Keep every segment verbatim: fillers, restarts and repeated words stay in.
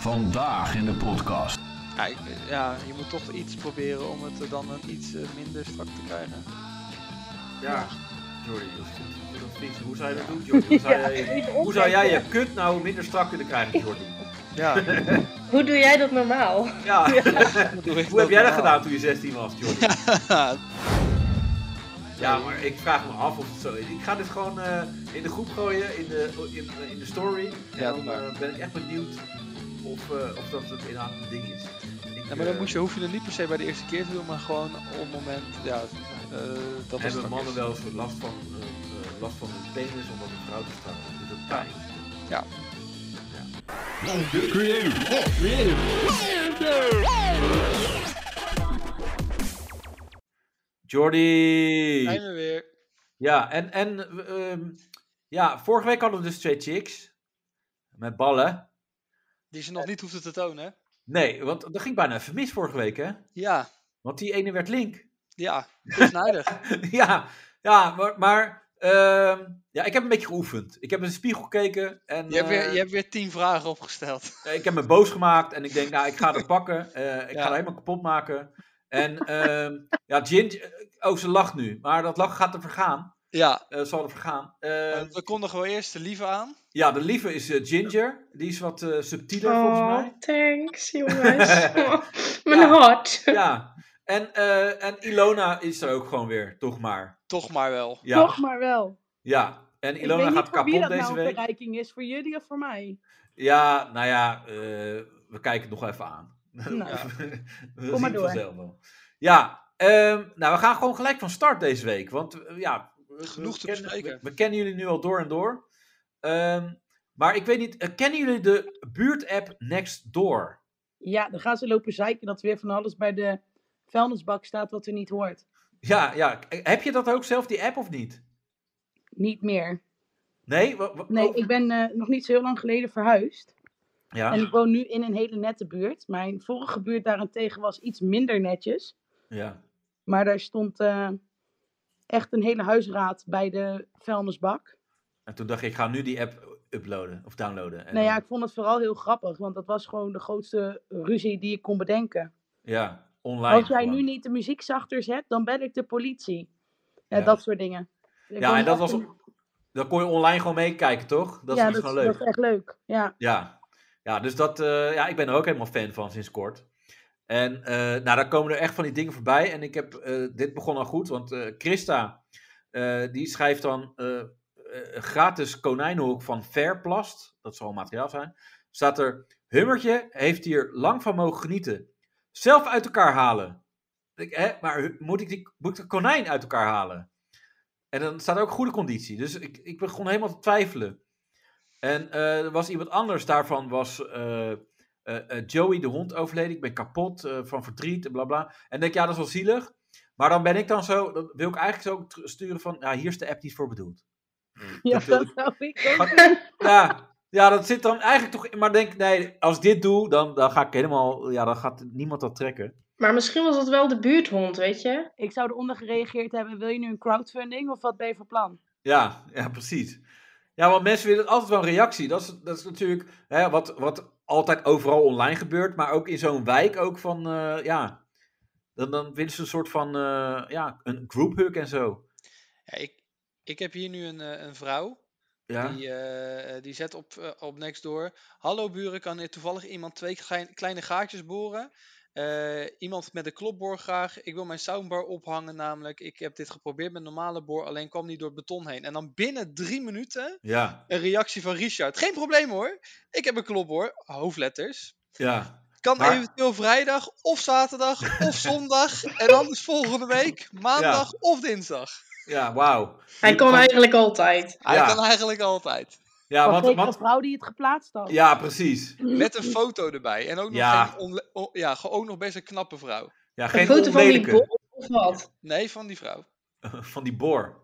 Vandaag in de podcast. Ja, ik, ja, je moet toch iets proberen om het dan een iets uh, minder strak te krijgen. Ja, Jordi, dat is goed. Dat is hoe zou je dat doen, Jordi? Hoe zou, jij, ja, hoe zou jij je kut nou minder strak kunnen krijgen, Jordi? Ja. Hoe doe jij dat normaal? Ja, ja. Hoe heb dat jij dat normaal? gedaan toen je zestien was, Jordi? Ja. Ja, maar ik vraag me af of het zo is. Ik ga dit gewoon uh, in de groep gooien, in de, in, in de story. En Ja, dan uh, ben ik echt benieuwd of, uh, of dat het inhoudelijk een ding is. Ik, Ja, maar dan moet je, hoef je het niet per se bij de eerste keer te doen, maar gewoon op het moment, ja, uh, dat is hebben mannen wel eens last van, uh, uh, last van hun penis omdat een vrouw te strak is? Is dat pijn? Ja. De Creative. Jordi! Zijn we weer. Ja, en, en uh, ja, vorige week hadden we dus twee chicks. Met ballen. Die ze nog niet hoefden te tonen, hè? Nee, want dat ging bijna even mis vorige week, hè? Ja. Want die ene werd link. Ja, snijdig. ja, ja, maar, maar uh, ja, ik heb een beetje geoefend. Ik heb in de spiegel gekeken. En, Je hebt, weer, uh, je hebt weer tien vragen opgesteld. Ik heb me boos gemaakt en ik denk, nou, ik ga dat pakken. Uh, ik Ja. ga het helemaal kapot maken. En uh, ja, Ginger, oh, ze lacht nu. Maar dat lachen gaat er vergaan. Ja. Uh, zal er vergaan. Uh, We kondigen wel eerst de lieve aan. Ja, de lieve is uh, Ginger. Die is wat uh, subtieler oh, volgens mij. Thanks, jongens. Mijn Ja. hart. Ja. En, uh, en Ilona is er ook gewoon weer, toch maar. Toch maar wel. Ja. Toch maar wel. Ja. En Ik Ilona weet gaat niet voor wie kapot dat deze nou een week. verrijking is, voor jullie of voor mij. Ja, nou ja, uh, we kijken het nog even aan. Nou, Ja. we Kom zien maar het door. vanzelf wel. Ja, um, nou we gaan gewoon gelijk van start deze week. Want uh, ja, we, Genoeg we te kennen, bespreken. we, we kennen jullie nu al door en door. Um, maar ik weet niet, uh, kennen jullie de buurtapp Nextdoor? ja, dan gaan ze lopen zeiken dat er weer van alles bij de vuilnisbak staat wat er niet hoort. Ja, ja, heb je dat ook zelf, die app of niet? Niet meer. Nee? Wa- wa- Nee, oh, ik ben uh, nog niet zo heel lang geleden verhuisd. Ja, En ik woon nu in een hele nette buurt. Mijn vorige buurt daarentegen was iets minder netjes. ja. Maar daar stond uh, echt een hele huisraad bij de vuilnisbak. En toen dacht ik, ik ga nu die app uploaden of downloaden. En Nou ja, dan- ik vond het vooral heel grappig. Want dat was gewoon de grootste ruzie die ik kon bedenken. ja, online. Als jij gewoon. nu niet de muziek zachter zet, dan bel ik de politie. Ja, Ja. dat soort dingen. Ik Ja, kon en dat echt was, een- dan kon je online gewoon meekijken, toch? Dat is ja, iets dat, gewoon leuk. dat is echt leuk. Ja. Ja, ja, dus dat, uh, ja, ik ben er ook helemaal fan van sinds kort. En uh, nou, daar komen er echt van die dingen voorbij. En ik heb, uh, dit begon al goed, want uh, Christa, uh, die schrijft dan uh, uh, gratis konijnenhok van Fairplast. Dat zal materiaal zijn. Staat er, Hummertje heeft hier lang van mogen genieten. Zelf uit elkaar halen. Ik, hè, maar moet ik, die, moet ik de konijn uit elkaar halen? En dan staat er ook goede conditie. Dus ik, ik begon helemaal te twijfelen. En uh, er was iemand anders daarvan, was uh, uh, uh, Joey de hond overleden. Ik ben kapot uh, van verdriet en bla bla. En denk, ja, dat is wel zielig. Maar dan ben ik dan zo, dan wil ik eigenlijk zo sturen van, ja, hier is de app die is voor bedoeld. Ja, Dat wil dat ik- zou ik ook. Ja, ja, dat zit dan eigenlijk toch, maar denk, nee, als ik dit doe, dan, dan ga ik helemaal, ja, dan gaat niemand dat trekken. Maar misschien was dat wel de buurthond, weet je? Ik zou eronder gereageerd hebben, wil je nu een crowdfunding of wat ben je van plan? Ja, ja, precies. Ja, want mensen willen altijd wel een reactie. Dat is, dat is natuurlijk hè, wat, wat altijd overal online gebeurt, maar ook in zo'n wijk ook van, uh, ja, dan, dan willen ze een soort van, uh, ja, een group hug en zo. Ja, ik, ik heb hier nu een, uh, een vrouw. Ja, Die, uh, die zet op, uh, op Nextdoor. Hallo buren, kan hier toevallig iemand twee klein, kleine gaatjes boren? Uh, iemand met een klopboor graag. Ik wil mijn soundbar ophangen namelijk. Ik heb dit geprobeerd met normale boor, alleen kwam niet door het beton heen. En dan binnen drie minuten ja, een reactie van Richard. Geen probleem hoor. Ik heb een klopboor. Hoofdletters. ja. Kan Maar- eventueel vrijdag of zaterdag of zondag. En anders volgende week maandag of dinsdag. Ja, wauw. Hij kan Van- eigenlijk altijd. Hij Ja. kan eigenlijk altijd. Ja, was want, zeker een want, vrouw die het geplaatst had. ja, precies. Met een foto erbij. En ook nog, Ja. geen onle- on- ja, gewoon ook nog best een knappe vrouw. Ja, Een geen foto van die onlelijke. bol of wat? Nee, van die vrouw. Van die boor.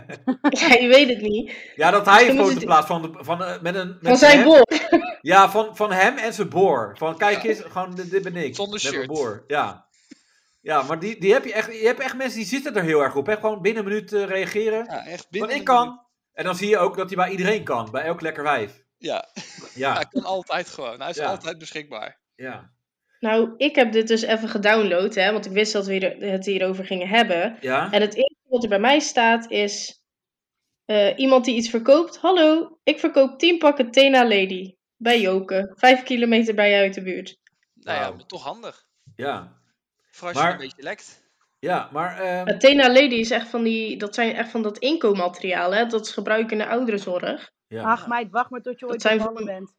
Ja, je weet het niet. Ja, dat hij een Misschien moet foto het- plaatst van, de, van, uh, met een... Met Van zijn hem. bol. Ja, van, van hem en zijn boor. Van kijk eens, gewoon dit, dit ben ik. Zonder met mijn shirt. boor. Ja. Ja, maar die, die heb je echt, je hebt echt mensen die zitten er heel erg op. Hè? Gewoon binnen een minuut uh, reageren. Ja, echt Want binnen ik een kan. minuut. En dan zie je ook dat hij bij iedereen kan. Bij elk lekker wijf. Ja, Ja, hij kan altijd gewoon. Hij is Ja. altijd beschikbaar. ja, Nou, ik heb dit dus even gedownload, hè, want ik wist dat we hier- het hierover gingen hebben. ja. En het eerste wat er bij mij staat is eh, iemand die iets verkoopt. Hallo, ik verkoop tien pakken Tena Lady bij Joke. Vijf kilometer bij je uit de buurt. Nou ja, Wauw. maar toch handig. Ja, Voor als je Maar- een beetje lekt. ja, maar... ehm, Uh, Tena Lady is echt van die, dat zijn echt van dat inkoopmateriaal, hè. Dat is gebruiken in de ouderenzorg. ja. Ach meid, wacht maar tot je ooit zijn bevallen van- bent.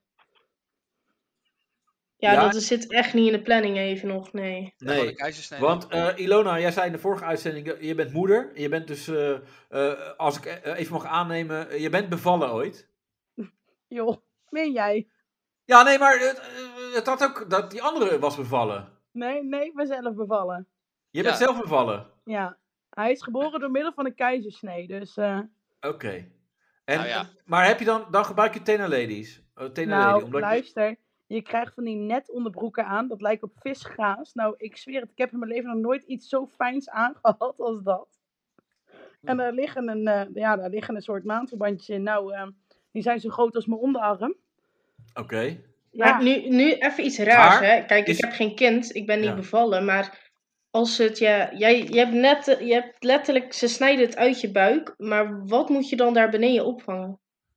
Ja, Ja. dat is- zit echt niet in de planning even nog, nee. Gewoon een Nee, keizersnede. want eh, Ilona, jij zei in de vorige uitzending, je- je bent moeder. Je bent dus, eh, eh, als ik eh, even mag aannemen, eh, je bent bevallen ooit. Joh, meen jij? Ja, nee, maar het, eh, het had ook dat die andere was bevallen. Nee, nee, ik ben zelf bevallen. Je bent Ja. zelf bevallen. Ja, hij is geboren door middel van een keizersnee, dus... eh, Oké. En, Nou ja. en- Maar heb je dan, dan gebruik je Tena Ladies? Uh, Tena nou, Lady, omdat je- luister, je krijgt van die net onderbroeken aan, dat lijkt op visgaas. Nou, ik zweer het, ik heb in mijn leven nog nooit iets zo fijns aangehad als dat. En daar liggen een, eh, ja, daar liggen een soort maandverbandjes in. Nou, eh, die zijn zo groot als mijn onderarm. Oké. Ja, Maar nu, nu even iets raars, Maar hè. Kijk, is- ik heb geen kind, ik ben niet Ja. bevallen, maar als het, ja, jij, je hebt net, eh, je hebt letterlijk, ze snijden het uit je buik, maar wat moet je dan daar beneden opvangen?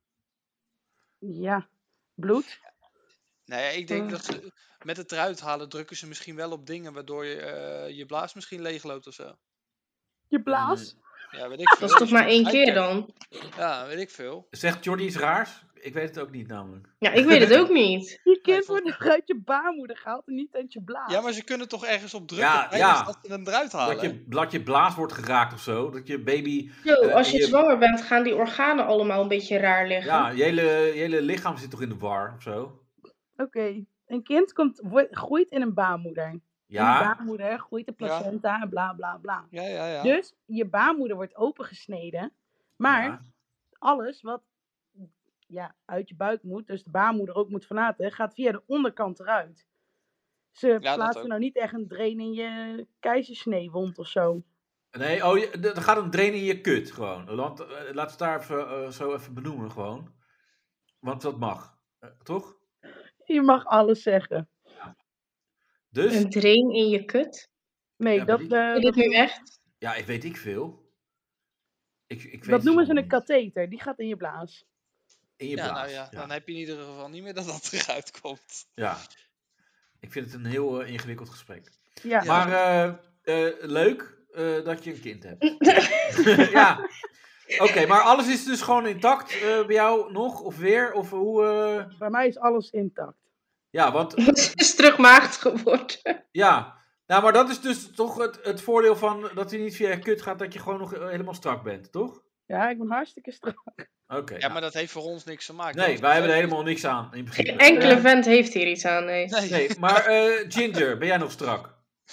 ja, bloed. Nou ja, ik denk Ah. dat ze met het eruit halen drukken ze misschien wel op dingen waardoor je eh, je blaas misschien leegloopt of zo. Je blaas. Ja, weet ik veel. Dat is toch Dus je maar moet één keer uitkijken. dan? Ja, weet ik veel. Zegt Jordi iets raars? Ik weet het ook niet namelijk. Ja, ik weet het ook niet. Je kind volgens- wordt uit je baarmoeder gehaald en niet uit je blaas. Ja, maar ze kunnen toch ergens op drukken Ja, tijdens ja. dat ze hem eruit halen. Dat je, dat je blaas wordt geraakt of zo. Dat je baby... Zo, Eh, als je je- zwanger bent, gaan die organen allemaal een beetje raar liggen. Ja, je hele, je hele lichaam zit toch in de war of zo? Oké, een kind komt, wordt, groeit in een baarmoeder. In de Ja, baarmoeder groeit de placenta en bla bla bla. Ja, ja, ja. Dus je baarmoeder wordt opengesneden. Maar ja. alles wat ja, uit je buik moet, dus de baarmoeder ook moet verlaten, gaat via de onderkant eruit. Ze dat plaatsen ook. nou niet echt een drain in je keizersneewond of zo. Nee, oh, je- er gaat een drain in je kut gewoon. Want, eh, laten we het daar even, eh, zo even benoemen gewoon. Want dat mag. Eh, toch? Je mag alles zeggen. Dus, Een drain in je kut? Nee, Ja, dat, maar eh, Doe dat, dit nu echt? ja, ik weet ik veel. Ik, ik weet dat het noemen ze gewoon een niet. katheter. Die gaat in je blaas. In je Ja, blaas. nou ja, ja. dan heb je in ieder geval niet meer dat dat eruit komt. Ja. Ik vind het een heel eh, ingewikkeld gesprek. Ja, Ja. Maar eh, eh, leuk eh, dat je een kind hebt. Ja. Oké, maar alles is dus gewoon intact eh, bij jou nog? Of weer? Of hoe? eh? bij mij is alles intact. Ja, want Ze is terug maagd geworden. ja. Nou, maar dat is dus toch het, het voordeel van dat hij niet via je kut gaat, dat je gewoon nog eh, helemaal strak bent, toch? Ja, ik ben hartstikke strak. Oké. Ja, nou. maar dat heeft voor ons niks te maken. Nee, Want wij hebben er wij- helemaal niks aan, in Geen principe. enkele vent heeft hier iets aan, nee. Nee. Nee, maar eh, Ginger, ben jij nog strak?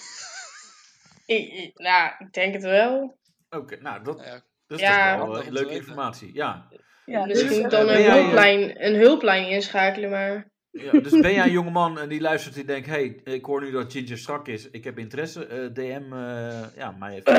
Ik, ik- nou, ik denk het wel. Oké, nou, dat, Nou ja, dat is Ja. toch wel Handig eh, om te leuke weten. informatie. Ja. Ja, Misschien dus, eh, dan ben een jij, eh, hulplijn, een hulplijn inschakelen, maar... Ja, dus ben jij een jongeman en die luistert en denkt, hey, ik hoor nu dat Ginger strak is, ik heb interesse, eh, D M, eh, ja, mij even.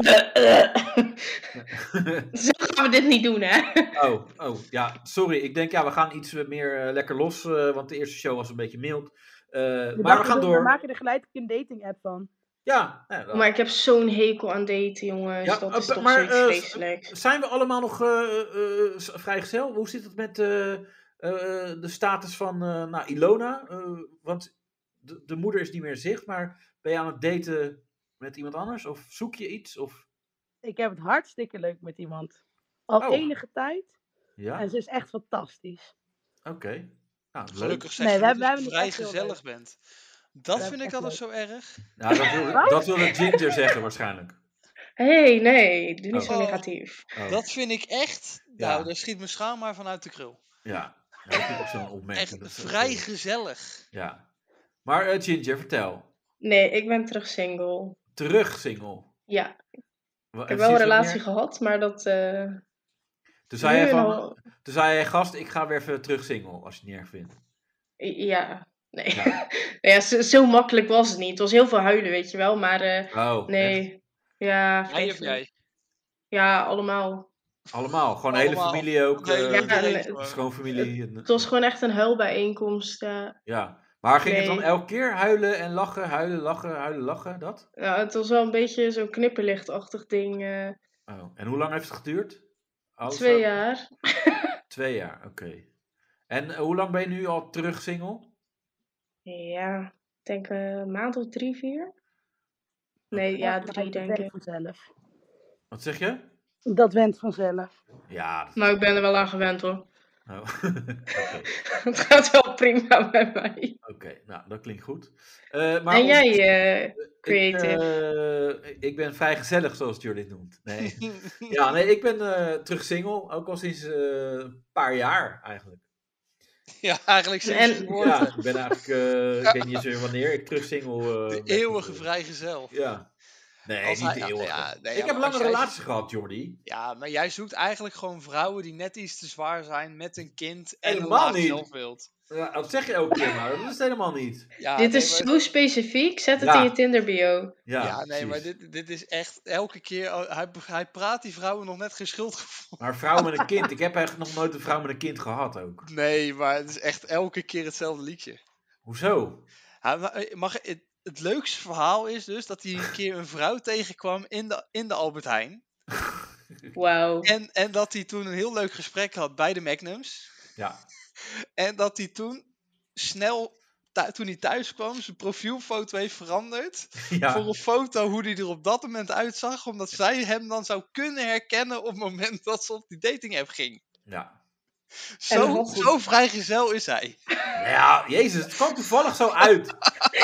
Zo gaan we dit niet doen, hè? Oh, oh, ja, sorry, ik denk, ja, we gaan iets eh, meer eh, lekker los, eh, want de eerste show was een beetje mild. Eh, we maar we dachten gaan dus, We door. maken er gelijk een dating app van. Ja, ja, dan- Maar ik heb zo'n hekel aan daten, jongens. Ja, dat is eh, toch maar, zoiets eh, vreselijk. zijn we allemaal nog eh, eh, s- vrijgezel? Hoe zit het met eh, eh, de status van eh, nou, Ilona? Eh, want de, de moeder is niet meer in zicht, maar ben je aan het daten met iemand anders? Of zoek je iets? Of... Ik heb het hartstikke leuk met iemand. Al Oh. enige tijd. Ja, En ze is echt fantastisch. oké. Nou, leuk. Gelukkig zeg Nee, je we dat hebben- je we hebben vrij het echt heel gezellig bent. Dat We vind ik hebben altijd het zo erg. Nou, dat wil, Wat? dat wilde Ginger zeggen waarschijnlijk. Hé, hey, nee, doe niet Oh. zo negatief. Oh, Dat vind ik echt... Ja. Nou, daar schiet mijn schaam maar vanuit de krul. Ja, ja, dat vind ik ook zo'n opmerking. Echt Dat is- vrij gezellig. Ja. Maar eh, Ginger, vertel. Nee, ik ben terug single. Terug single. Ja, Wa- ik heb en wel een sinds relatie wanneer? gehad, maar dat... eh Toen zei, nu je van, al- toen zei je, gast, ik ga weer even terug single, als je het niet erg vindt. Ja, nee. Ja. ja, zo, zo makkelijk was het niet. Het was heel veel huilen, weet je wel, maar eh, Oh, echt? nee. Ja, Jij of vreselijk. jij? Ja, allemaal. Allemaal. Gewoon de hele Allemaal. familie ook. Nee, eh, Ja, iedereen en gewoon. schoonfamilie. en- Het was gewoon echt een huilbijeenkomst. eh. Ja. Maar ging het dan Nee. elke keer huilen en lachen, huilen, lachen, huilen, lachen, dat? Ja, het was wel een beetje zo'n knipperlichtachtig ding. eh. Oh. En hoe lang heeft het geduurd? Alles Twee samen? jaar. Twee jaar, oké. En eh, hoe lang ben je nu al terug single? Ja, ik denk eh, een maand of drie, vier. Nee, ja, Maar drie dat denk went ik. vanzelf. Wat zeg je? Dat went vanzelf. Ja, dat... Maar ik ben er wel aan gewend hoor. Oh. Oké, Het gaat wel prima bij mij. oké. Nou, dat klinkt goed. Eh, maar En om- jij, eh, ik, creative? eh, ik ben vrij gezellig, zoals Jordi het noemt. Nee. Ja, nee, ik ben eh, terug single, ook al sinds eh, een paar jaar eigenlijk. Ja, eigenlijk sinds En- je geboorte. Ja, ik ben eigenlijk, eh, ik weet niet eens meer wanneer ik terug single eh, De ben eeuwige geworden. vrijgezel. Ja. Nee, Als niet hij- de eeuwige. ja, nee, ik ja, heb maar lange als jij- relaties gehad, Jordi. Ja, maar jij zoekt eigenlijk gewoon vrouwen die net iets te zwaar zijn met een kind en een Helemaal laag niet. zelfbeeld. Ja, dat zeg je elke keer, maar dat is het helemaal niet. Ja, Dit nee, is maar- zo specifiek. Zet het Ja. in je Tinder bio. Ja, Ja, nee, maar precies. dit, dit is echt elke keer. oh, Hij, hij praat die vrouwen nog net geen schuldgevoel. Maar vrouw met een kind. Ik heb eigenlijk nog nooit een vrouw met een kind gehad ook. Nee, maar het is echt elke keer hetzelfde liedje. Hoezo? Hij, ma- eh, mag, het, het leukste verhaal is dus dat hij een keer een vrouw tegenkwam in de, in de Albert Heijn. Wauw. En, en dat hij toen een heel leuk gesprek had bij de Magnums. Ja. En dat hij toen snel, thu- toen hij thuis kwam, zijn profielfoto heeft veranderd. Voor Ja. een foto hoe hij er op dat moment uitzag. Omdat zij hem dan zou kunnen herkennen op het moment dat ze op die dating app ging. Ja. Zo, hoe goed- zo vrijgezel is hij. Ja, jezus, het kwam toevallig zo uit.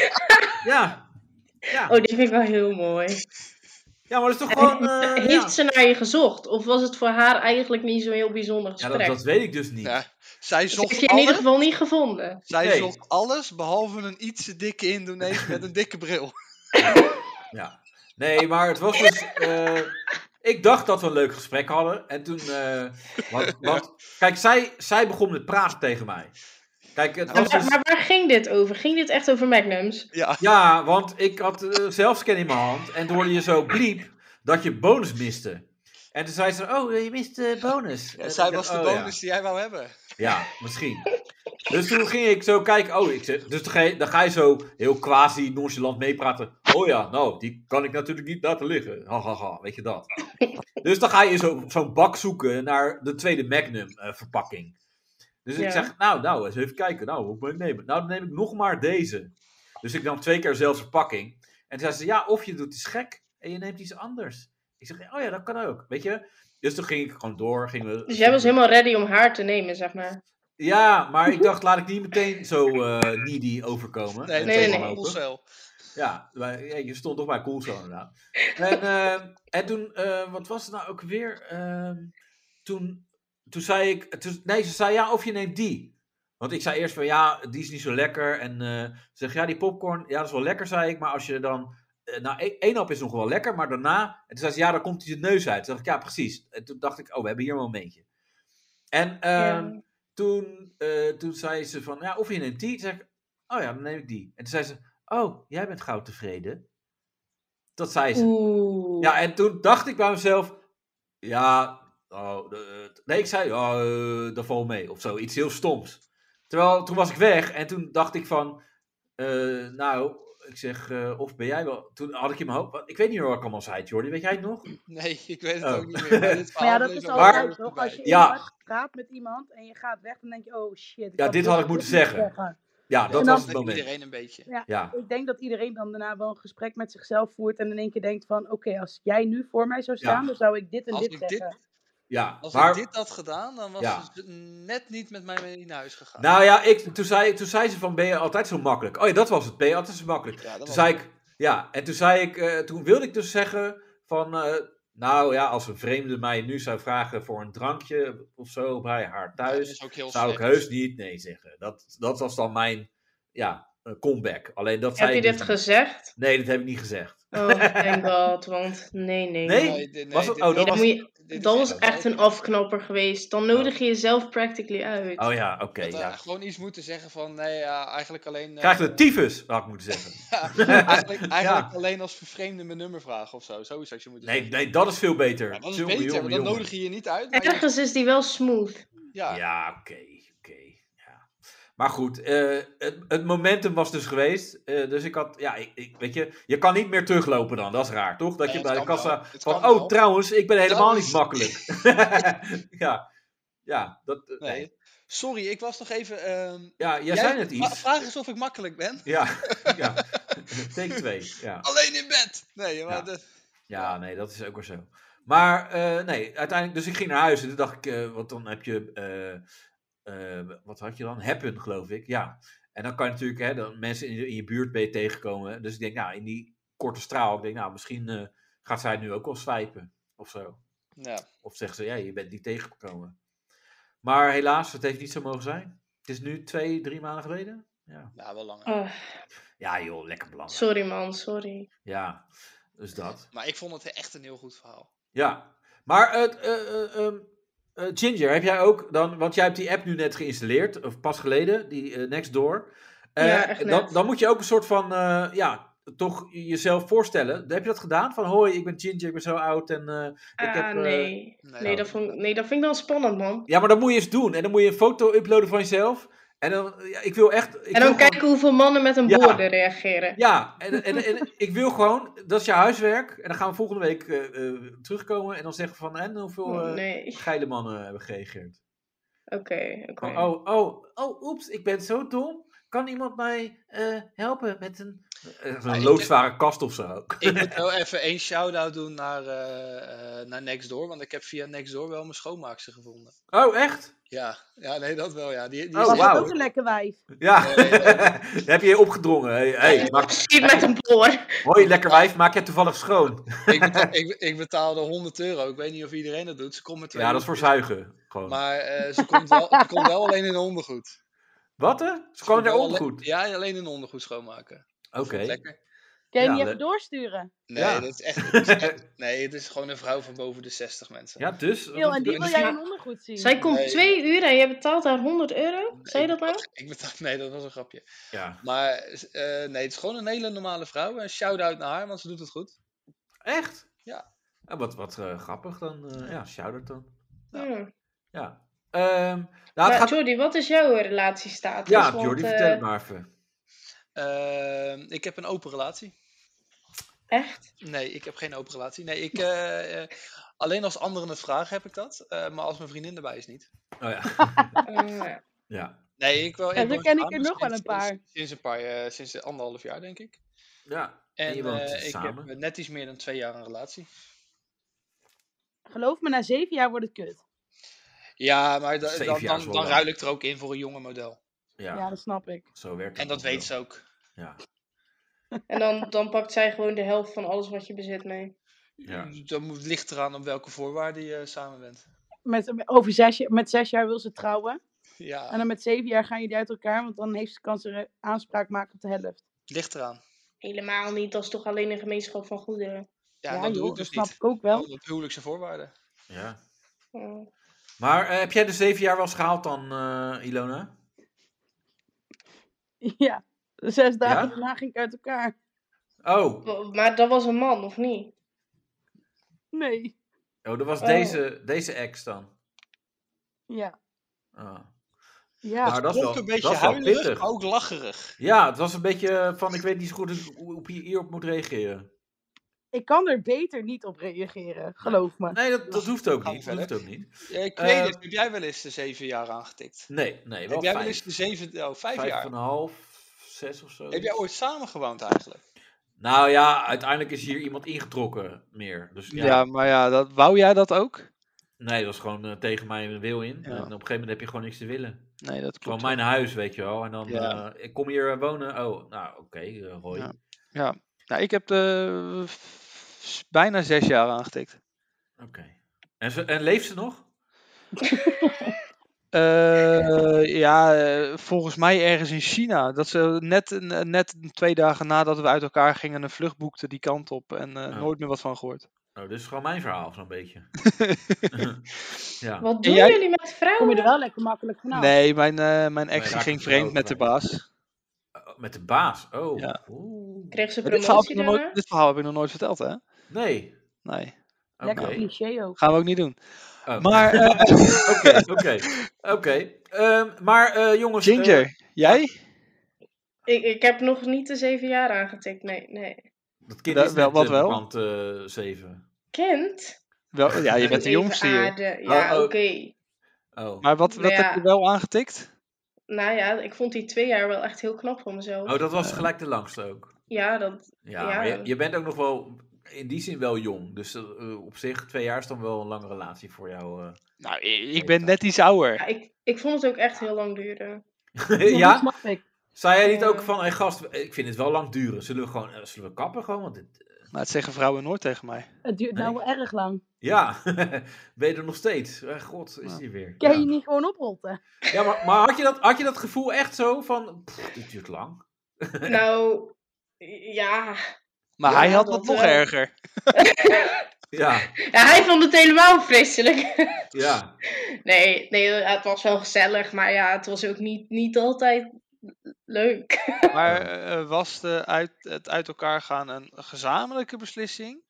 Ja. Ja. Oh, die vind ik wel heel mooi. Ja, maar dat is toch gewoon... eh, Heeft ja. ze naar je gezocht? Of was het voor haar eigenlijk niet zo'n heel bijzonder Ja, gesprek? dat, dat weet ik dus niet. Ja, zij Ze zocht heeft je in ieder alles. geval niet gevonden. Zij Nee. zocht alles behalve een iets te dikke Indonees met een dikke bril. Ja. Nee, maar het was dus... eh, ik dacht dat we een leuk gesprek hadden. En toen... eh, want, want, kijk, zij, zij begon met praten tegen mij. Kijk, het En was waar- dus... maar waar ging dit over? Ging dit echt over Magnums? Ja, Ja, want ik had eh, zelfscan in mijn hand. En toen hoorde je zo bliep dat je bonus miste. En toen zei ze, oh, je mist eh, bonus. ja, En zij ik was dacht, de oh, bonus die jij wou hebben. Ja. ja, misschien. Dus toen ging ik zo kijken. Oh, ik zeg, dus dan ga, je, dan ga je zo heel quasi nonchalant meepraten. Oh ja, nou, die kan ik natuurlijk niet laten liggen. Ha, ha, ha, weet je dat. Dus dan ga je zo, zo'n bak zoeken naar de tweede Magnum eh, verpakking. Dus ik Ja. zeg, nou, nou, eens even kijken. Nou, hoe moet ik nemen? Nou, dan neem ik nog maar deze. Dus ik nam twee keer dezelfde verpakking. En toen zei ze, ja, of je doet iets gek en je neemt iets anders. Ik zeg, oh ja, dat kan ook, weet je. Dus toen ging ik gewoon door. Gingen we, Dus jij was helemaal ready om haar te nemen, zeg maar. Ja, maar ik dacht, laat ik niet meteen zo eh, needy overkomen. Nee, En nee, zo nee, van nee. open. Coolcel. Ja, wij- ja, je stond toch bij Coolcel inderdaad. En, eh, en toen, eh, wat was het nou ook weer? Ehm, toen, toen zei ik, toen, nee, ze zei ja, of je neemt die. Want ik zei eerst van ja, die is niet zo lekker. En eh, ze zegt ja, die popcorn, ja, dat is wel lekker, zei ik. Maar als je dan, eh, nou, één, één hap is nog wel lekker, maar daarna. En toen zei ze ja, dan komt hij je neus uit. Toen dacht ik ja, precies. En toen dacht ik, oh, we hebben hier een momentje. En ehm, Ja. toen, eh, toen zei ze van ja, of je neemt die. Toen zei ik, oh ja, dan neem ik die. En toen zei ze, oh, jij bent gauw tevreden. Dat zei ze. Oeh. Ja, en toen dacht ik bij mezelf, ja, oh, eh, nee, ik zei, oh, eh, dat valt mee, of zo, iets heel stoms. Terwijl, toen was ik weg en toen dacht ik van, eh, nou, ik zeg, eh, of ben jij wel, toen had ik in mijn hoofd, ik weet niet meer wat ik allemaal zei, Jordi, weet jij het nog? Nee, ik weet het Oh. ook niet meer. Maar, dit Maar ja, verhaal dat bleef is wel Maar- altijd heel toch? voorbij. Als je Ja. ja. praat met iemand en je gaat weg, dan denk je, oh shit. Ja, dit had ik moeten zeggen. Ja, dat En was dan- het moment. Iedereen een beetje. Ja, Ik denk dat iedereen dan daarna wel een gesprek met zichzelf voert en in één keer denkt van, oké, als jij nu voor mij zou staan, Ja. dan zou ik dit en Als dit ik dit- zeggen. ja, Als maar, ik dit had gedaan, dan was Ja. ze net niet met mij mee naar huis gegaan. nou ja, ik, toen, zei, toen zei ze van, ben je altijd zo makkelijk? Oh ja, dat was het, ben je altijd zo makkelijk? Ja, dat Toen was zei ik, ja, en toen zei ik, eh, toen wilde ik dus zeggen van, eh, nou ja, als een vreemde mij nu zou vragen voor een drankje of zo bij haar Ja, dat thuis, is ook heel zou ik slecht. heus niet nee zeggen. Dat, dat was dan mijn, ja, uh, comeback. Alleen dat Heb zei je ik dit dus niet. gezegd? Nee, dat heb ik niet gezegd. Oh, thank god, want nee, nee. Nee? Nee, dit- nee, Was het- dit- oh, Nee, dat dan was... moet je, dit dat is was echt- echt een afknapper geweest. Dan nodig je jezelf practically uit. Oh ja, oké. Okay, ja. Gewoon iets moeten zeggen van, nee, ja, eigenlijk alleen... eh, Krijg de tyfus, had ik moeten zeggen. ja, eigenlijk eigenlijk Ja. alleen als vervreemde mijn nummer vragen of zo. Zoiets had je moeten Nee, zeggen. nee, dat is veel beter. Ja, dat is Jongen, beter, jongen, want dan jongen. nodig je je niet uit. Maar je- Ergens is die wel smooth. ja, Ja, oké, oké. Ja. Maar goed, eh, het, het momentum was dus geweest. eh, dus ik had, ja, ik, ik- weet je, je kan niet meer teruglopen dan. Dat is raar, toch? Dat Nee, je het bij de kan kassa wel. Het van, kan oh, wel. trouwens, ik ben helemaal Trouwens. niet makkelijk. ja, ja, dat, eh, nee. nee. Sorry, ik was nog even... ehm, Ja, jij zei net vra- iets. Vraag eens of ik makkelijk ben. Ja, ja. Take twee, ja. Alleen in bed. Nee, maar Ja. dat... Ja, nee, dat is ook weer zo. Maar eh, nee, uiteindelijk, dus ik ging naar huis en toen dacht ik, eh, want dan heb je, eh, eh, wat had je dan? Happen, geloof ik, ja. En dan kan je natuurlijk, hè, dan mensen in je, in je buurt ben je tegenkomen. Dus ik denk, nou, in die korte straal, ik denk, nou, misschien eh, gaat zij nu ook wel swipen, of zo. Ja. Of zeggen ze, ja, je bent niet tegengekomen. Maar helaas, het heeft niet zo mogen zijn. Het is nu twee, drie maanden geleden. Ja, Ja, wel langer. Oh, ja joh, lekker belangrijk. sorry man, sorry. Ja, dus dat. Maar ik vond het echt een heel goed verhaal. Ja, maar eh, eh, eh, ehm, eh, Ginger, heb jij ook dan, want jij hebt die app nu net geïnstalleerd, of pas geleden, die eh, Nextdoor. Eh, Ja, echt dan, net. dan moet je ook een soort van, eh, ja, toch jezelf voorstellen. Heb je dat gedaan? Van, hoi, ik ben Ginger, ik ben zo oud en eh, ik Ah, heb... eh, nee. Nee. Nee, dat vond, nee, dat vind ik dan spannend, man. Ja, maar dat moet je eens doen. En dan moet je een foto uploaden van jezelf. En dan, ja, ik wil echt... Ik En wil dan gewoon- kijken hoeveel mannen met een Ja. borden reageren. Ja, en, en, en ik wil gewoon, dat is je huiswerk. En dan gaan we volgende week eh, eh, terugkomen en dan zeggen van, en hoeveel Oh, eh, nee. geile mannen hebben gereageerd. Oké, oké. Van, oh, oh, oh, oeps, ik ben zo dom. Kan iemand mij eh, helpen met een, eh, Ja, een ik- loodzware kast of zo? Ik moet wel even één shout-out doen naar, eh, eh, naar Nextdoor. Want ik heb via Nextdoor wel mijn schoonmaakster gevonden. Oh, echt? Ja, ja nee, dat wel. Ja. Die, die Oh, Was is dat wauw. ook een lekker wijf? Ja, Nee, nee, Daar heb je je opgedrongen. Hey, hey, maak, Precies met een boor. hoi, lekker wijf, maak je toevallig schoon. ik, betaal, ik, ik betaalde honderd euro. Ik weet niet of iedereen dat doet. Ze komt met twee Ja, dat is voor uurtjes. zuigen. Gewoon. Maar eh, ze, komt wel, ze komt wel alleen in ondergoed. Wat hè? Ze Ze komen komt er wel ondergoed. alleen- Ja, alleen in ondergoed schoonmaken. Dat Oké. vond ik lekker. Kun je Ja, niet le- even doorsturen? Nee, Ja. dat is echt, het is echt- nee, het is gewoon een vrouw van boven de zestig mensen. Ja, dus. Wil, en die wil jij Ja. in ondergoed zien. Zij komt Nee. twee uur en je betaalt haar honderd euro? Zei je dat nou? Ik betaal, nee, dat was een grapje. Ja. Maar eh, nee, het is gewoon een hele normale vrouw. Een shout-out naar haar, want ze doet het goed. Echt? Ja. Ah, wat wat eh, grappig dan. eh, ja, shout-out dan. Ja. Hmm. Ja. Ehm, nou, het Maar gaat... Jordi, wat is jouw relatiestatus? Ja, Want, Jordi, eh, vertel het maar even. Eh, ik heb een open relatie. Echt? Nee, ik heb geen open relatie. Nee, ik, eh, eh, alleen als anderen het vragen heb ik dat. Eh, maar als mijn vriendin erbij is niet. Oh ja. Eh, ja. Ja. Nee, ik wel. Ja, ik zo woon ken ik samen er nog wel sinds- een paar. Sinds, sinds een paar, eh, sinds anderhalf jaar denk ik. Ja. En je woont eh, ik samen? heb net iets meer dan twee jaar een relatie. Geloof me, na zeven jaar wordt het kut. Ja, maar da- Zeven dan, jaar is dan, wel dan lang. ruil ik er ook in voor een jonge model. Ja. Ja, dat snap ik. Zo werkt het. En dat ook weet wel. ze ook. Ja. En dan, dan pakt zij gewoon de helft van alles wat je bezit mee. Ja. Dan moet- het ligt eraan op welke voorwaarden je samen bent. Met, over zes, jaar- met zes jaar wil ze trouwen. Ja, En dan met zeven jaar gaan jullie uit elkaar. Want dan heeft ze kans er aanspraak maken op de helft. ligt eraan. Helemaal niet, dat is toch alleen een gemeenschap van goederen. Ja, Ja, dat doe joh, ik dus dat snap niet. ik ook wel. Dat huwelijkse voorwaarden. Ja. Oh. Maar eh, heb jij de zeven jaar wel eens gehaald dan, eh, Ilona? Ja, zes dagen Ja? daarna ging ik uit elkaar. Oh. Wa- Maar dat was een man, of niet? Nee. Oh, dat was Oh. deze, deze ex dan. Ja. Ah. Ja. Maar dat is Klonk wel, een beetje dat is wel huilerig, pittig. maar ook lacherig. Ja, het was een beetje van, ik weet niet zo goed hoe hoe je hierop moet reageren. Ik kan er beter niet op reageren. Geloof me. Nee, dat, dat hoeft ook Gaan we niet. Dat verder. hoeft ook niet. Ja, ik Eh, weet het. Heb jij wel eens de zeven jaar aangetikt? Nee, nee, wel Heb jij wel vijf. eens de zeven, oh, vijf, Vijf jaar? en een half, zes of zo. Heb jij ooit samen gewoond eigenlijk? Nou ja, uiteindelijk is hier iemand ingetrokken meer. Dus ja, Ja, maar ja, dat, wou jij dat ook? nee, dat is gewoon eh, tegen mijn wil in. Ja. En op een gegeven moment heb je gewoon niks te willen. Nee, dat Gewoon klopt. mijn huis, weet je wel. En dan, Ja. eh, ik kom hier wonen. Oh, nou oké, eh, hoi. Ja. Ja, nou, ik heb de f- bijna zes jaar aangetikt. Oké. En, ze- en leeft ze nog? Eh, ja, eh, volgens mij ergens in China. Dat ze net, een- net twee dagen nadat we uit elkaar gingen een vlucht boekten die kant op. En eh, Oh. nooit meer wat van gehoord. Oh, dit is gewoon mijn verhaal, zo'n beetje. Ja. Wat En doen jij? jullie met Kom je vrouwen? er wel lekker makkelijk vanaf. Nee, mijn, eh, mijn ex die raken ging vrouwen vreemd met de kwijt. baas. Oh, met de baas. Oh. Ja. Oeh. Kreeg ze Maar dit, verhaal heb promotie ik nog nooit, daarna? dit verhaal heb ik nog nooit verteld, hè? Nee. Nee, Lekker Oké. cliché ook. gaan we ook niet doen. Oh. Maar, eh, Oké, oké. Oké. Ehm, Maar eh, jongens... eh, Ginger, jij? Ik, ik heb nog niet de zeven jaar aangetikt, nee, nee. dat kind Wel- is wel- net wat eh, wel? bekend eh, zeven. Kind? Wel, ja, je bent de Even jongste hier. aarde. Ja, Oh, oh. oké. Oh. Maar wat, Nou wat heb ja. je wel aangetikt? Nou ja, ik vond die twee jaar wel echt heel knap van mezelf. Oh, dat was gelijk de langste ook. Ja, dat... Ja, Ja. maar je, je bent ook nog wel in die zin wel jong. Dus eh, op zich, twee jaar is dan wel een lange relatie voor jou. eh. Nou, i- ik ben net iets ouder. Ja, ik, ik vond het ook echt heel lang duren. Dat Ja? snap ik. Zei jij niet Eh. ook van, hey gast, ik vind het wel lang duren. Zullen we gewoon, eh, zullen we kappen gewoon? Want dit, Maar het zeggen vrouwen nooit tegen mij. Het duurt nou wel erg lang. ja, ben je er nog steeds? Eh, God, is die weer. Kan Ja, je niet gewoon oprotten? ja maar, maar had, je dat, had je dat gevoel echt zo van, pff, dit duurt lang? Nou, ja... Maar Ja, hij had dat het nog wel. erger. Ja, Ja, hij vond het helemaal vreselijk. ja. Nee, nee, het was wel gezellig, maar ja, het was ook niet, niet altijd leuk. Maar eh, was de uit, het uit elkaar gaan een gezamenlijke beslissing?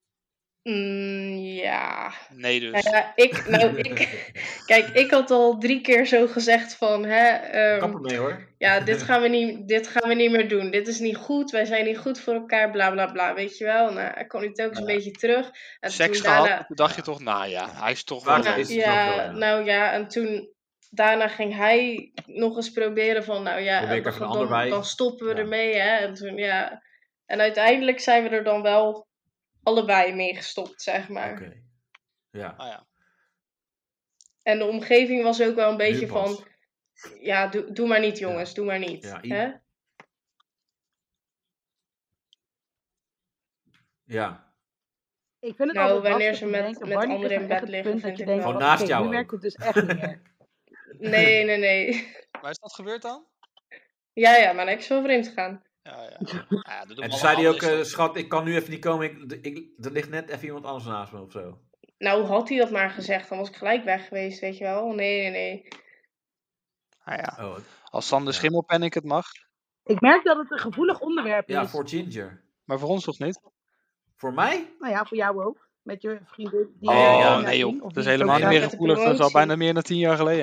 Mm, ja. Nee dus. Nou ja, ik, nou, ik, kijk, ik had al drie keer zo gezegd van, hè, ehm, Kap ermee hoor. ja, dit gaan, we niet, dit gaan we niet meer doen. Dit is niet goed, wij zijn niet goed voor elkaar, bla bla bla, weet je wel. Nou, hij kwam nu telkens een Ja. beetje terug. En Seks toen gehad, daarna, toen dacht je Ja. toch, nou ja, hij is toch Vaak wel Ja, leuk. is het ook ja, wel, ja. nou ja, en toen, daarna ging hij nog eens proberen van, nou ja, Probeer ik dan, even een dan, ander bij. dan stoppen we Ja. ermee, hè. En toen, ja, en uiteindelijk zijn we er dan wel allebei mee gestopt, zeg maar. Oké. Ja. Ah ja. En de omgeving was ook wel een Nu beetje pas. van, ja, doe, doe maar niet jongens, doe maar niet. Ja, i- hè? Ja. Ik vind het Nou, altijd wanneer lastig ze om te met- denken, met wanneer anderen is in nou bed echt het liggen, punt dat vind je ik denkt, wel. Gewoon oké, naast jou nu ook. werkt het dus echt niet meer. Nee, nee, nee. Maar is dat gebeurd dan? Ja, ja, mijn ex is wel vreemd gegaan. Ja, ja. ja dat doen En we toen zei hij allemaal ook, eens, eh, toch? schat, ik kan nu even niet komen. Ik, ik, er ligt net even iemand anders naast me of zo. Nou, had hij dat maar gezegd, dan was ik gelijk weg geweest, weet je wel. Nee, nee, nee. Ah ja. Oh, Als Sander Ja. Schimmelpenninck het mag. Ik merk dat het een gevoelig onderwerp is. ja, voor Ginger. Maar voor ons toch niet? Voor mij? Nou ja, voor jou ook. Met je vriendin. Die Oh, ja, jij ja, net nee ging, joh. of Dat is die helemaal ook niet Ja, meer met de gevoelig. Dat is al promotie. bijna meer dan tien jaar geleden.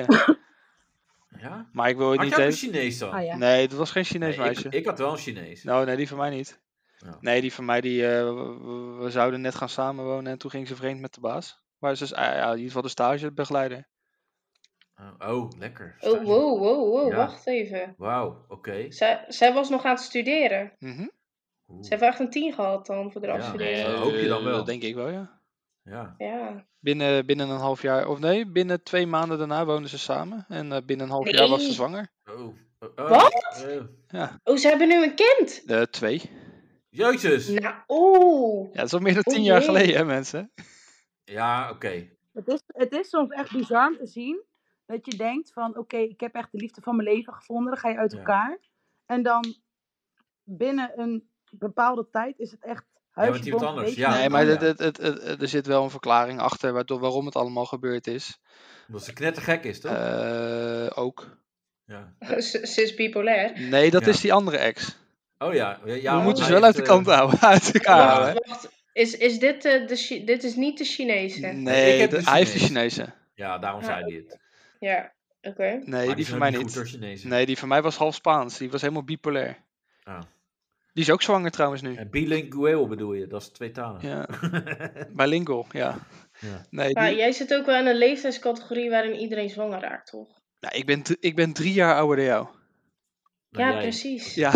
Ja. Maar ik wil het Had niet je ook een even... Chinees dan? Ah ja. Nee, dat was geen Chinees Nee, ik, meisje. ik had wel een Chinees. Nou, nee, die van mij niet. Ja. Nee, die van mij, die, eh, we, we- we zouden net gaan samenwonen en toen ging ze vreemd met de baas. Maar ze is ah, ja, in ieder geval de stagebegeleider. Oh, oh, lekker. Oh, wow, wow, wow, Ja. wacht even. Wauw, oké. Zij, zij was nog aan het studeren. Mhm. Oeh. Ze heeft echt een tien gehad dan voor de Ja. afstuderen. dat hoop je dan Eh, wel. Dat denk ik wel, ja. Ja. Ja. Binnen, binnen een half jaar, of nee, binnen twee maanden daarna woonden ze samen. En eh, binnen een half jaar was ze Nee. zwanger. Oh. oh, oh, Wat? oh. Ja, Oh, ze hebben nu een kind. eh, twee. Jezus! Nou, oeh. Ja, dat is al meer dan O tien jaar jee. geleden, hè, mensen. Ja, oké. Het is, het is soms echt bizar om te zien dat je denkt van oké, ik heb echt de liefde van mijn leven gevonden. Dan ga je uit Ja. elkaar. En dan binnen een bepaalde tijd is het echt want huisje iemand bom, anders, weet je ja. wel. Nee, maar ja. het, het, het, het- het- er zit wel een verklaring achter waardoor, waarom het allemaal gebeurd is. Omdat ze knettergek is, toch? Eh, ook. Ja. Ze, ze is bipolair. Nee, dat Ja. is die andere ex. Oh ja. ja, ja We want moeten ze hij wel uit de heeft, kant eh, houden, uit elkaar Ja. houden. hè. Wacht, wacht. Is, is dit, eh, de, Chi- dit is niet de Chinese? Nee, Nee, ik heb de- de hij heeft de Chinees. Chinese. Ja, daarom Ja, zei hij het. Ja, oké. Nee, Maar die zijn van ook mij niet niet. goed, hoor, Chinezen. Nee, die van mij was half Spaans. Die was helemaal bipolair. Ah. Die is ook zwanger trouwens nu. En bilingueel bedoel je, dat is twee talen. Ja, bilingual, ja. Ja. Nee, Maar die, jij zit ook wel in een leeftijdscategorie waarin iedereen zwanger raakt, toch? nou, ik, ben, d- ik ben drie jaar ouder dan jou. Dan Ja, jij. precies. Ja.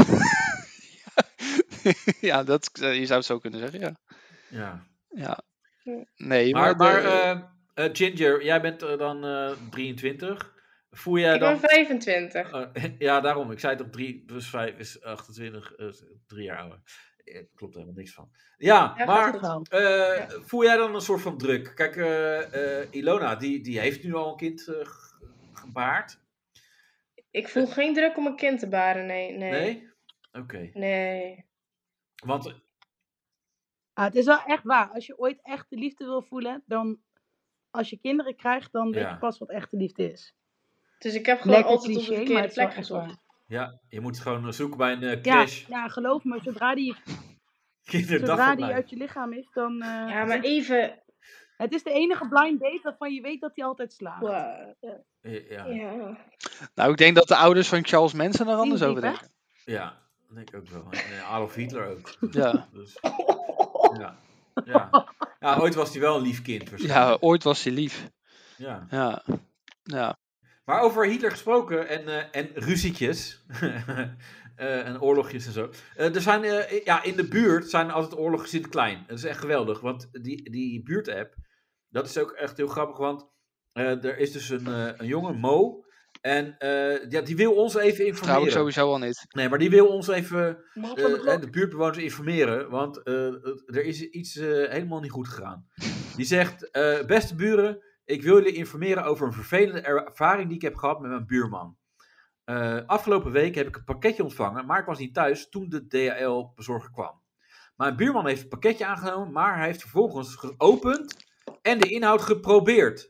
Ja, dat, eh, je zou het zo kunnen zeggen, ja. Ja. Ja. Hm. Nee, Maar, maar... maar de- eh, eh, Ginger, jij bent eh, dan eh, drieëntwintig. Voel jij Ik dan... ben vijfentwintig. Eh, ja, daarom. Ik zei toch drie plus vijf is achtentwintig, eh, drie jaar ouder. Eh, klopt helemaal niks van. Ja, Ja, maar gaat Wel. eh, Ja. voel jij dan een soort van druk? Kijk, eh, eh, Ilona, die, die heeft nu al een kind eh, g- gebaard? Ik voel geen druk om een kind te baren, nee. Nee. Nee? Oké. Nee. Want, Ah, het is wel echt waar. Als je ooit echte liefde wil voelen, dan als je kinderen krijgt, dan weet Ja. je pas wat echte liefde is. Dus ik heb gewoon Lekker altijd op de cliché, maar verkeerde het is wel plek echt gezocht. waar. ja, je moet gewoon zoeken bij een eh, Ja, crash. ja, geloof me, zodra die, zodra die Kinderdagverblijf. uit je lichaam is, dan... eh, Ja, maar weet- even... Het is de enige blind date waarvan je weet dat hij altijd slaagt. Wow. Ja, Ja. Nou, ik denk dat de ouders van Charles Manson er anders Die over diep, hè? denken. ja, dat denk ik ook wel. En eh, Adolf Hitler ook. Ja. Dus, ja. Ja. ja, ooit was hij wel een lief kind Ja, waarschijnlijk. ooit was hij lief. Ja. Ja. Ja. Maar over Hitler gesproken en, eh, en ruzietjes eh, en oorlogjes en zo. Eh, er zijn, eh, ja, in de buurt zijn altijd oorlogjes in het klein. Dat is echt geweldig, want die, die buurtapp, dat is ook echt heel grappig, want eh, er is dus een, eh, een jongen, Mo, en eh, ja, die wil ons even Trouw ik informeren. sowieso al niet. Nee, maar die wil ons even, Man van eh, de eh, klok. de buurtbewoners informeren, want eh, er is iets eh, helemaal niet goed gegaan. Die zegt, eh, beste buren, ik wil jullie informeren over een vervelende ervaring die ik heb gehad met mijn buurman. Uh, afgelopen week heb ik een pakketje ontvangen, maar ik was niet thuis toen de D H L-bezorger kwam. Mijn buurman heeft het pakketje aangenomen, maar hij heeft vervolgens geopend en de inhoud geprobeerd.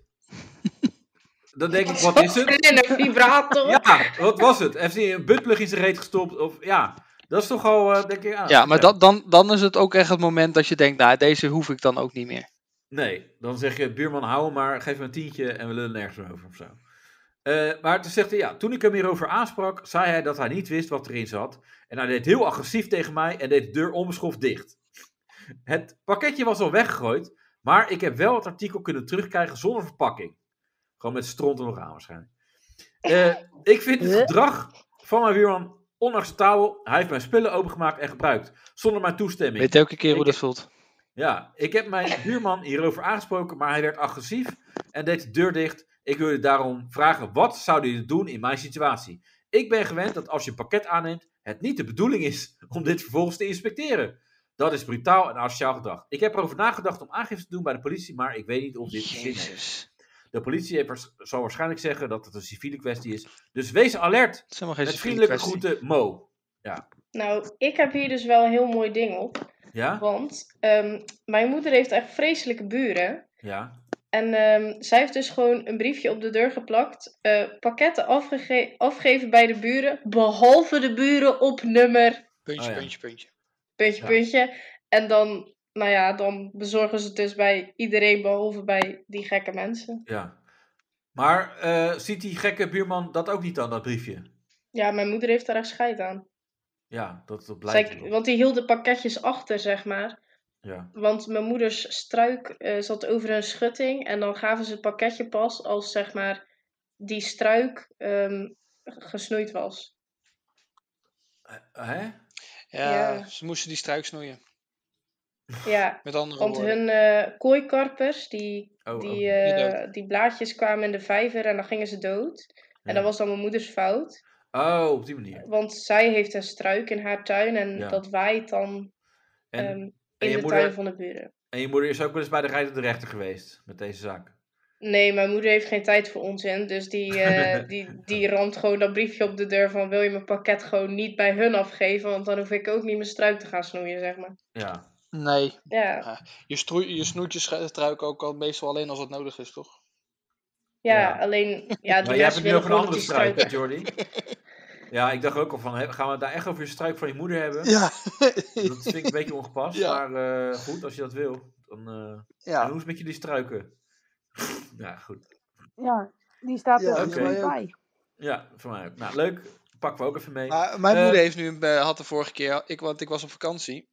Dan denk ik, wat is het? En een vibrator. Ja, wat was het? Heeft hij een buttplug in zijn reet gestopt? Of, ja, dat is toch al, uh, denk ik... Ah, Ja, maar oké. dat, dan, dan is het ook echt het moment dat je denkt, nou, deze hoef ik dan ook niet meer. Nee, dan zeg je, buurman, hou hem maar, geef hem een tientje en we lullen nergens over of zo. Uh, maar toen zegt hij, ja, toen ik hem hierover aansprak, zei hij dat hij niet wist wat erin zat. En hij deed heel agressief tegen mij en deed de deur onbeschoft dicht. Het pakketje was al weggegooid, maar ik heb wel het artikel kunnen terugkrijgen zonder verpakking. Gewoon met stront er nog aan waarschijnlijk. Uh, ik vind het gedrag van mijn buurman onacceptabel. Hij heeft mijn spullen opengemaakt en gebruikt, zonder mijn toestemming. Weet elke keer Ik hoe dat heb- voelt. Ja, ik heb mijn buurman hierover aangesproken, maar hij werd agressief en deed de deur dicht. Ik wil je daarom vragen, wat zouden jullie doen in mijn situatie? Ik ben gewend dat als je een pakket aanneemt, het niet de bedoeling is om dit vervolgens te inspecteren. Dat is brutaal en asociaal gedrag. Ik heb erover nagedacht om aangifte te doen bij de politie, maar ik weet niet of dit zin heeft. Jezus. De politie heeft waars- zal waarschijnlijk zeggen dat het een civiele kwestie is. Dus wees alert. Het is helemaal geen Met civiele vriendelijke kwestie. groeten, Mo. Nou, ik heb hier dus wel een heel mooi ding op. Ja? Want ehm, mijn moeder heeft echt vreselijke buren. Ja. En ehm, zij heeft dus gewoon een briefje op de deur geplakt. eh, pakketten afgege- afgeven bij de buren. Behalve de buren op nummer. Puntje, Oh ja. puntje, puntje. Puntje, Ja. puntje. En dan, nou ja, dan bezorgen ze het dus bij iedereen behalve bij die gekke mensen. Ja. Maar eh, ziet die gekke buurman dat ook niet dan, dat briefje? Ja, mijn moeder heeft daar echt scheid aan. Ja, dat, dat blijkt Zij, wel. want die hield de pakketjes achter, zeg maar. Ja. Want mijn moeders struik eh, zat over een schutting. En dan gaven ze het pakketje pas als, zeg maar, die struik ehm, gesnoeid was. Eh, Hè? Ja, Ja. ze moesten die struik snoeien. Ja, Met andere want woorden. hun eh kooikarpers, die, Oh, die, oh. Die eh, die blaadjes kwamen in de vijver en dan gingen ze dood. En Ja. dat was dan mijn moeders fout. Oh, op die manier. Want zij heeft een struik in haar tuin en Ja. dat waait dan En, ehm, en, in je de moeder, tuin van de buren. en je moeder is ook wel eens bij de rijdende rechter geweest met deze zaak. Nee, mijn moeder heeft geen tijd voor onzin. Dus die, eh, die, die ramt gewoon dat briefje op de deur van... wil je mijn pakket gewoon niet bij hun afgeven? Want dan hoef ik ook niet mijn struik te gaan snoeien, zeg maar. Ja. Nee, Ja, je, stroei, je snoet je schu- struik ook al meestal alleen als het nodig is, toch? ja, Ja. alleen... Ja, de Maar jij hebt mensen het nu willen over een gewoon dat andere die struik... struik, hè, Jordi? Ja, ik dacht ook al van, hè, gaan we het daar echt over je struik van je moeder hebben? Ja. Dat vind ik een beetje ongepast, Ja. maar uh, goed, als je dat wil. Dan, uh, Ja. en hoe is het met jullie struiken? Ja, goed. Ja, die staat Ja, er oké. okay. bij. Ja, voor mij ook. Nou, leuk. Pakken we ook even mee. Maar mijn Eh, moeder heeft nu, een- eh, had de vorige keer, ik, want ik was op vakantie.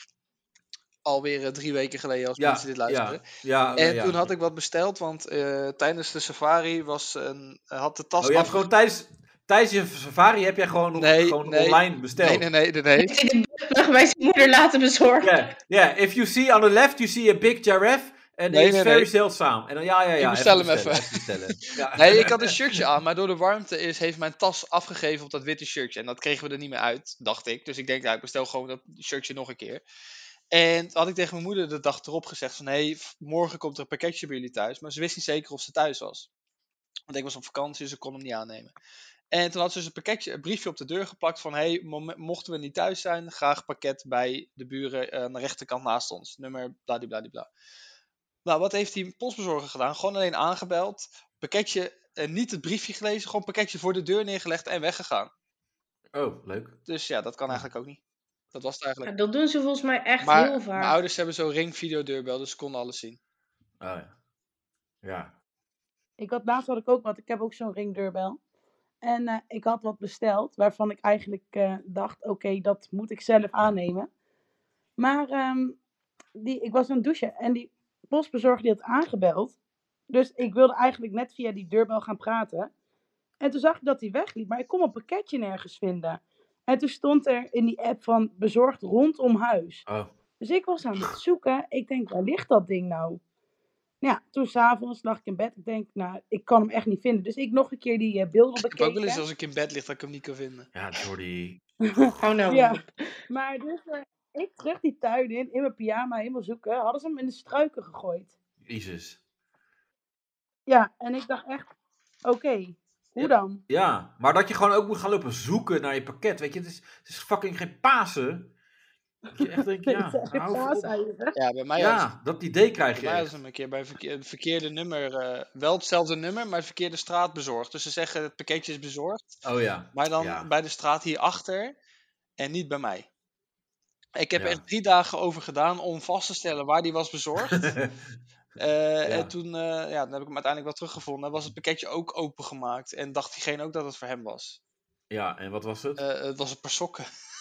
Alweer eh, drie weken geleden als ja, mensen dit luisteren. Ja, ja, En ja. toen had ik wat besteld, want eh, tijdens de safari was een, had de tas Oh, je hebt afge- gewoon tijdens, tijdens je safari heb jij gewoon, nog, Nee, gewoon nee. online besteld. Nee, nee, nee, nee, nee. Heeft hij de buurtplug bij zijn moeder laten bezorgen? Yeah, yeah. If you see on the left, you see a big giraffe. And Nee, it's nee, very nee. zeldzaam. En dan, ja, ja, ja. Ik bestel hem bestellen, even. bestellen. Ja. Nee, ik had een shirtje aan, maar door de warmte is, heeft mijn tas afgegeven op dat witte shirtje. En dat kregen we er niet meer uit, dacht ik. Dus ik denk, ja, ik bestel gewoon dat shirtje nog een keer. En toen had ik tegen mijn moeder de dag erop gezegd van... hé, hey, morgen komt er een pakketje bij jullie thuis. Maar ze wist niet zeker of ze thuis was. Want ik was op vakantie, dus ik kon hem niet aannemen. En toen had ze dus een pakketje, een briefje op de deur geplakt van... Hey, mo- mochten we niet thuis zijn, graag pakket bij de buren uh, aan de rechterkant naast ons. Nummer bladibladibla. Nou, wat heeft die postbezorger gedaan? Gewoon alleen aangebeld. Pakketje, uh, niet het briefje gelezen. Gewoon pakketje voor de deur neergelegd en weggegaan. Oh, leuk. Dus ja, dat kan eigenlijk ook niet. Dat was het Ja, eigenlijk. dat doen ze volgens mij echt Maar heel mijn vaak. ouders hebben zo'n ring videodeurbel, dus ze konden alles zien. Oh ja. Ja. Ik had laatst had ik ook wat. Ik heb ook zo'n ringdeurbel. En eh, ik had wat besteld, waarvan ik eigenlijk eh, dacht, oké, okay, dat moet ik zelf aannemen. Maar ehm, die, ik was aan het douchen en die postbezorger die had aangebeld. Dus ik wilde eigenlijk net via die deurbel gaan praten. En toen zag ik dat hij wegliep, maar ik kon mijn pakketje nergens vinden. En toen stond er in die app van bezorgd rondom huis. Oh. Dus ik was aan het zoeken. Ik denk, waar ligt dat ding nou? Ja, toen s'avonds lag ik in bed. Ik denk, nou, ik kan hem echt niet vinden. Dus ik nog een keer die uh, beelden Ik heb bekeken. ook wel eens als ik in bed lig dat ik hem niet kan vinden. Ja, Jordi. Hou nou Ja, op. maar dus uh, ik terug die tuin in, in mijn pyjama, helemaal zoeken. Hadden ze hem in de struiken gegooid. Jezus. Ja, en ik dacht echt, oké, okay, hoe Ja. dan? Ja, maar dat je gewoon ook moet gaan lopen zoeken naar je pakket. Weet je, het is, het is fucking geen Pasen. Dat je echt denkt, Nee, ja, het zijn geen hou even op. paaseieren. Ja, bij mij hadden ze, Ja, dat idee krijg bij je mij hadden echt. ze hem een keer bij een verkeer, het verkeerde nummer, uh, wel hetzelfde nummer, maar de verkeerde straat bezorgd. Dus ze zeggen het pakketje is bezorgd, Oh ja. maar dan Ja. bij de straat hierachter en niet bij mij. Ik heb Ja. echt drie dagen over gedaan om vast te stellen waar die was bezorgd. Uh, Ja. En toen, uh, ja, dan heb ik hem uiteindelijk wel teruggevonden. Was het pakketje ook opengemaakt en dacht diegene ook dat het voor hem was. Ja, en wat was het? Uh, het was een paar sokken.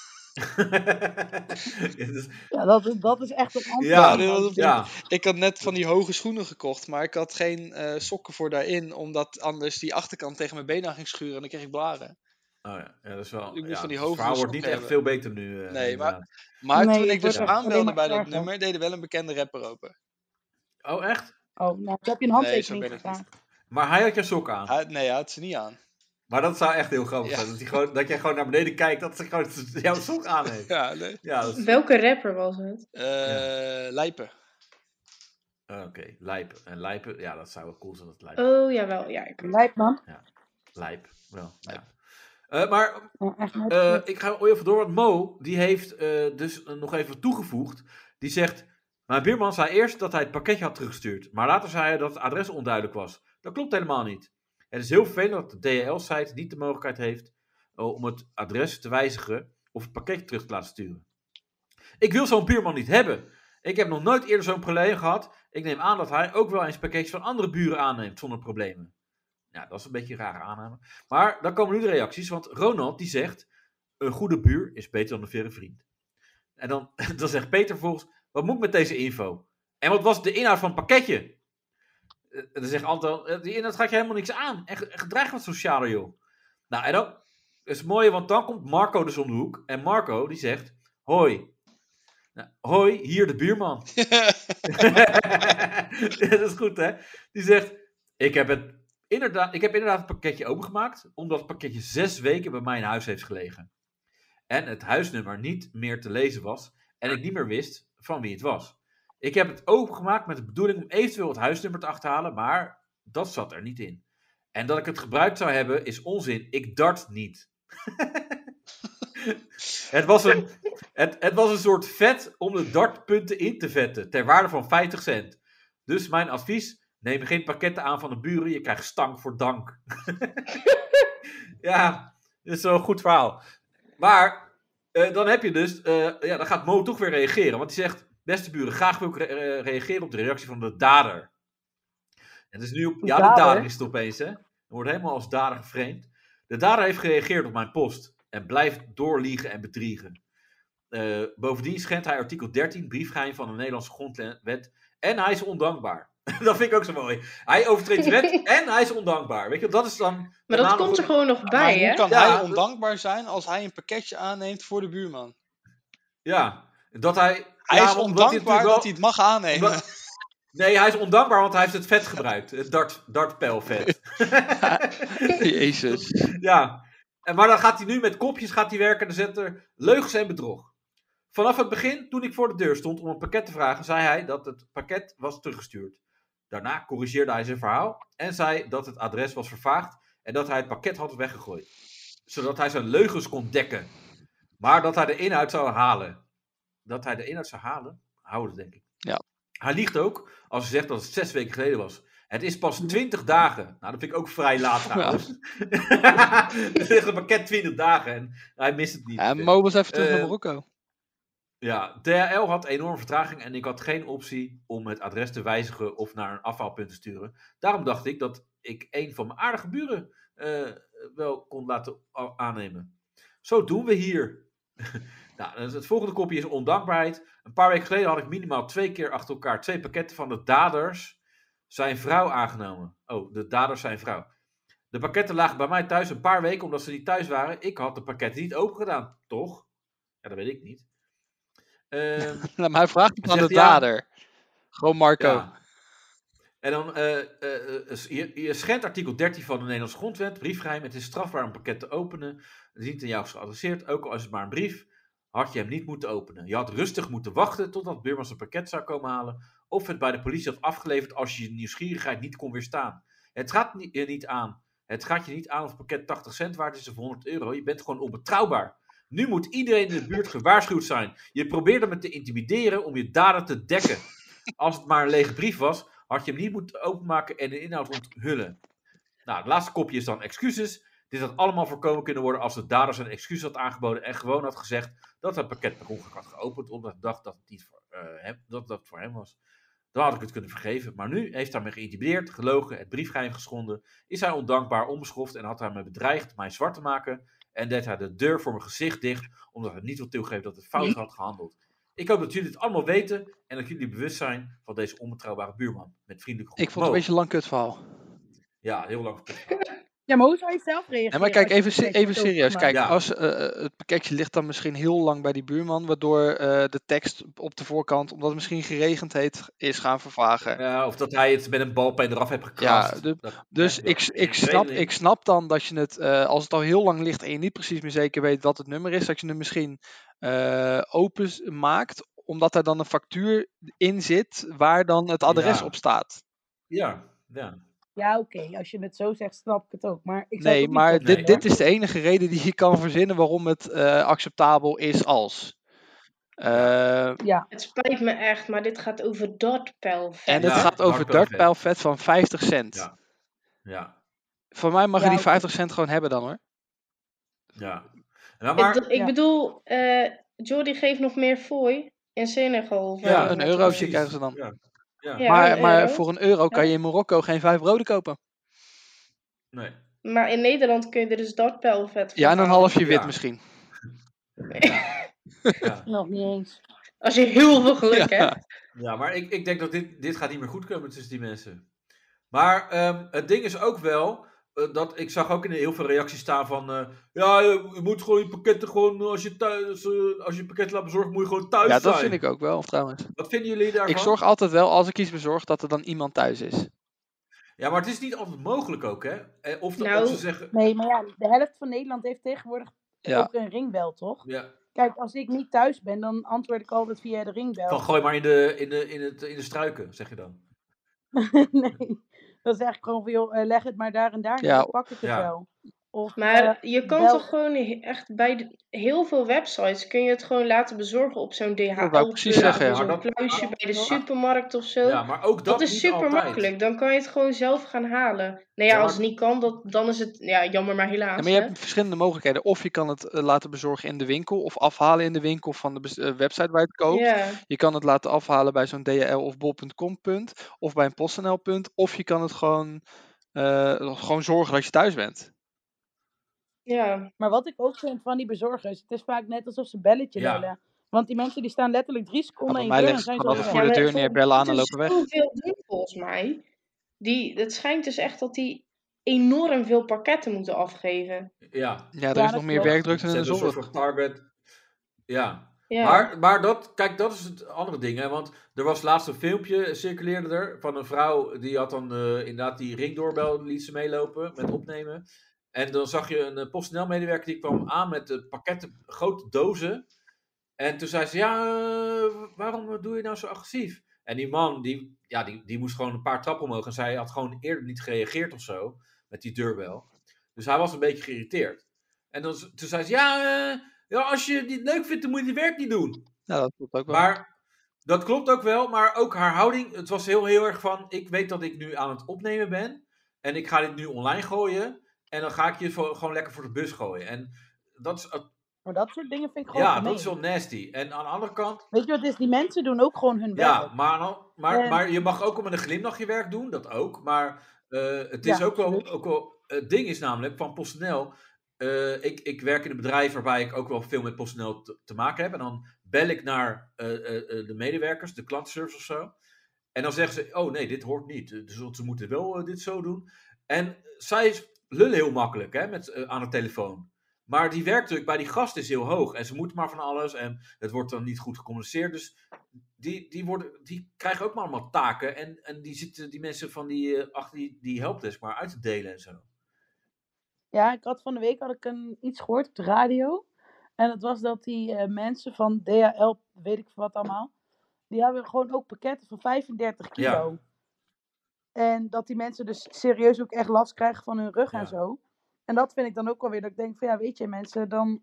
Ja, dus- Ja, dat is, dat is echt een antwoord. ja, dit was een- ja. Ik had net van die hoge schoenen gekocht, maar ik had geen uh, sokken voor daarin, omdat anders die achterkant tegen mijn been aan ging schuren en dan kreeg ik blaren. Oh ja, ja, dat is wel. Ik moet Ja, van die het hoge verhaal wordt sokken niet echt hebben. veel beter nu. Uh, Nee, maar- inderdaad. Maar Nee, toen ik het dus wordt echt alleen aanbelde maar bij dat erger. nummer, deed er wel een bekende rapper open. Oh, echt? Oh, nou, toen heb je een Nee, handtekening zo ben ik niet. gevraagd. Maar hij had je sok aan. Hij, nee, hij had ze niet aan. Maar dat zou echt heel grappig Ja. zijn. Dat, hij gewoon, dat jij gewoon naar beneden kijkt, dat ze gewoon jouw sok aan heeft. Ja, nee. Ja, dat is... Welke rapper was het? Uh, Lijpen. uh, Oké, okay. Lijpen. En Lijpen, ja, dat zou wel cool zijn dat het Lijpen. Oh, jawel. Ja, ik... Lijp man. Lijp, wel. Ja. Uh, maar Ja, echt net- uh, ik ga even door, want Mo, die heeft uh, dus uh, nog even toegevoegd. Die zegt, mijn buurman zei eerst dat hij het pakketje had teruggestuurd. Maar later zei hij dat het adres onduidelijk was. Dat klopt helemaal niet. Het is heel vervelend dat de D H L-site niet de mogelijkheid heeft uh, om het adres te wijzigen of het pakketje terug te laten sturen. Ik wil zo'n buurman niet hebben. Ik heb nog nooit eerder zo'n probleem gehad. Ik neem aan dat hij ook wel eens pakketjes van andere buren aanneemt zonder problemen. Ja, dat is een beetje een rare aanname. Maar dan komen nu de reacties, want Ronald die zegt, een goede buur is beter dan een verre vriend. En dan, dan zegt Peter vervolgens, wat moet ik met deze info? En wat was de inhoud van het pakketje? En dan zegt Anton, die inhoud gaat je helemaal niks aan. En gedraag wat socialer, joh. Nou, en dan is het mooie, want dan komt Marco dus om de hoek. En Marco, die zegt, hoi. Nou, hoi, hier de buurman. Dat is goed, hè? Die zegt, ik heb, het inderdaad, ik heb inderdaad het pakketje opengemaakt, omdat het pakketje zes weken bij mij in huis heeft gelegen. En het huisnummer niet meer te lezen was, en ik niet meer wist van wie het was. Ik heb het opengemaakt met de bedoeling om eventueel het huisnummer te achterhalen, maar dat zat er niet in. En dat ik het gebruikt zou hebben, is onzin. Ik dart niet. het, was een, het, het was een soort vet om de dartpunten in te vetten, ter waarde van vijftig cent. Dus mijn advies, neem geen pakketten aan van de buren, je krijgt stank voor dank. Ja, dat is wel een goed verhaal. Maar, uh, dan heb je dus, uh, ja, dan gaat Mo toch weer reageren, want hij zegt, beste buren, graag wil ik re- reageren op de reactie van de dader. En dus nu op, ja, de Dader? dader is het opeens, hè. Er wordt helemaal als dader geframed. De dader heeft gereageerd op mijn post en blijft doorliegen en bedriegen. Uh, bovendien schendt hij artikel dertien, briefgeheim van de Nederlandse grondwet, en hij is ondankbaar. Dat vind ik ook zo mooi. Hij overtreedt de wet en hij is ondankbaar. Weet je, dat is dan... Maar dat komt er gewoon nog Maar bij, hoe hè? kan Ja, hij dat- ondankbaar zijn als hij een pakketje aanneemt voor de buurman? Ja, dat hij... Hij ja, is omdat hij ondankbaar natuurlijk wel- dat hij het mag aannemen. Omdat- Nee, hij is ondankbaar, want hij heeft het vet gebruikt. Het dart, dartpijlvet. Jezus. Ja, en, maar dan gaat hij nu met kopjes gaat hij werken en dan zet er leugens en bedrog. Vanaf het begin, toen ik voor de deur stond om een pakket te vragen, zei hij dat het pakket was teruggestuurd. Daarna corrigeerde hij zijn verhaal en zei dat het adres was vervaagd en dat hij het pakket had weggegooid. Zodat hij zijn leugens kon dekken. Maar dat hij de inhoud zou halen. Dat hij de inhoud zou halen? Houden, denk ik. Ja. Hij liegt ook als hij zegt dat het zes weken geleden was. Het is pas twintig dagen. Nou, dat vind ik ook vrij laat trouwens. Het ligt een pakket twintig dagen en hij mist het niet. Ja, Mo was even terug Uh, naar Marokko. Ja, D H L had enorme vertraging en ik had geen optie om het adres te wijzigen of naar een afhaalpunt te sturen. Daarom dacht ik dat ik een van mijn aardige buren uh, wel kon laten aannemen. Zo doen we hier. Nou, het volgende kopje is ondankbaarheid. Een paar weken geleden had ik minimaal twee keer achter elkaar twee pakketten van de daders zijn vrouw aangenomen. Oh, de daders zijn vrouw. De pakketten lagen bij mij thuis een paar weken omdat ze niet thuis waren. Ik had de pakketten niet open gedaan, toch? Ja, dat weet ik niet. Uh, nou, maar hij vraagt niet aan de ja, dader. Gewoon Marco. Ja. En dan, uh, uh, uh, je, je schendt artikel dertien van de Nederlandse Grondwet, briefgeheim. Het is strafbaar om een pakket te openen. Het is niet aan jou geadresseerd, ook al is het maar een brief. Had je hem niet moeten openen. Je had rustig moeten wachten totdat Buurman zijn pakket zou komen halen. Of het bij de politie had afgeleverd als je je nieuwsgierigheid niet kon weerstaan. Het gaat niet, je niet aan. Het gaat je niet aan of het pakket tachtig cent waard is of honderd euro. Je bent gewoon onbetrouwbaar. Nu moet iedereen in de buurt gewaarschuwd zijn. Je probeerde me te intimideren om je daden te dekken. Als het maar een lege brief was, had je hem niet moeten openmaken en de inhoud onthullen. Nou, het laatste kopje is dan excuses. Dit had allemaal voorkomen kunnen worden als de dader zijn excuus had aangeboden en gewoon had gezegd dat het pakket per ongeluk had geopend, omdat hij dacht dat het niet voor, uh, hem, dat dat voor hem was. Dan had ik het kunnen vergeven. Maar nu heeft hij me geïntimideerd, gelogen, het briefgeheim geschonden, is hij ondankbaar, onbeschoft en had hij me bedreigd mij zwart te maken en deed hij de deur voor mijn gezicht dicht, omdat hij niet wil toegeven dat het fout had gehandeld. Ik hoop dat jullie het allemaal weten en dat jullie bewust zijn van deze onbetrouwbare buurman. Met vriendelijk groet. Ik vond het een beetje een lang kutverhaal. Ja, heel lang kutverhaal. Ja, maar hoe zou je zelf reageren? Ja, maar kijk, als je even, het se- pakketje even wordt serieus. Kijk, opengemaakt? Ja. als uh, het pakketje ligt dan misschien heel lang bij die buurman, waardoor uh, de tekst op de voorkant, omdat het misschien geregend heeft, is gaan vervagen. Ja, of dat hij het met een balpen eraf heeft Ja, gekrast. de- Dat- dus dat- ik, dat- ik, snap, ik snap dan dat je het, uh, als het al heel lang ligt en je niet precies meer zeker weet wat het nummer is, dat je het misschien uh, open s- maakt, omdat er dan een factuur in zit waar dan het adres Ja. op staat. Ja, ja. Ja, oké. Als je het zo zegt, snap ik het ook. Maar ik zou het Nee, ook niet maar tof dit, vinden. dit is de enige reden die je kan verzinnen waarom het uh, acceptabel is als. Uh, Ja, Het spijt me echt, maar dit gaat over dartpijlvet. En het Ja, gaat over dartpijlvet. dartpijlvet van vijftig cent. Ja. Ja. Voor mij mag je Ja, die oké. vijftig cent gewoon hebben dan hoor. Ja. Nou, maar, Ik, ik Ja. bedoel, eh Jordi geeft nog meer fooi in Senegal. Of Ja, waar een het eurotje was. krijgen ze dan. Ja. Ja. Ja, maar een maar euro. voor een euro kan je in Marokko geen vijf broden kopen. Nee. Maar in Nederland kun je er dus dartpijlvet van Ja, en een halen. halfje wit Ja. misschien. Ja. Nog niet eens. Als je heel veel geluk Ja. hebt. Ja, maar ik, ik denk dat dit, dit gaat niet meer goed komen tussen die mensen. Maar ehm, het ding is ook wel, uh, dat ik zag ook in heel veel reacties staan van, uh, ja, je, je moet gewoon je pakketten gewoon, als je thuis, uh, als je pakketten laat bezorgen, moet je gewoon thuis Ja, zijn. dat vind ik ook wel trouwens. Wat vinden jullie daarvan? Ik zorg altijd wel, als ik iets bezorg, dat er dan iemand thuis is. Ja, maar het is niet altijd mogelijk ook, hè? Eh, Of, de, Nou, of ze zeggen, Nee, maar ja, de helft van Nederland heeft tegenwoordig Ja. ook een ringbel, toch? ja, Kijk, als ik niet thuis ben, dan antwoord ik altijd via de ringbel. van gooi maar in de, in de, in het, in de struiken, zeg je dan. Nee, dan zeg ik gewoon van, joh, eh, leg het maar daar en daar neer, Ja. dan pak ik het Ja. wel. Of, Maar eh, je kan bel- toch gewoon he- echt bij de- heel veel websites kun je het gewoon laten bezorgen op zo'n D H Dat wou ik L precies zeggen, ja. of zo'n Maar dat- kluisje bij de Ja. supermarkt of zo. Ja, maar ook dat, dat is niet super altijd. makkelijk. Dan kan je het gewoon zelf gaan halen. Nou ja, Ja, als maar- het niet kan, dat, dan is het ja, jammer, maar helaas. Ja, maar je hè. hebt verschillende mogelijkheden. Of je kan het eh, laten bezorgen in de winkel, of afhalen in de winkel van de bes- eh, website waar je het koopt. Ja, Je kan het laten afhalen bij zo'n D H L of bol punt com punt, of bij een PostNL punt. Of je kan het gewoon, eh, gewoon zorgen dat je thuis bent. ja. Maar wat ik ook vind van die bezorgers, het is vaak net alsof ze belletje Ja. lellen. Want die mensen die staan letterlijk drie Ja, seconden bij in mij je deur leggen en ze zijn gewoon ze altijd alweer voor de weg. deur neer, bellen aan en het lopen weg. zoveel doen volgens mij. Die, het schijnt dus echt dat die enorm veel pakketten moeten afgeven. Ja, Ja, er Ja, is dat nog meer klopt. werkdrukte ze in de hebben een zorg. soort van target. Ja. Ja. Maar, maar dat, kijk, dat is het andere ding, hè? Want er was laatst een filmpje, circuleerde er, van een vrouw, die had dan uh, inderdaad die ringdoorbel, liet ze meelopen met opnemen. En dan zag je een uh, PostNL-medewerker die kwam aan met uh, pakketten, grote dozen. En toen zei ze, ja, uh, waarom doe je nou zo agressief? En die man, die, ja, die, die moest gewoon een paar trappen omhoog. En zij had gewoon eerder niet gereageerd of zo. Met die deurbel. Dus hij was een beetje geïrriteerd. En dan, toen zei ze, ja, uh, ja, als je het niet leuk vindt, dan moet je het werk niet doen. Nou, dat klopt ook wel. Maar dat klopt ook wel. Maar ook haar houding, het was heel, heel erg van, ik weet dat ik nu aan het opnemen ben. En ik ga dit nu online gooien. En dan ga ik je voor, gewoon lekker voor de bus gooien. En dat is... Maar dat soort dingen vind ik gewoon Ja, gemeen. dat is wel nasty. En aan de andere kant... Weet je wat het is? Die mensen doen ook gewoon hun werk. Ja, maar, dan, maar, En- maar je mag ook met een glimlach je werk doen. Dat ook. Maar uh, het is Ja, ook wel... absoluut. Ook wel het ding is namelijk, van PostNL... Uh, ik, ik werk in een bedrijf waarbij ik ook wel veel met PostNL te, te maken heb. En dan bel ik naar uh, uh, uh, de medewerkers, de klantenservice of zo. En dan zeggen ze, oh nee, dit hoort niet. Dus ze moeten wel uh, dit zo doen. En zij lullen heel makkelijk hè, met, uh, aan de telefoon. Maar die werkdruk bij die gast is heel hoog. En ze moeten maar van alles. En het wordt dan niet goed gecommuniceerd. Dus die, die, worden, die krijgen ook maar allemaal taken. En, en die zitten die mensen van die, uh, achter die, die helpdesk maar uit te delen en zo. Ja, ik had van de week had ik een, iets gehoord op de radio. En dat was dat die uh, mensen van D H L, weet ik wat allemaal. Die hebben gewoon ook pakketten van vijfendertig kilo. Ja. En dat die mensen dus serieus ook echt last krijgen van hun rug Ja. en zo. En dat vind ik dan ook wel weer, dat ik denk van ja, weet je mensen, dan...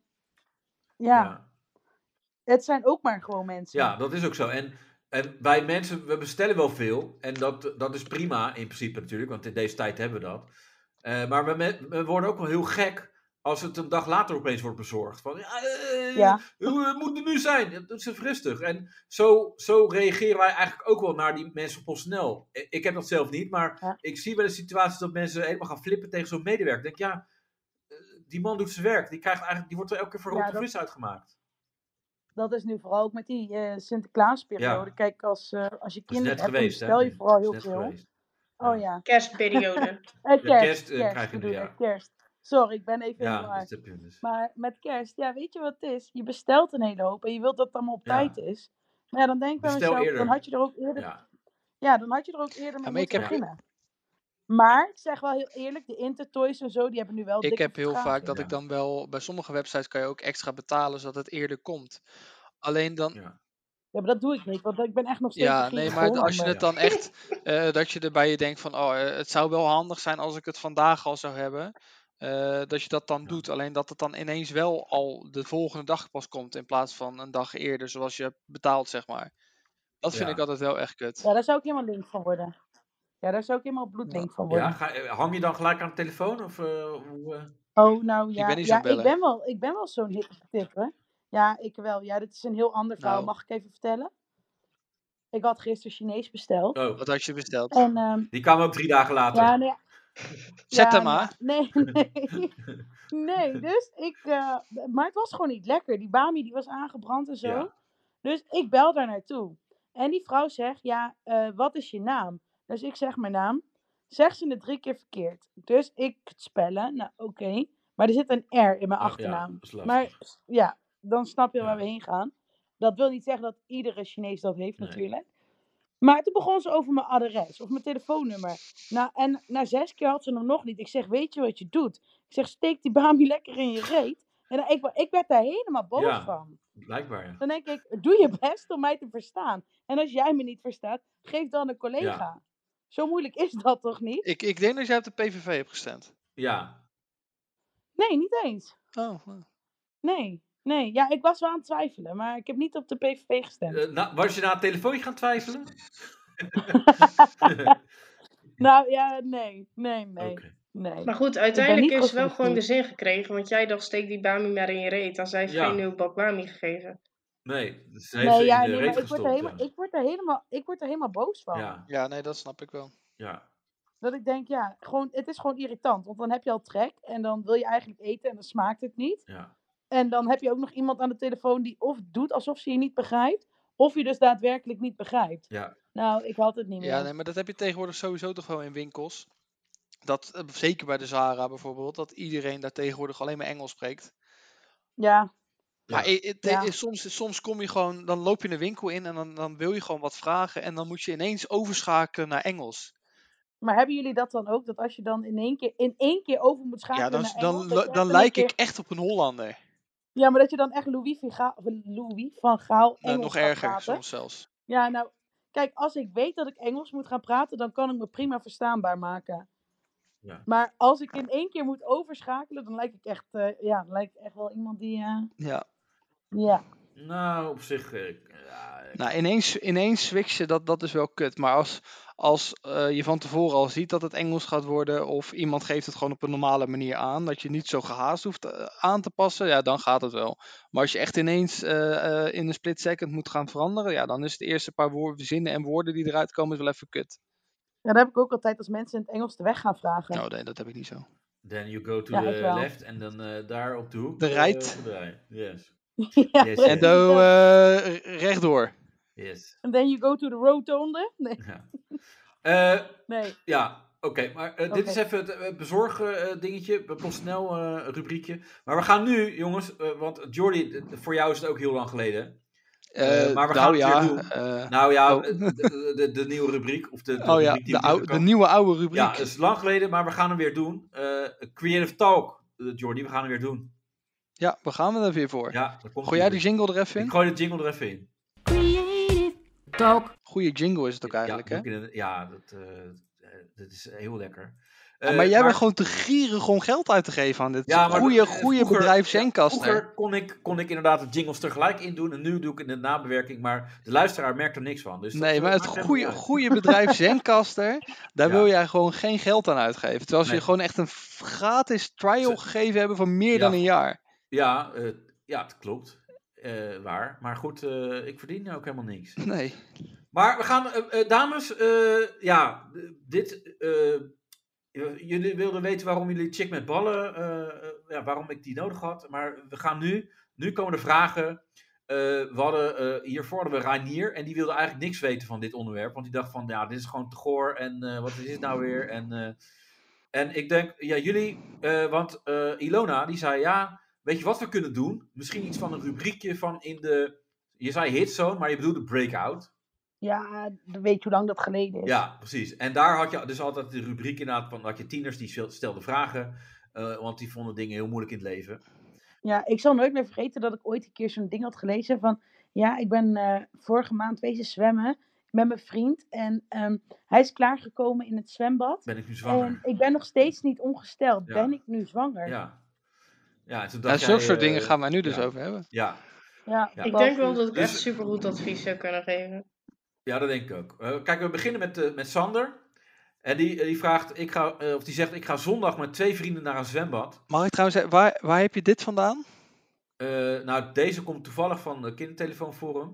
Ja, Ja. het zijn ook maar gewoon mensen. Ja, dat is ook zo. En, en wij mensen, we bestellen wel veel. En dat, dat is prima in principe natuurlijk, want in deze tijd hebben we dat. Uh, maar we, me, we worden ook wel heel gek als het een dag later opeens wordt bezorgd. Van, ja, uh, Ja. hoe moet het nu zijn? Dat is even rustig. En zo, zo reageren wij eigenlijk ook wel naar die mensen op PostNL. Ik, ik heb dat zelf niet, maar Ja. ik zie wel eens situaties dat mensen helemaal gaan flippen tegen zo'n medewerker. Ik denk, ja, die man doet zijn werk. Die, krijgt eigenlijk, die wordt er elke keer voor Ja, rotte dat- vis uitgemaakt. Dat is nu vooral ook met die uh, Sinterklaasperiode. Ja. Kijk, als, uh, als je Dat is kinderen net hebt, dan geweest, hè? bestel je vooral Dat is heel net veel. geweest. Oh ja. Kerstperiode. Uh, kerst, Ja, kerst, kerst, uh, krijg je nu, bedoel ja. ik, kerst. Sorry, ik ben even in de Ja, war. dat heb je dus. Maar met kerst, ja, weet je wat het is? Je bestelt een hele hoop en je wilt dat het allemaal op Ja. tijd is. Maar ja, dan denk ik bij Bestel mezelf, eerder. dan had je er ook eerder... Ja, Ja. dan had je er ook eerder mee maar ik moeten heb- beginnen. Maar, ik zeg wel heel eerlijk, de Intertoys en zo, die hebben nu wel Ik dikke heb heel vaak vertraging. dat Ja. ik dan wel... Bij sommige websites kan je ook extra betalen zodat het eerder komt. Alleen dan... Ja. Ja, maar dat doe ik niet, want ik ben echt nog steeds Ja, een nee, gierige maar als je Hollander. het dan echt... eh, dat je erbij je denkt van... Oh, eh, het zou wel handig zijn als ik het vandaag al zou hebben. eh, dat je dat dan Ja. doet. Alleen dat het dan ineens wel al de volgende dag pas komt. In plaats van een dag eerder, zoals je betaalt, zeg maar. Dat vind Ja. ik altijd wel echt kut. Ja, daar zou ik helemaal link van worden. Ja, daar zou ik helemaal bloedlink van worden. Ja, ga, eh, hang je dan gelijk aan de telefoon? Of, uh, hoe, uh... Oh, nou ja, ben niet ja zo'n beller. ik ben wel, ik ben wel zo'n hippe tipper. Ja, ik wel. Ja, dit is een heel ander verhaal. Nou. Mag ik even vertellen? Ik had gisteren Chinees besteld. Oh, Wat had je besteld? En, ehm, die kwamen ook drie dagen later. ja, nee, Zet ja, hem maar. Nee, nee. Nee, dus ik... eh, maar het was gewoon niet lekker. Die bami die was aangebrand en zo. Ja. Dus ik bel daar naartoe. En die vrouw zegt, ja, eh, wat is je naam? Dus ik zeg mijn naam. Zegt ze het drie keer verkeerd. Dus ik het spellen. Nou, oké. Maar er zit een R in mijn Oh, ja, achternaam. dat is lastig. Maar ja, dan snap je Ja. waar we heen gaan. Dat wil niet zeggen dat iedere Chinees dat heeft Nee. natuurlijk. Maar toen begon ze over mijn adres of mijn telefoonnummer. Nou, en na zes keer had ze hem nog niet. Ik zeg, weet je wat je doet? Ik zeg, steek die bami lekker in je reet. En dan, ik, ik werd daar helemaal boos Ja. van. Blijkbaar, ja. Dan denk ik, doe je best om mij te verstaan. En als jij me niet verstaat, geef dan een collega. Ja. Zo moeilijk is dat toch niet? Ik, ik denk dat jij op de P V V hebt gestemd. Ja. Nee, niet eens. Oh, nou. Nee, nee. Ja, ik was wel aan het twijfelen, maar ik heb niet op de P V V gestemd. Uh, nou, was je na het telefoontje gaan twijfelen? Nou ja, nee, nee, nee. Oké. nee. Maar goed, Ik ben uiteindelijk niet is wel gewoon de conservatief. zin gekregen. Want jij dacht, steek die bami maar in je reet. Dan zij heeft Ja. geen nieuwe bak bami gegeven. Nee, dus ze heeft Nee, ze ja, in de nee, reet maar ik word, er gestopt. helemaal, ja. ik, word er helemaal, ik word er helemaal boos van. Ja, Ja, nee, dat snap ik wel. ja. Dat ik denk, ja, gewoon, het is gewoon irritant. Want dan heb je al trek en dan wil je eigenlijk eten en dan smaakt het niet. ja. En dan heb je ook nog iemand aan de telefoon die of doet alsof ze je niet begrijpt, of je dus daadwerkelijk niet begrijpt. Ja. Nou, ik had het niet meer. Ja, nee, maar dat heb je tegenwoordig sowieso toch wel in winkels. Dat, eh, zeker bij de Zara bijvoorbeeld, dat iedereen daar tegenwoordig alleen maar Engels spreekt. Ja, Maar i- i- te- Ja. i- soms, soms kom je gewoon, dan loop je een winkel in en dan, dan wil je gewoon wat vragen en dan moet je ineens overschakelen naar Engels. maar hebben jullie dat dan ook? Dat als je dan in één keer, in één keer over moet schakelen Ja, dan, naar dan, Engels, dat je echt dan in één lijk keer- ik echt op een Hollander. Ja, maar dat je dan echt Louis van Gaal, of Louis van Gaal Nou, Engels nog gaat erger praten. soms zelfs. Ja, nou, Kijk, als ik weet dat ik Engels moet gaan praten, dan kan ik me prima verstaanbaar maken. Ja. Maar als ik in één keer moet overschakelen, dan lijk ik echt, uh, ja, dan lijk ik echt wel iemand die, uh, Ja. ja. Nou, op zich... Uh, ja, ik... Nou, ineens, ineens switchen, dat, dat is wel kut. Maar als, als uh, je van tevoren al ziet dat het Engels gaat worden, of iemand geeft het gewoon op een normale manier aan, dat je niet zo gehaast hoeft uh, aan te passen, ja, dan gaat het wel. Maar als je echt ineens uh, uh, in een split second moet gaan veranderen, ja, dan is het eerste paar woorden, zinnen en woorden die eruit komen, is wel even kut. Ja, dat heb ik ook altijd als mensen in het Engels de weg gaan vragen. Nou, nee, dat heb ik niet zo. Then you go to Ja, the ik wel. left en dan uh, daar op de hoek. De right. Uh, draai. Yes. Ja, Yes, En yes. do uh, rechtdoor. Yes. And then you go to the rotonde? Nee. Ja, uh, Nee. ja oké. Okay, maar uh, Okay. dit is even het uh, bezorgen uh, dingetje. PostNL uh, rubriekje. Maar we gaan nu, jongens, uh, want Jordi, voor jou is het ook heel lang geleden. Uh, Uh, maar we nou gaan ja, het weer doen. Uh, nou ja, oh. de, de, de, de nieuwe rubriek. Of de, de oh rubriek ja, die de, oude, de nieuwe oude rubriek. Ja, het is lang geleden, maar we gaan hem weer doen. Uh, Creative Talk, uh, Jordi, we gaan hem weer doen. Ja, we gaan er weer voor. Ja, gooi jij de jingle er even in? Ik gooi de jingle er even in. Creative Talk. Goeie jingle is het ook eigenlijk, ja, hè? De, ja, dat, uh, dat is heel lekker. Uh, ja, maar jij maar... bent gewoon te gierig om geld uit te geven aan dit ja, goede, goede bedrijf Zencaster. Ja, vroeger kon ik, kon ik inderdaad de jingles tegelijk indoen en nu doe ik in de nabewerking, maar de luisteraar merkt er niks van. Dus nee, dat, maar het goede, goede bedrijf Zencaster, daar ja. wil jij gewoon geen geld aan uitgeven. Terwijl ze nee. je gewoon echt een gratis trial ze... gegeven hebben van meer ja. dan een jaar. Ja, uh, ja het klopt. Uh, waar. Maar goed, uh, ik verdien ook helemaal niks. Nee. Maar we gaan, uh, uh, dames, uh, ja, dit... Uh, jullie wilden weten waarom jullie chick met ballen, uh, uh, ja, waarom ik die nodig had. Maar we gaan nu, nu komen de vragen. Uh, we hadden, uh, hiervoor hadden we Reinier en die wilde eigenlijk niks weten van dit onderwerp. Want die dacht van, ja, dit is gewoon te goor en uh, wat is dit nou weer? En, uh, en ik denk, ja, jullie, uh, want uh, Ilona die zei, ja, weet je wat we kunnen doen? Misschien iets van een rubriekje van in de, je zei hitzone, maar je bedoelde breakout. Ja, dan weet je hoe lang dat geleden is. Ja, precies. En daar had je dus altijd de rubriek inderdaad van, had je tieners die stelden vragen, uh, want die vonden dingen heel moeilijk in het leven. Ja, ik zal nooit meer vergeten dat ik ooit een keer zo'n ding had gelezen van, ja, ik ben uh, vorige maand wezen zwemmen met mijn vriend en um, hij is klaargekomen in het zwembad. Ben ik nu zwanger? En ik ben nog steeds niet ongesteld. Ja. Ben ik nu zwanger? Ja. Ja, toen dacht ja, zulke soort uh, dingen gaan wij nu dus ja. over hebben. Ja. Ja, ik denk wel dat ik dus... echt supergoed advies zou kunnen geven. Ja, dat denk ik ook. Uh, kijk, we beginnen met, uh, met Sander. En die, uh, die vraagt, ik ga, uh, of die zegt, ik ga zondag met twee vrienden naar een zwembad. Mag ik trouwens zeggen, waar, waar heb je dit vandaan? Uh, nou, deze komt toevallig van de Kindertelefoonforum.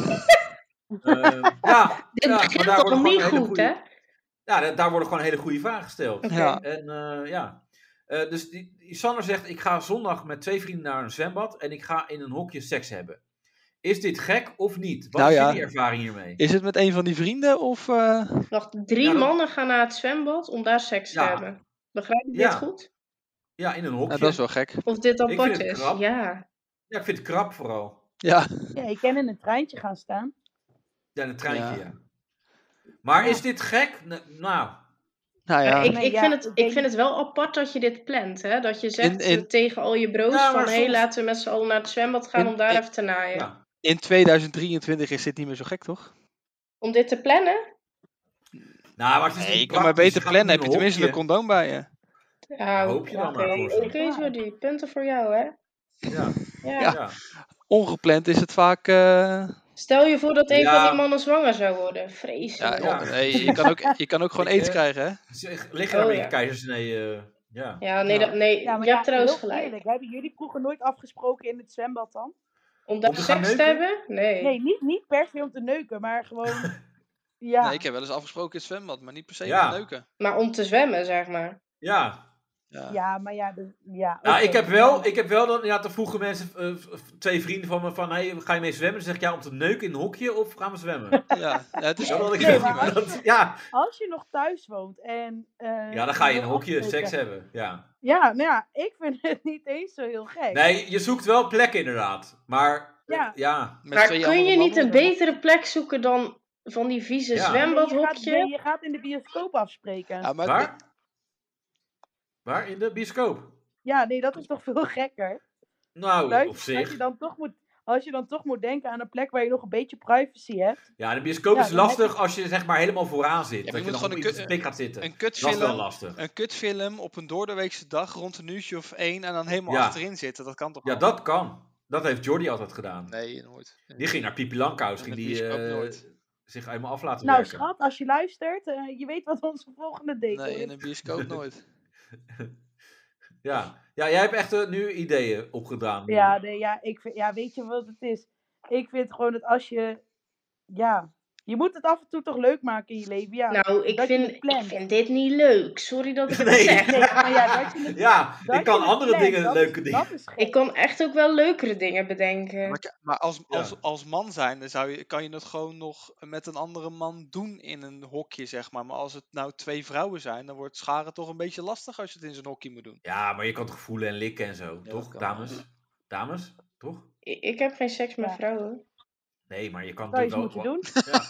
uh, ja, dit ja, begint toch niet goed, goeie... hè? Ja, daar worden gewoon hele goede vragen gesteld. Okay. Ja. En uh, ja, uh, dus die, die Sander zegt, ik ga zondag met twee vrienden naar een zwembad en ik ga in een hokje seks hebben. Is dit gek of niet? Wat nou is ja. jullie ervaring hiermee? Is het met een van die vrienden of... Uh... Wacht, drie ja, dat... mannen gaan naar het zwembad om daar seks ja. te hebben. Begrijp je ja. dit goed? Ja, in een hokje. Ja, dat is wel gek. Of dit apart is, ja. Ja, ik vind het krap vooral. Ja. Ja, je kan in een treintje gaan staan. Ja, in een treintje, ja. ja. Maar ja. is dit gek? N- nou... Nou ja. Ik, ik, vind het, ik vind het wel apart dat je dit plant, hè? Dat je zegt in, in... tegen al je broers ja, van, hé, soms... hey, laten we met z'n allen naar het zwembad gaan in, om daar in, even te naaien. Ja. In tweeduizend drieëntwintig is dit niet meer zo gek, toch? Om dit te plannen? Nou, maar het is nee, je kan maar beter plannen. Heb je tenminste een condoom bij je. Ja, hoop je dan okay. maar. Oké, okay, Jordi. Punten voor jou, hè? Ja. Ja. ja. ja. Ongepland is het vaak... Uh... Stel je voor dat een ja. van die mannen zwanger zou worden. Vreselijk. Ja, ja. Nee, je, kan ook, je kan ook gewoon aids uh, krijgen, hè? Liggen daar oh, ja. keizersnee... Uh, ja. ja, nee, dat, nee ja, maar je ja, hebt trouwens gelijk. Eerlijk, hebben jullie vroeger nooit afgesproken in het zwembad dan? Om daar seks te hebben? Nee. Nee, niet, niet per se om te neuken, maar gewoon... ja. Nee, ik heb wel eens afgesproken in het zwembad, maar niet per se ja. om te neuken. Maar om te zwemmen, zeg maar. Ja. Ja. ja, maar ja... De, ja nou, okay. ik, heb wel, ik heb wel dan... Ja, dan vroegen mensen, uh, twee vrienden van me van... Hey, ga je mee zwemmen? Dan zeg ik, ja, om te neuken in een hokje of gaan we zwemmen? Ja, ja het is wel... Nee, maar als, dat, ja. als je nog thuis woont en... Uh, ja, dan ga je in een hokje afspreken. Seks hebben, ja. Ja, nou ja, ik vind het niet eens zo heel gek. Nee, je zoekt wel plekken inderdaad. Maar, ja. ja. Maar kun je niet een betere plek zoeken dan van die vieze ja. zwembadhokje? Nee, je, gaat, je gaat in de bioscoop afspreken. Ja, maar waar? Waar? In de bioscoop? Ja, nee, dat is toch veel gekker. Nou, Luister, op zich. Als je dan toch moet, als je dan toch moet denken aan een plek waar je nog een beetje privacy hebt. Ja, de bioscoop Ja, is dan heb lastig als je zeg maar helemaal vooraan zit. Ja, maar dat je je moet dan gewoon op een iemand kut- spik gaat zitten. Een Dat is wel kutfilm, lastig. een kutfilm op een doordeweekse dag rond een uurtje of één en dan helemaal Ja. achterin zitten. Dat kan toch Ja, wel? dat kan. Dat heeft Jordi altijd gedaan. Nee, nooit. Die ging naar Pipi Langkous, En ging de die bioscoop eh, nooit. zich helemaal af laten Nou werken. schat, als je luistert, eh, je weet wat onze volgende date Nee, in wordt. een bioscoop nooit. Ja. ja, jij hebt echt eh, nu ideeën opgedaan. nu. Ja, nee, ja, ik vind, ja, weet je wat het is? Ik vind gewoon dat als je, ja, je moet het af en toe toch leuk maken in je leven. Ja, Nou, ik dat je vind, het ik plant. vind dit niet leuk. Sorry dat ik het Nee. zeg. Nee, maar ja, dat je het, Ja, dat ik kan je het andere plant, dingen, dat leuke is, dingen. Dat is gek. Ik kon echt ook wel leukere dingen bedenken. Maar, k- maar als, als, Ja. als man zijnde zou je, kan je het gewoon nog met een andere man doen in een hokje, zeg maar. Maar als het nou twee vrouwen zijn, dan wordt scharen toch een beetje lastig als je het in zo'n hokje moet doen. Ja, maar je kan toch voelen en likken en zo, Ja, toch, dat kan, dames? ja. Dames, toch? Ik, ik heb geen seks met Ja. vrouwen. Nee, maar je kan Zou je eens natuurlijk moeten wel...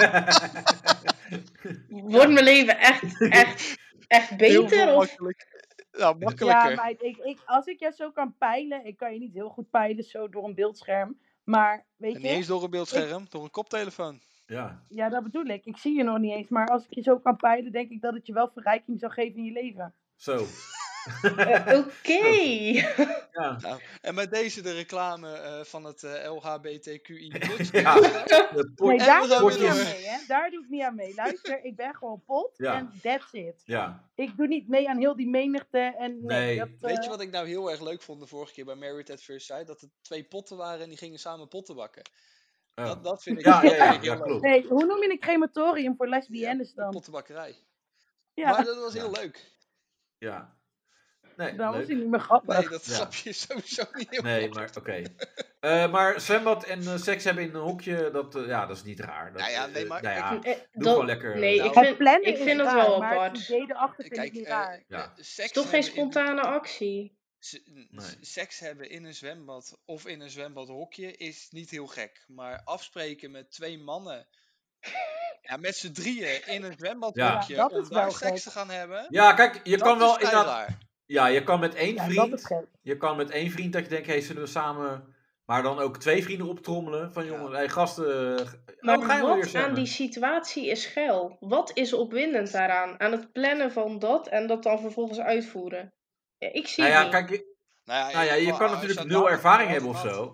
doen? Ja. Wordt mijn leven echt, echt, echt Heel beter? veel Of... makkelijk. Nou, makkelijker. Ja, maar ik, ik, als ik jou zo kan peilen, ik kan je niet heel goed peilen zo door een beeldscherm. Maar weet En je, niet eens door een beeldscherm, door een koptelefoon. ja. ja, dat bedoel ik. Ik zie je nog niet eens. Maar als ik je zo kan peilen, denk ik dat het je wel verrijking zou geven in je leven. Zo. Eh, Oké. Ja. Nou, en met deze de reclame eh, van het eh, L H B T Q I plus. Ja. De pot- Nee, En daar we doe gaan ik weer niet aan door. mee, hè. Daar doe ik niet aan mee. Luister, ik ben gewoon pot Ja. en that's it. Ja. Ik doe niet mee aan heel die menigte en nee, Nee. dat... Weet je eh, wat ik nou heel erg leuk vond de vorige keer bij Married at First Sight? Dat er twee potten waren en die gingen samen potten bakken. Oh. Dat, dat vind ik, Ja, dat ja, vind ja, ik heel ja, leuk. klopt. Nee, hoe noem je een crematorium voor Ja, lesbiennes de dan? pottenbakkerij. Ja, Maar dat was Ja. heel leuk. Ja. Nee, dan was leuk. hij niet meer grappig. Nee, dat Ja. grapje is sowieso niet heel Nee, grappig. maar oké. Eh, maar zwembad en eh, seks hebben in een hokje, dat, eh, ja, dat is niet raar. Dat, Nou ja, eh, nee, maar nou ja, Eh, doe dat- gewoon lekker. Nee, Nou, ik Het vind, plannen ik is vind het raar, wel maar het apart. idee erachter vind Kijk, ik niet eh, raar. Ja. eh, Het seks is toch geen hebben in- spontane actie? S- n- Nee. s- Seks hebben in een zwembad of in een zwembadhokje is niet heel gek. Maar afspreken met twee mannen, ja, met z'n drieën in een zwembadhokje, Ja, dat om is daar wel seks gek. te gaan hebben, Ja, kijk, je dat kan wel is vrij inderdaad. raar. Ja, je kan met één Ja, dat is vriend. gek. Je kan met één vriend dat je denkt, hé, hey, zullen we samen. Maar dan ook twee vrienden optrommelen. Van Ja. jongens, hey, gasten. eh, Maar oh, gaan we weer wat aan zwemmen? die situatie is geil? Wat is opwindend daaraan? Aan het plannen van dat en dat dan vervolgens uitvoeren? Ja, ik zie Nou het ja, niet. kijk, je, Nou ja, nou ja, je als kan je natuurlijk uit nul water ervaring komt, hebben ben of je altijd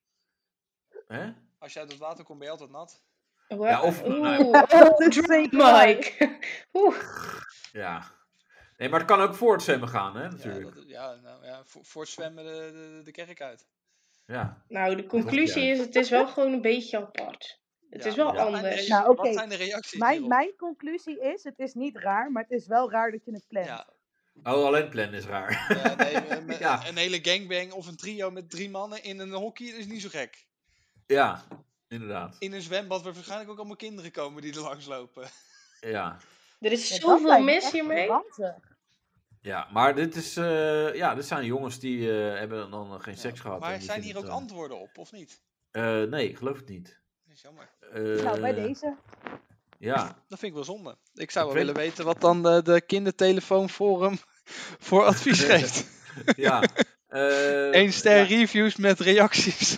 zo. Hè? nat. Als je uit het water komt, ben je altijd nat. Wa- Ja, of- Oeh, nou oh, Dat is drop zeker waar. Mike. Oeh. Ja. Nee, maar het kan ook voor het zwemmen gaan, hè, Ja, natuurlijk. dat, ja, nou, ja voor, voor het zwemmen de, de, de kerk uit. Ja. Nou, de conclusie ja. is, het is wel gewoon een beetje apart. Het Ja, is wel wat zijn de anders. rea- Nou, oké. Wat zijn de reacties Mijn, hierop? mijn conclusie is, het is niet raar, maar het is wel raar dat je het plant. Ja, Oh, alleen plannen is raar. ja, nee, met- met- Ja. een hele gangbang of een trio met drie mannen in een hockey is niet zo gek. Ja, inderdaad. In een zwembad waar waarschijnlijk ook allemaal kinderen komen die er langs lopen. Ja. Er is Ja, dat zoveel lijkt me mis echt hiermee. ranzig. Ja, maar dit is, eh, ja, dit zijn jongens die eh, hebben dan nog geen seks Ja, gehad. en maar die zijn hier vinden ook het, antwoorden op, of niet? eh, eh, nee, ik geloof het niet. Dat is jammer. Eh, Nou, bij deze. Ja, Dat vind ik wel zonde. Ik zou Ik wel weet- willen weten wat dan de, de kindertelefoonforum voor advies geeft. ja. Eh, Eén ster ja, reviews met reacties.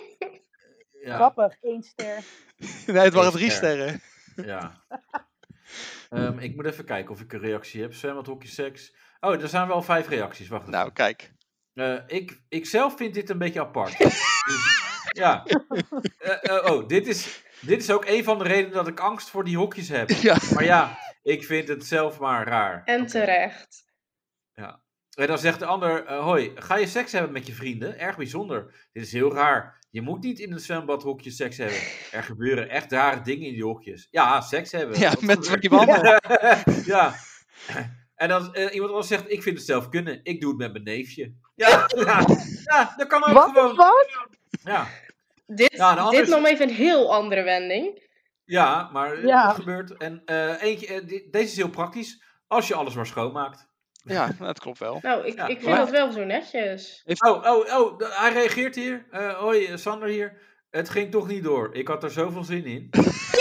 ja, Grappig, één ster. Nee, het waren Eén drie ster. sterren. ja. Ehm, ik moet even kijken of ik een reactie heb. Zwembad, hockey, seks. Oh, er zijn wel vijf reacties. Wacht even. Nou, kijk. Eh, ik, ik zelf vind dit een beetje apart. Dus, ja. Eh, eh, oh, dit is, dit is ook een van de redenen dat ik angst voor die hokjes heb. Ja. Maar ja, ik vind het zelf maar raar. En Oké. terecht. En dan zegt de ander, eh, hoi, ga je seks hebben met je vrienden? Erg bijzonder. Dit is heel raar. Je moet niet in een zwembadhokje seks hebben. Er gebeuren echt rare dingen in die hokjes. Ja, seks hebben. Ja, Dat met gebeurt. twee mannen. Ja. En dan eh, iemand anders zegt, ik vind het zelf kunnen. Ik doe het met mijn neefje. Ja, ja, ja dat kan ook Wat de gewoon. fuck? Ja, Dit, Ja, de ander dit is- nam even een heel andere wending. ja maar Ja. dat gebeurt. En eh, eentje, eh, di- deze is heel praktisch. Als je alles maar schoonmaakt. Ja, nou, dat klopt wel. Nou, ik, Ja, ik vind maar- dat wel zo netjes. Oh, oh, oh, d- hij reageert hier. Eh, hoi, eh, Sander hier. Het ging toch niet door. Ik had er zoveel zin in.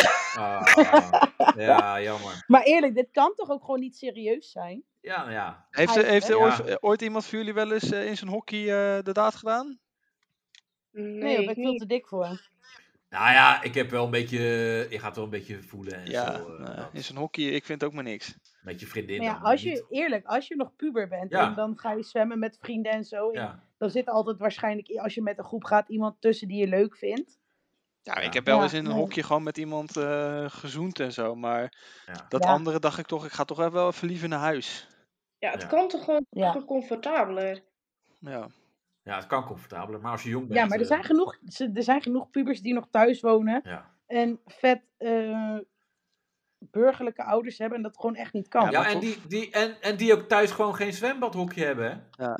Ah, ja, jammer. Maar eerlijk, dit kan toch ook gewoon niet serieus zijn? Ja, ja. Heeft, er- heeft er Ja. ooit, ooit iemand van jullie wel eens eh, in zijn hockey eh, de daad gedaan? Nee, Nee, daar ik ben ik veel niet. te dik voor. Nou ja, ik heb wel een beetje... Je gaat wel een beetje voelen en Ja, zo. eh, nou, dat. in zo'n hockey, ik vind ook maar niks. Met je vriendin Maar ja, dan, maar als niet... je, eerlijk, als je nog puber bent Ja. en dan ga je zwemmen met vrienden en zo. En Ja, dan zit er altijd waarschijnlijk, als je met een groep gaat, iemand tussen die je leuk vindt. Ja, Ja. ik heb wel Ja, eens in een nee. hokje gewoon met iemand eh, gezoend en zo. Maar ja. dat Ja. andere dacht ik toch, ik ga toch even wel even liever naar huis. Ja, het Ja. kan toch gewoon Ja. veel comfortabeler. Ja. Ja, het kan comfortabeler, maar als je jong bent... Ja, maar er eh, zijn, genoeg, ze- er zijn genoeg pubers die nog thuis wonen. ja. En vet eh, burgerlijke ouders hebben en dat gewoon echt niet kan. Ja, Ja, maar en voor- die, die, en, en die ook thuis gewoon geen zwembadhokje hebben, hè? Ja.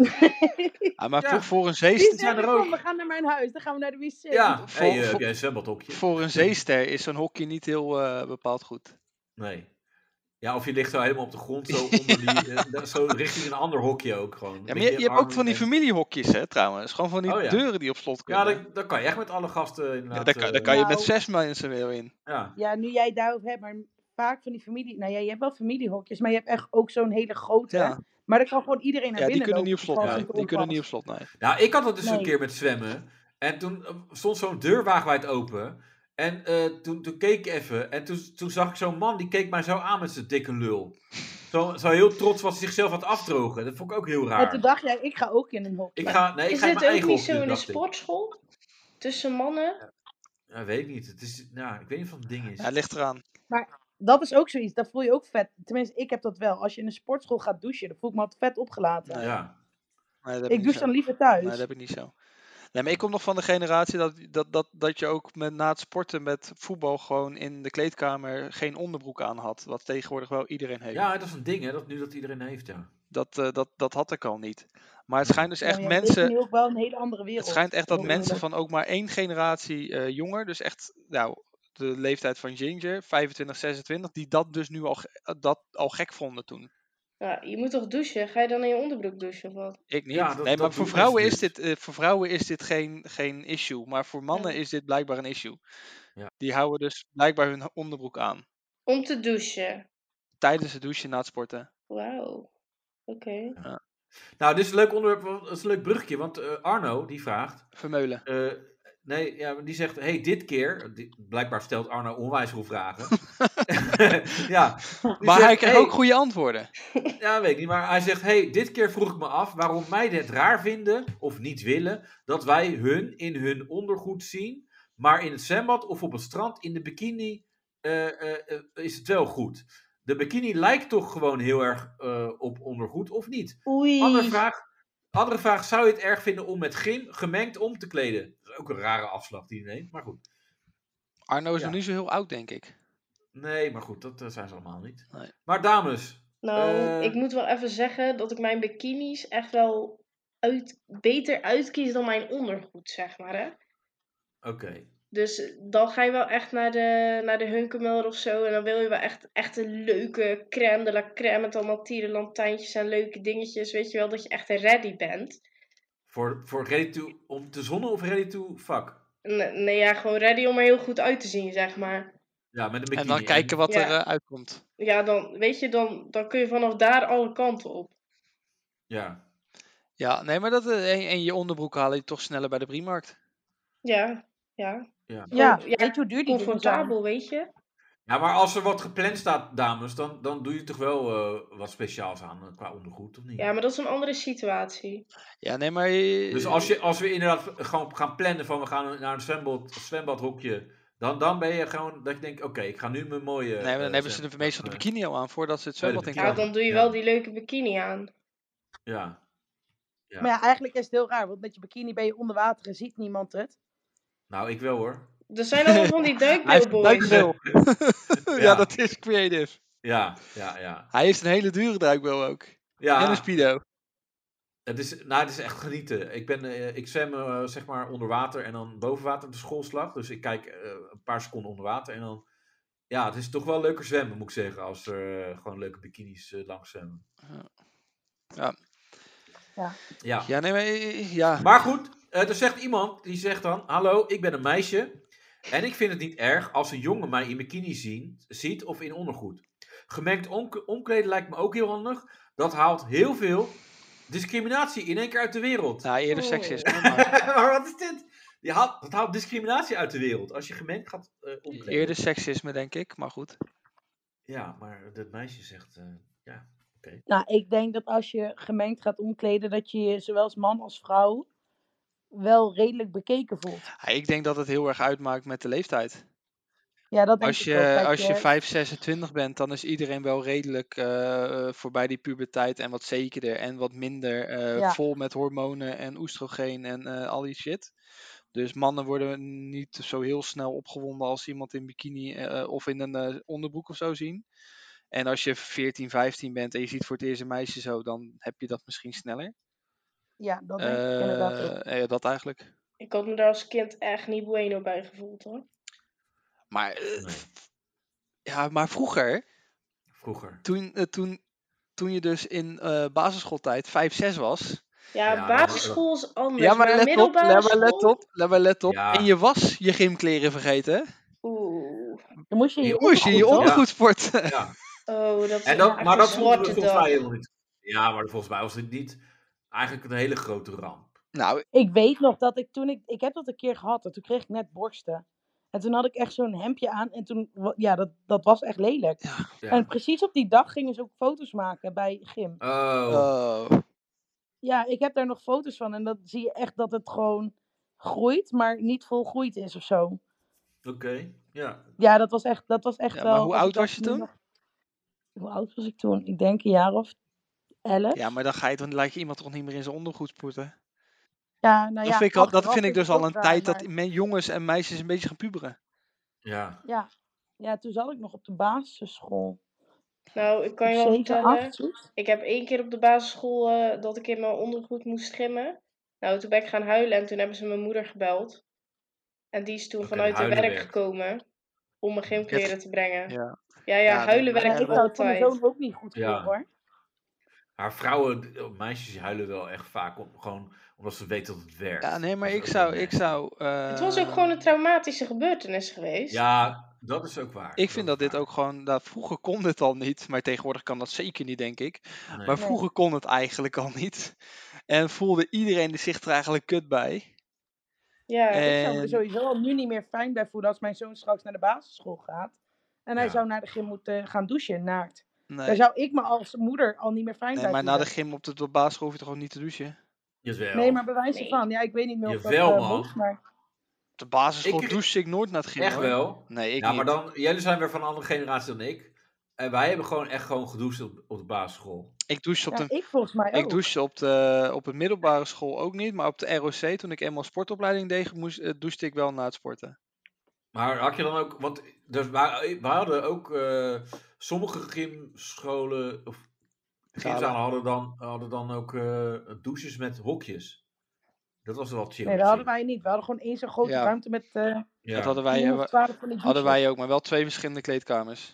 Ah, maar Ja. voor, voor een Die zeester, zijn zeggen, er ook. kom, we gaan naar mijn huis. Dan gaan we naar de wc. Ja, Voor- hey, eh, voor- heb jij een zwembadhokje? voor een zeester is zo'n hokje niet heel eh, bepaald goed. Nee. Ja, of je ligt zo helemaal op de grond, zo, onder die, eh, zo richting een ander hokje ook gewoon. Ja, Met maar je, je hebt ook armen van die en- familiehokjes, hè, trouwens. Gewoon van die Oh, ja. deuren die op slot Ja, kunnen. dan, dan kan je echt met alle gasten Ja, inderdaad... daar, kan, eh, daar kan je met Nou. zes mensen weer in. ja. Ja, nu jij het daarover hebt, maar vaak van die familie... Nou ja, je hebt wel familiehokjes, maar je hebt echt ook zo'n hele grote. Ja, Maar daar kan gewoon iedereen naar ja die binnen kunnen niet op lopen. slot. als Nee. het Die kunnen onpast. niet op slot, nee. Ja, ik had het dus een Nee. keer met zwemmen. En toen eh, stond zo'n deur wagenwijd open. En eh, toen, toen keek ik even. En toen, toen zag ik zo'n man, die keek mij zo aan met zijn dikke lul. Zo, zo heel trots was hij zichzelf aan het afdrogen. Dat vond ik ook heel En raar. toen dacht jij, ik ga ook in een hokje. Ik ga, nee, ik Is ga in dit mijn ook eigen niet hokje, zo in de dacht ik. sportschool? Tussen mannen? Ja, weet ik niet. Het is, ja, ik weet niet of het een ding is. Ja, het ligt eraan. Dat is ook zoiets, dat voel je ook vet. Tenminste, ik heb dat wel. Als je in een sportschool gaat douchen, dan voel ik me altijd vet opgelaten. Nee. Ja. Nee, dat heb Ik niet douche zo. dan liever thuis. Nee, dat heb ik niet zo. Nee, maar ik kom nog van de generatie dat, dat, dat, dat je ook met, na het sporten met voetbal gewoon in de kleedkamer geen onderbroek aan had. Wat tegenwoordig wel iedereen heeft. Ja, dat is een ding, hè. Dat nu dat iedereen heeft, ja. Dat, eh, dat, dat had ik al niet. Maar het schijnt dus Ja, echt maar ja, we leven mensen... nu ook wel een hele andere wereld. Het schijnt echt dat Heel mensen eerlijk. van ook maar één generatie eh, jonger, dus echt nou, de leeftijd van Ginger, vijfentwintig, zesentwintig, die dat dus nu al, ge- dat al gek vonden toen. Ja, je moet toch douchen? Ga je dan in je onderbroek douchen of wat? Ik niet. Ja, dat- nee, maar dat voor doen vrouwen, is mensen dit, eh, voor vrouwen is dit geen, geen issue. Maar voor mannen Ja. is dit blijkbaar een issue. Ja. Die houden dus blijkbaar hun onderbroek aan. Om te douchen. Tijdens het douchen na het sporten. Wauw. Oké. Nou, dit is een leuk onderwerp, want- dat is een leuk bruggetje. Want eh, Arno, die vraagt... Vermeulen. eh, nee, ja, die zegt, hey, dit keer... die- blijkbaar stelt Arno onwijs veel vragen. ja. die Maar zegt, hij krijgt hey, ook goede antwoorden. Ja, weet ik niet. Maar hij zegt, hey, dit keer vroeg ik me af waarom meiden het raar vinden, of niet willen, dat wij hun in hun ondergoed zien, maar in het zwembad of op het strand in de bikini eh, eh, eh, is het wel goed. De bikini lijkt toch gewoon heel erg eh, op ondergoed, of niet? Oei. Andere vraag, andere vraag, zou je het erg vinden om met gym gemengd om te kleden? Dat is ook een rare afslag die hij neemt, maar goed. Arno is Ja. nog niet zo heel oud, denk ik. Nee, maar goed, dat eh, zijn ze allemaal niet. Nee. Maar dames, Nou, Eh. ik moet wel even zeggen dat ik mijn bikinis echt wel uit, beter uitkies dan mijn ondergoed, zeg maar, hè. oké. Dus dan ga je wel echt naar de, naar de Hunkemuller of zo. En dan wil je wel echt, echt een leuke crème de la crème met allemaal tierenlantijntjes en leuke dingetjes. Weet je wel, dat je echt ready bent. Voor, voor ready to, om te zonnen of ready to fuck? Nee, nee, ja, gewoon ready om er heel goed uit te zien, zeg maar. Ja, met een bikini. En dan kijken wat Ja. er eh, uitkomt. Ja, dan, weet je, dan, dan kun je vanaf daar alle kanten op. Ja. Ja, nee, maar dat, eh, en, en je onderbroek haal je toch sneller bij de Primarkt. Ja, ja. Ja. Ja, Ja, weet je hoe duur die dingen zijn? Comfortabel, weet je. ja, maar als er wat gepland staat, dames, dan, dan doe je toch wel eh, wat speciaals aan eh, qua ondergoed, of niet? Ja, maar dat is een andere situatie. Ja, nee, maar... je- Dus als, je, als we inderdaad gewoon gaan plannen van we gaan naar een zwembad, zwembadhokje, dan, dan ben je gewoon dat je denkt, oké, ik ga nu mijn mooie... Nee, maar dan eh, hebben ze zwem- de meestal de eh, bikini al aan voordat ze het Oh, de zwembad in bikini. Ja, komen. dan doe je Ja. wel die leuke bikini aan. Ja. Ja. Maar ja, eigenlijk is het heel raar, want met je bikini ben je onder water en ziet niemand het. Nou, ik wel hoor. Er zijn allemaal van die Hij heeft een duikbilboys. duikbril. ja. Ja. dat is creative. Ja, ja, ja. Hij heeft een hele dure duikbril ook. Ja, En een speedo. het is, nou, het is echt genieten. Ik, ben, eh, ik zwem eh, zeg maar onder water en dan boven water op de schoolslag. Dus ik kijk eh, een paar seconden onder water en dan... Ja, het is toch wel leuker zwemmen, moet ik zeggen, als er eh, gewoon leuke bikinis eh, langs zwemmen. Ja. Ja. Ja. Ja, nee, maar... eh, Ja. Maar goed, eh, er zegt iemand, die zegt dan... Hallo, ik ben een meisje en ik vind het niet erg als een jongen mij in bikini zien, ziet of in ondergoed. Gemengd om- omkleden lijkt me ook heel handig. Dat haalt heel veel discriminatie in één keer uit de wereld. Nou, eerder Oh. seksisme. Maar... maar wat is dit? Die haalt, dat haalt discriminatie uit de wereld. Als je gemengd gaat uh, omkleden. Eerder seksisme, denk ik, maar goed. Ja, maar dat meisje zegt, uh, ja, oké. Okay. Nou, ik denk dat als je gemengd gaat omkleden, dat je je zowel als man als vrouw wel redelijk bekeken voelt. Ja, ik denk dat het heel erg uitmaakt met de leeftijd. Ja, dat denk Als ik je, ook. Kijk, als je je- vijf, zesentwintig bent, dan is iedereen wel redelijk uh, voorbij die puberteit en wat zekerder en wat minder uh, Ja. vol met hormonen en oestrogeen en uh, al die shit. Dus mannen worden niet zo heel snel opgewonden als iemand in bikini uh, of in een uh, onderbroek of zo zien. En als je veertien, vijftien bent en je ziet voor het eerst een meisje zo, dan heb je dat misschien sneller. Ja, dat denk ik inderdaad ook. Uh, ja, dat eigenlijk. Ik had me daar als kind echt niet bueno bij gevoeld hoor. Maar, uh, Nee. ja, maar vroeger, Vroeger. toen, uh, toen, toen je dus in uh, basisschooltijd vijf, zes was. Ja, Ja, basisschool is anders, Ja, maar maar, let op, middelbare let maar let school... op, let maar let op. Ja. En je was je gymkleren vergeten. Oeh. Dan moest je je Je Moest je je ondergoed, toch? ondergoed sporten. Ja. Oh, dat is En dat, ja, maar een dat vonden we zwarte volgens dag. mij helemaal niet. Ja, maar volgens mij was het niet eigenlijk een hele grote ramp. Nou, Ik weet nog dat ik toen ik... Ik heb dat een keer gehad. En toen kreeg ik net borsten. En toen had ik echt zo'n hemdje aan. En toen... wa- Ja, dat, dat was echt lelijk. ja. Ja. En precies op die dag gingen ze ook foto's maken bij gym. Oh, Oh. Ja, ik heb daar nog foto's van. En dan zie je echt dat het gewoon groeit. Maar niet volgroeid is of zo. oké. Ja. Ja, dat was echt, dat was echt Ja, wel... maar hoe als oud ik dat was je nu toen? nog- Hoe oud was ik toen? Ik denk een jaar of elf. Ja, maar dan ga je dan laat je iemand toch niet meer in zijn ondergoed sporten. Ja, nou Dat ja, vind ik, al, dat achteraf vind ik is dus het al ook een raar, tijd dat maar- men- jongens en meisjes een beetje gaan puberen. Ja. Ja. ja, toen zat ik nog op de basisschool. Nou, ik kan je wel Zeven, vertellen. acht, zoiets. Ik heb één keer op de basisschool uh, dat ik in mijn ondergoed moest gymmen. Nou, toen ben ik gaan huilen en toen hebben ze mijn moeder gebeld. En die is toen Oké, vanuit haar huilen werk werkt. gekomen om mijn gymkleren Het- te brengen. Ja. Ja, ja, Ja, huilen dat- Ja, werkt ik zou het van mijn altijd. zoon ook niet goed Ja. vinden hoor. Maar vrouwen, meisjes die huilen wel echt vaak om, gewoon omdat ze weten dat het werkt. ja, nee, maar Dat ik is ook zou, wel ik merk. zou... uh, Het was ook gewoon een traumatische gebeurtenis geweest. Ja, dat is ook waar. Ik vind dat is dit waar. ook gewoon... Nou, vroeger kon dit al niet, maar tegenwoordig kan dat zeker niet, denk ik. Nee. Maar Nee. vroeger kon het eigenlijk al niet. En voelde iedereen zich er eigenlijk kut bij. Ja, En- Ik zou me er sowieso al nu niet meer fijn bij voelen als mijn zoon straks naar de basisschool gaat. En hij Ja. zou naar de gym moeten gaan douchen, naakt. Daar Nee, zou ik me als moeder al niet meer fijn nee bij maar na voelen. de gym op de, op de basisschool hoef je toch ook niet te douchen? Jawel. Nee, maar bij wijze Nee. van. Ja, ik weet niet meer of dat Jawel, eh, man. moet, maar... Op de basisschool Ik- douche ik nooit naar het gym, Echt hoor. wel. Nee, ik ja, niet. maar dan, jullie zijn weer van een andere generatie dan ik. En wij hebben gewoon echt gewoon gedoucht op, op de basisschool. Ik douche op Ja, de... ik volgens mij ook. Ik douche op de, op de middelbare school ook niet, maar op de R O C, toen ik eenmaal sportopleiding deed, moest, uh, douchte ik wel na het sporten. Maar had je dan ook, want dus we, we hadden ook uh, sommige gymscholen of gymzalen hadden dan, hadden dan ook uh, douches met hokjes. Dat was wel chill. Nee, dat hadden wij niet. We hadden gewoon één zo'n grote Ja. ruimte met uh, Ja. Dat hadden tien wij, of twaalf van die hadden douches. wij ook, maar wel twee verschillende kleedkamers.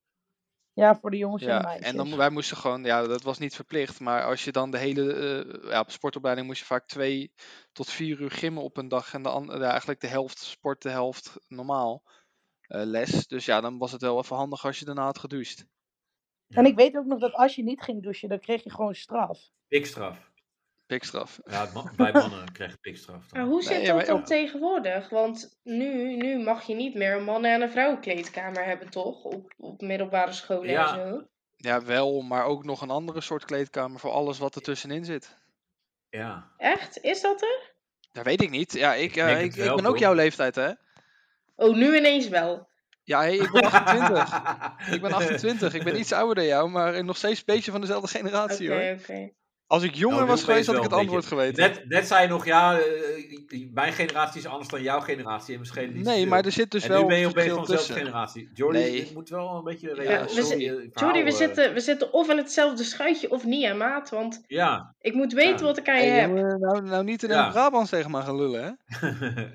Ja, voor de jongens en de Ja, meisjes. en dan, wij moesten gewoon, ja, dat was niet verplicht, maar als je dan de hele, uh, ja, op sportopleiding moest je vaak twee tot vier uur gymmen op een dag en de an- ja, eigenlijk de helft sport, de helft normaal uh, les. Dus ja, dan was het wel even handig als je daarna had gedoucht. En ik weet ook nog dat als je niet ging douchen, dan kreeg je gewoon straf. Pikstraf. Pikstraf. Ja, ma- bij mannen krijg je pikstraf dan. Maar hoe zit Nee, dat maar dan ook- tegenwoordig? Want nu, nu mag je niet meer een mannen- en een vrouwenkleedkamer hebben, toch? Op, op middelbare scholen Ja. en zo. Ja, wel, maar ook nog een andere soort kleedkamer voor alles wat er tussenin zit. Ja. Echt? Is dat er? Dat weet ik niet. Ja, ik, uh, denk ik, het ik wel, ben ook toch? jouw leeftijd, hè? Oh, nu ineens wel. Ja, hey, ik ben achtentwintig. Ik ben achtentwintig. Ik ben iets ouder dan jou, maar nog steeds een beetje van dezelfde generatie, Oké, hoor. oké. Als ik jonger Nou, was nu geweest, had opeens ik het wel een antwoord beetje. geweten. Net, net zei je nog, ja, uh, mijn generatie is anders dan jouw generatie. En misschien niet Nee, zoveel. maar er zit dus en wel nu ben je een opeens verschil van dezelfde tussen. generatie. Jordi, Nee. dit moet wel een beetje... Ja, Ja, we sorry, zit- eh, verhaal, Jordi, we eh, zitten, we zitten of in hetzelfde schuitje of niet, hè, maat? Want Ja. ik moet weten Ja. wat ik aan je Hey, heb. jongen, nou, nou niet in Ja. een Brabants tegen me gaan lullen, hè?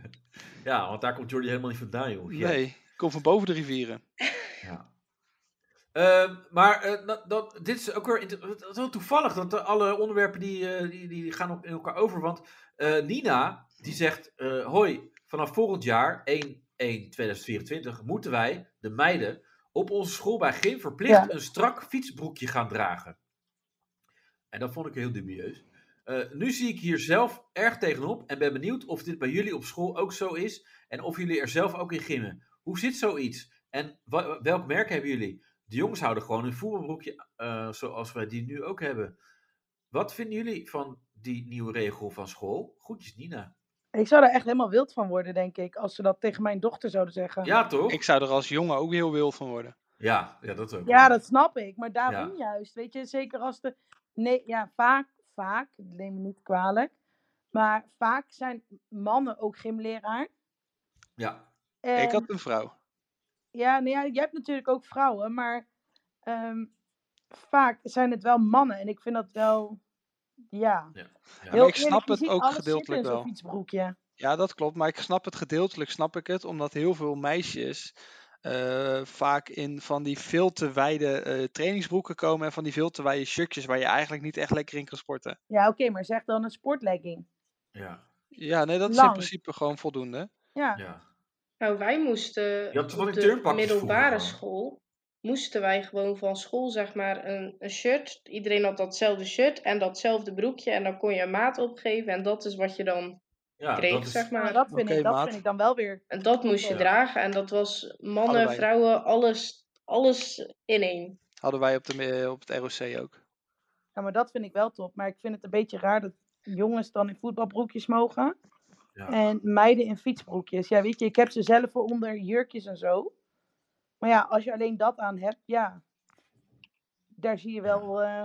Ja, want daar komt Jordi helemaal niet vandaan, joh. Ja. Nee, ik kom van boven de rivieren. Ja. Uh, maar uh, dat, dat, dit is ook weer inter- het is wel toevallig dat de, alle onderwerpen die, uh, die, die gaan op, in elkaar over. Want uh, Nina die zegt: uh, hoi, vanaf volgend jaar, één één tweeduizend vierentwintig, moeten wij, de meiden, op onze school bij gym verplicht Ja. een strak fietsbroekje gaan dragen. En dat vond ik heel dubieus. Uh, nu zie ik hier zelf erg tegenop en ben benieuwd of dit bij jullie op school ook zo is en of jullie er zelf ook in gimmen. Hoe zit zoiets? En wa- welk merk hebben jullie? De jongens houden gewoon een voetbalbroekje uh, zoals wij die nu ook hebben. Wat vinden jullie van die nieuwe regel van school? Groetjes, Nina. Ik zou er echt helemaal wild van worden, denk ik, als ze dat tegen mijn dochter zouden zeggen. Ja, toch? Ik zou er als jongen ook heel wild van worden. Ja, ja, dat ook. Ja, dat snap ik. Maar daarom Ja. juist, weet je, zeker als de... Nee, ja, vaak, vaak, neem me niet kwalijk. Maar vaak zijn mannen ook gymleraar. Ja. En, Ik had een vrouw. Ja, nee, ja, jij hebt natuurlijk ook vrouwen, maar ehm, vaak zijn het wel mannen. En ik vind dat wel, ja... Ja. Ja, Heel maar ik eerlijk, snap je het ziet ook alles gedeeltelijk zitten in wel. zo'n fietsbroekje. Ja, dat klopt. Maar ik snap het gedeeltelijk, snap ik het. Omdat heel veel meisjes eh, vaak in van die veel te wijde eh, trainingsbroeken komen. En van die veel te wijde shirtjes waar je eigenlijk niet echt lekker in kan sporten. Ja, oké, maar zeg dan een sportlegging. ja. Ja, nee, dat is in Lang. principe gewoon voldoende. Ja, ja. Nou, wij moesten Je had toch van op die de turnpakjes middelbare vroeger gewoon? school, moesten wij gewoon van school zeg maar een, een shirt. Iedereen had datzelfde shirt en datzelfde broekje en dan kon je een maat opgeven en dat is wat je dan Ja, kreeg, dat is... zeg maar maar. dat, vind, Oké, ik, dat maat. vind ik dan wel weer... En dat moest je Ja. dragen en dat was mannen, Allebei. vrouwen, alles, alles in één. Hadden wij op, de, op het R O C ook. Ja, maar dat vind ik wel top. Maar ik vind het een beetje raar dat jongens dan in voetbalbroekjes mogen. Ja. En meiden in fietsbroekjes. Ja, weet je, ik heb ze zelf voor onder jurkjes en zo. Maar ja, als je alleen dat aan hebt, ja. Daar zie je wel... eh,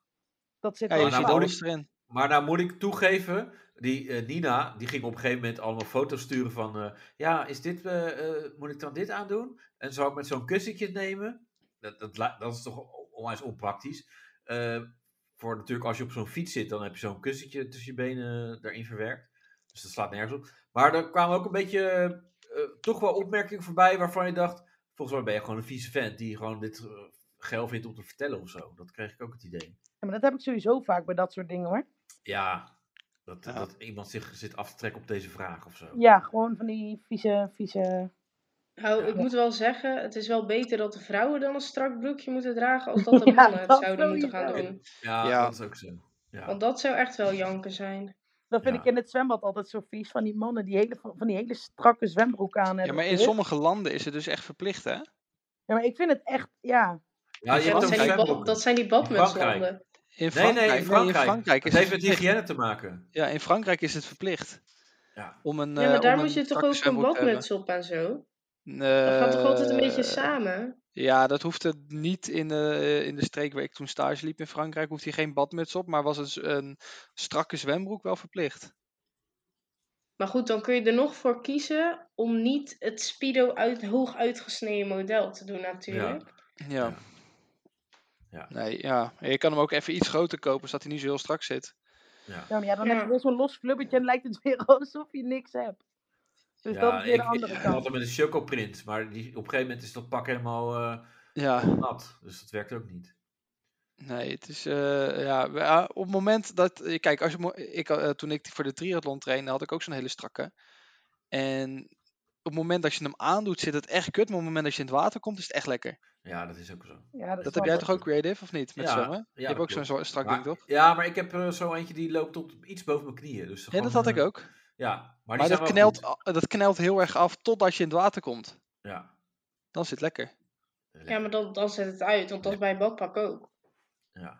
dat zit Ja, wel je nou, ziet moet alles ik- erin. Maar nou moet ik toegeven, die eh, Nina, die ging op een gegeven moment allemaal foto's sturen van, eh, ja, is dit, eh, eh, moet ik dan dit aandoen? En zou ik met zo'n kussentje het nemen? Dat, dat, la- dat is toch onwijs onpraktisch. Eh, voor natuurlijk als je op zo'n fiets zit, dan heb je zo'n kussentje tussen je benen daarin verwerkt. Dus dat slaat nergens op. Maar er kwamen ook een beetje, eh, toch wel opmerkingen voorbij waarvan je dacht, volgens mij ben je gewoon een vieze vent die gewoon dit uh, geil vindt om te vertellen of zo. Dat kreeg ik ook het idee. Ja, maar dat heb ik sowieso vaak bij dat soort dingen, hoor. Ja, dat, Ja. dat iemand zich zit af te trekken op deze vraag of zo. Ja, gewoon van die vieze, vieze... Nou, Ja. ik moet wel zeggen, het is wel beter dat de vrouwen dan een strak broekje moeten dragen, als dat de Ja, mannen het dat zouden moeten gaan sowieso. doen. Ja, Ja. dat is ook zo. Ja. Want dat zou echt wel janken zijn. Dat vind Ja. ik in het zwembad altijd zo vies. Van die mannen die hele, van die hele strakke zwembroek aan Ja, hebben. maar in sommige landen is het dus echt verplicht, hè? Ja, maar ik vind het echt, ja... Ja, je Ja, hebt dat, ook zijn die ba- zwembroeken. dat zijn die In Frankrijk. badmutslanden. In Nee, Frankrijk, nee, in Frankrijk. in Frankrijk is Het heeft het met verplicht. hygiëne te maken. Ja, in Frankrijk is het verplicht. Ja. Om een, Ja, eh, maar daar om moet een je toch strakke ook een zwembroek te hebben. badmuts op en zo? Dat gaat toch altijd een beetje Eh, samen? Ja, dat hoefde niet in de, in de streek waar ik toen stage liep in Frankrijk. Hoefde je geen badmuts op, maar was het een strakke zwembroek wel verplicht. Maar goed, dan kun je er nog voor kiezen om niet het Speedo uit, hoog uitgesneden model te doen natuurlijk. Ja. Ja. Ja. Nee, ja. Je kan hem ook even iets groter kopen, zodat hij niet zo heel strak zit. Ja. Ja, maar ja, dan Ja. heb je weer zo'n los flubbertje en lijkt het weer alsof je niks hebt. Dus Ja, dat is weer ik, de andere ik kant. had hem met een chocoprint, maar die, op een gegeven moment is dat pak helemaal eh, Ja, nat. Dus dat werkt ook niet. nee, het is, eh, ja, we- ja, op het moment dat, eh, kijk, als je, mo- ik, eh, toen ik voor de triathlon trainde, had ik ook zo'n hele strakke. En op het moment dat je hem aandoet, zit het echt kut, maar op het moment dat je in het water komt, is het echt lekker. Ja, dat is ook zo. Ja, dat Dat snap heb jij ik. toch ook, Creative, of niet? Met Ja, zwemmen? ja, je hebt dat ook zo'n klopt. zo- strak Maar- ding, toch? Ja, maar ik heb eh, zo eentje die loopt tot iets boven mijn knieën. Dus Ja, gewoon, dat had ik eh, ook. Ja, maar, die Maar zijn dat wel knelt, goed. a- dat knelt heel erg af totdat je in het water komt. Ja. Dan zit het lekker. Ja, maar dan, dan zet het uit, want dat is bij een badpak ook. Ja.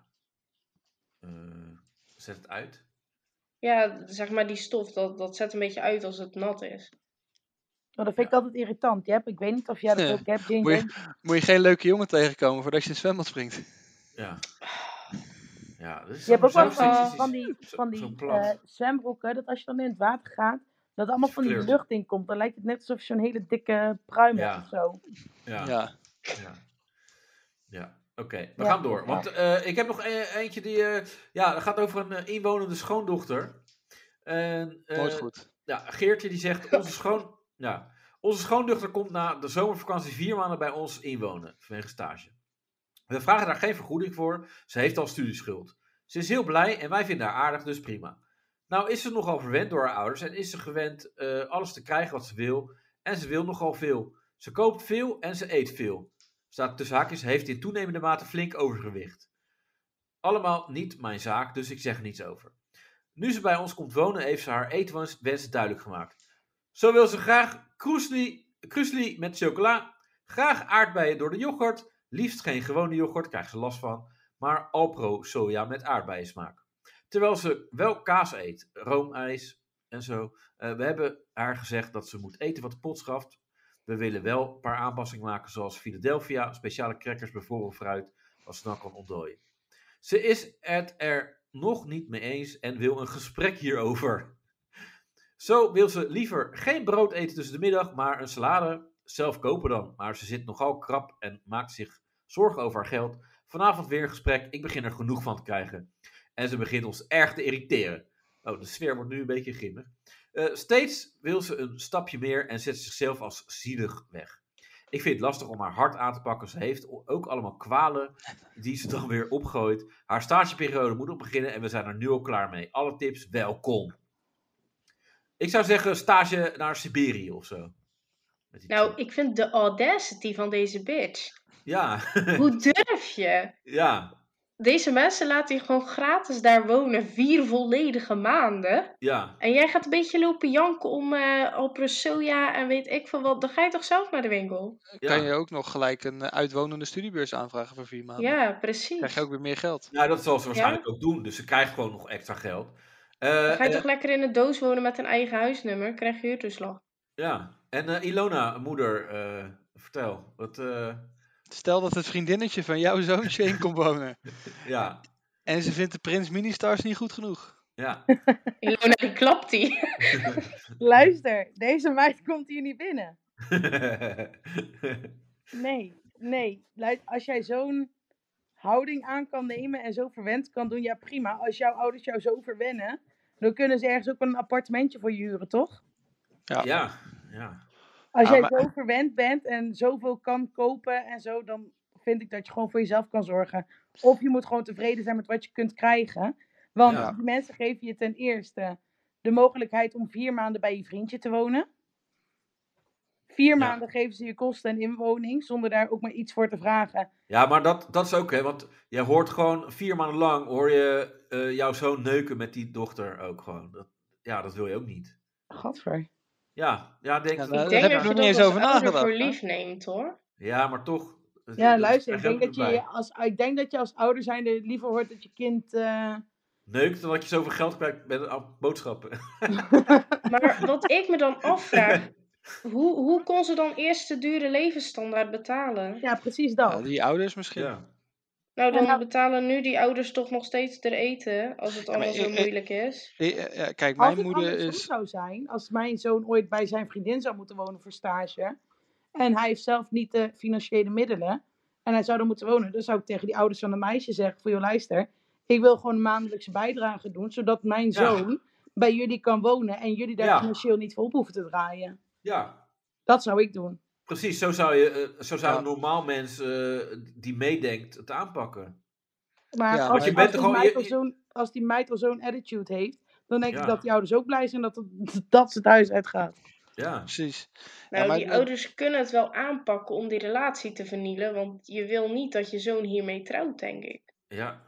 Eh, zet het uit. Ja, zeg maar die stof, dat, dat zet een beetje uit als het nat is. Maar dat vind ik altijd irritant. Jep, ik weet niet of jij dat Ja. ook hebt, Moet Ginger. je, moet je geen leuke jongen tegenkomen voordat je in het zwembad springt. Ja. Ja, dat is Je hebt ook zo wel van, seksistisch. van die, Zo- van zo die plat. eh, zwembroeken, dat als je dan in het water gaat, dat er allemaal van die Verkleurd. lucht in komt. Dan lijkt het net alsof je zo'n hele dikke pruim Ja. hebt of zo. Ja. Ja. Ja, ja. Oké, we Ja, gaan door. ja. Want eh, ik heb nog e- eentje die... eh, ja, dat gaat over een eh, inwonende schoondochter. En, eh, Nooit goed. Ja, Geertje die zegt... Onze, schoon, ja, onze schoondochter komt na de zomervakantie vier maanden bij ons inwonen. Vanwege stage. We vragen daar geen vergoeding voor. Ze heeft al studieschuld. Ze is heel blij en wij vinden haar aardig, dus prima. Nou is ze nogal verwend door haar ouders. En is ze gewend eh, alles te krijgen wat ze wil. En ze wil nogal veel. Ze koopt veel en ze eet veel. Staat tussen haakjes, heeft in toenemende mate flink overgewicht. Allemaal niet mijn zaak, dus ik zeg er niets over. Nu ze bij ons komt wonen, heeft ze haar eetwensen duidelijk gemaakt. Zo wil ze graag kroesli, kroesli met chocola, graag aardbeien door de yoghurt, liefst geen gewone yoghurt, krijgt ze last van, maar Alpro soja met aardbeiensmaak. Terwijl ze wel kaas eet, roomijs en zo. Uh, we hebben haar gezegd dat ze moet eten wat de pot schaft. We willen wel een paar aanpassingen maken, zoals Philadelphia, speciale crackers, bevroren fruit, als ze dan kan ontdooien. Ze is het er nog niet mee eens en wil een gesprek hierover. Zo wil ze liever geen brood eten tussen de middag, maar een salade zelf kopen dan. Maar ze zit nogal krap en maakt zich zorgen over haar geld. Vanavond weer een gesprek, ik begin er genoeg van te krijgen. En ze begint ons erg te irriteren. Oh, de sfeer wordt nu een beetje grimmig. Uh, steeds wil ze een stapje meer en zet zichzelf als zielig weg. Ik vind het lastig om haar hard aan te pakken. Ze heeft ook allemaal kwalen die ze dan weer opgooit. Haar stageperiode moet nog beginnen en we zijn er nu al klaar mee. Alle tips welkom. Ik zou zeggen stage naar Siberië of zo. Met die Nou, tip. ik vind de audacity van deze bitch. Ja. Hoe durf je? Ja. Deze mensen laten je gewoon gratis daar wonen. Vier volledige maanden. Ja. En jij gaat een beetje lopen janken om uh, Alpro soja en weet ik veel wat. Dan ga je toch zelf naar de winkel? Kan Ja. je ook nog gelijk een uh, uitwonende studiebeurs aanvragen voor vier maanden. Ja, Dan precies. krijg je ook weer meer geld. Nou, dat zal ze waarschijnlijk ook doen. Dus ze krijgt gewoon nog extra geld. Uh, Dan ga je uh, toch lekker in een doos wonen met een eigen huisnummer. Krijg je huurtoeslag. Ja. En uh, Ilona, moeder, uh, vertel. Wat, uh... Stel dat het vriendinnetje van jouw zoontje in komt wonen. Ja. En ze vindt de Prins Ministars niet goed genoeg. Ja. Ilona, die klapt die. Luister, deze meid komt hier niet binnen. Nee, nee. Luister, als jij zo'n houding aan kan nemen en zo verwend kan doen, ja prima. Als jouw ouders jou zo verwennen, dan kunnen ze ergens ook wel een appartementje voor je huren, toch? Ja. Ja. Ja. Als Ja, jij maar- zo verwend bent en zoveel kan kopen en zo, dan vind ik dat je gewoon voor jezelf kan zorgen. Of je moet gewoon tevreden zijn met wat je kunt krijgen. Want Ja. die mensen geven je ten eerste de mogelijkheid om vier maanden bij je vriendje te wonen. Vier Ja. maanden geven ze je kosten en inwoning, zonder daar ook maar iets voor te vragen. Ja, maar dat, dat is ook, hè. Want je hoort gewoon vier maanden lang, hoor je uh, jouw zoon neuken met die dochter ook gewoon. Dat, ja, dat wil je ook niet. Gadver. Ja, ja, denk Ja, ik. nou, Ik daar denk heb dat ik je nog niet dat eens als over ouder nagedacht, voor hè? lief neemt, hoor. Ja, maar toch. dat- Ja, dat luister, ik krijg denk, je ook dat je, erbij. als, ik denk dat je als ouder zijnde liever hoort dat je kind... eh, Neukt dan dat je zoveel geld krijgt bij de boodschappen. Maar wat ik me dan afvraag, hoe, hoe kon ze dan eerst de dure levensstandaard betalen? Ja, precies dat. Ja, die ouders misschien. Ja. Nou, dan Ja, nou- betalen nu die ouders toch nog steeds er eten, als het maar allemaal zo ik- ik- moeilijk is. Die, eh, ja, kijk, Als mijn het moeder andersom is... zou zijn, als mijn zoon ooit bij zijn vriendin zou moeten wonen voor stage, en hij heeft zelf niet de financiële middelen, en hij zou er moeten wonen, dan zou ik tegen die ouders van een meisje zeggen, voor joh, luister, ik wil gewoon een maandelijkse bijdrage doen, zodat mijn Ja. zoon bij jullie kan wonen, en jullie daar Ja. financieel niet voor op hoeven te draaien. Ja, Dat zou ik doen. precies. Zo zou, je, uh, zo zou Ja. een normaal mens uh, die meedenkt het aanpakken. Maar Ja, als, want je als, bent die er gewoon- meid je- al zo'n, als die meid al zo'n attitude heeft, dan denk Ja. ik dat die ouders ook blij zijn dat, het, dat ze het huis uitgaat. Ja. Precies. Nou, Ja, maar die dat- ouders kunnen het wel aanpakken om die relatie te vernielen, want je wil niet dat je zoon hiermee trouwt, denk ik. Ja.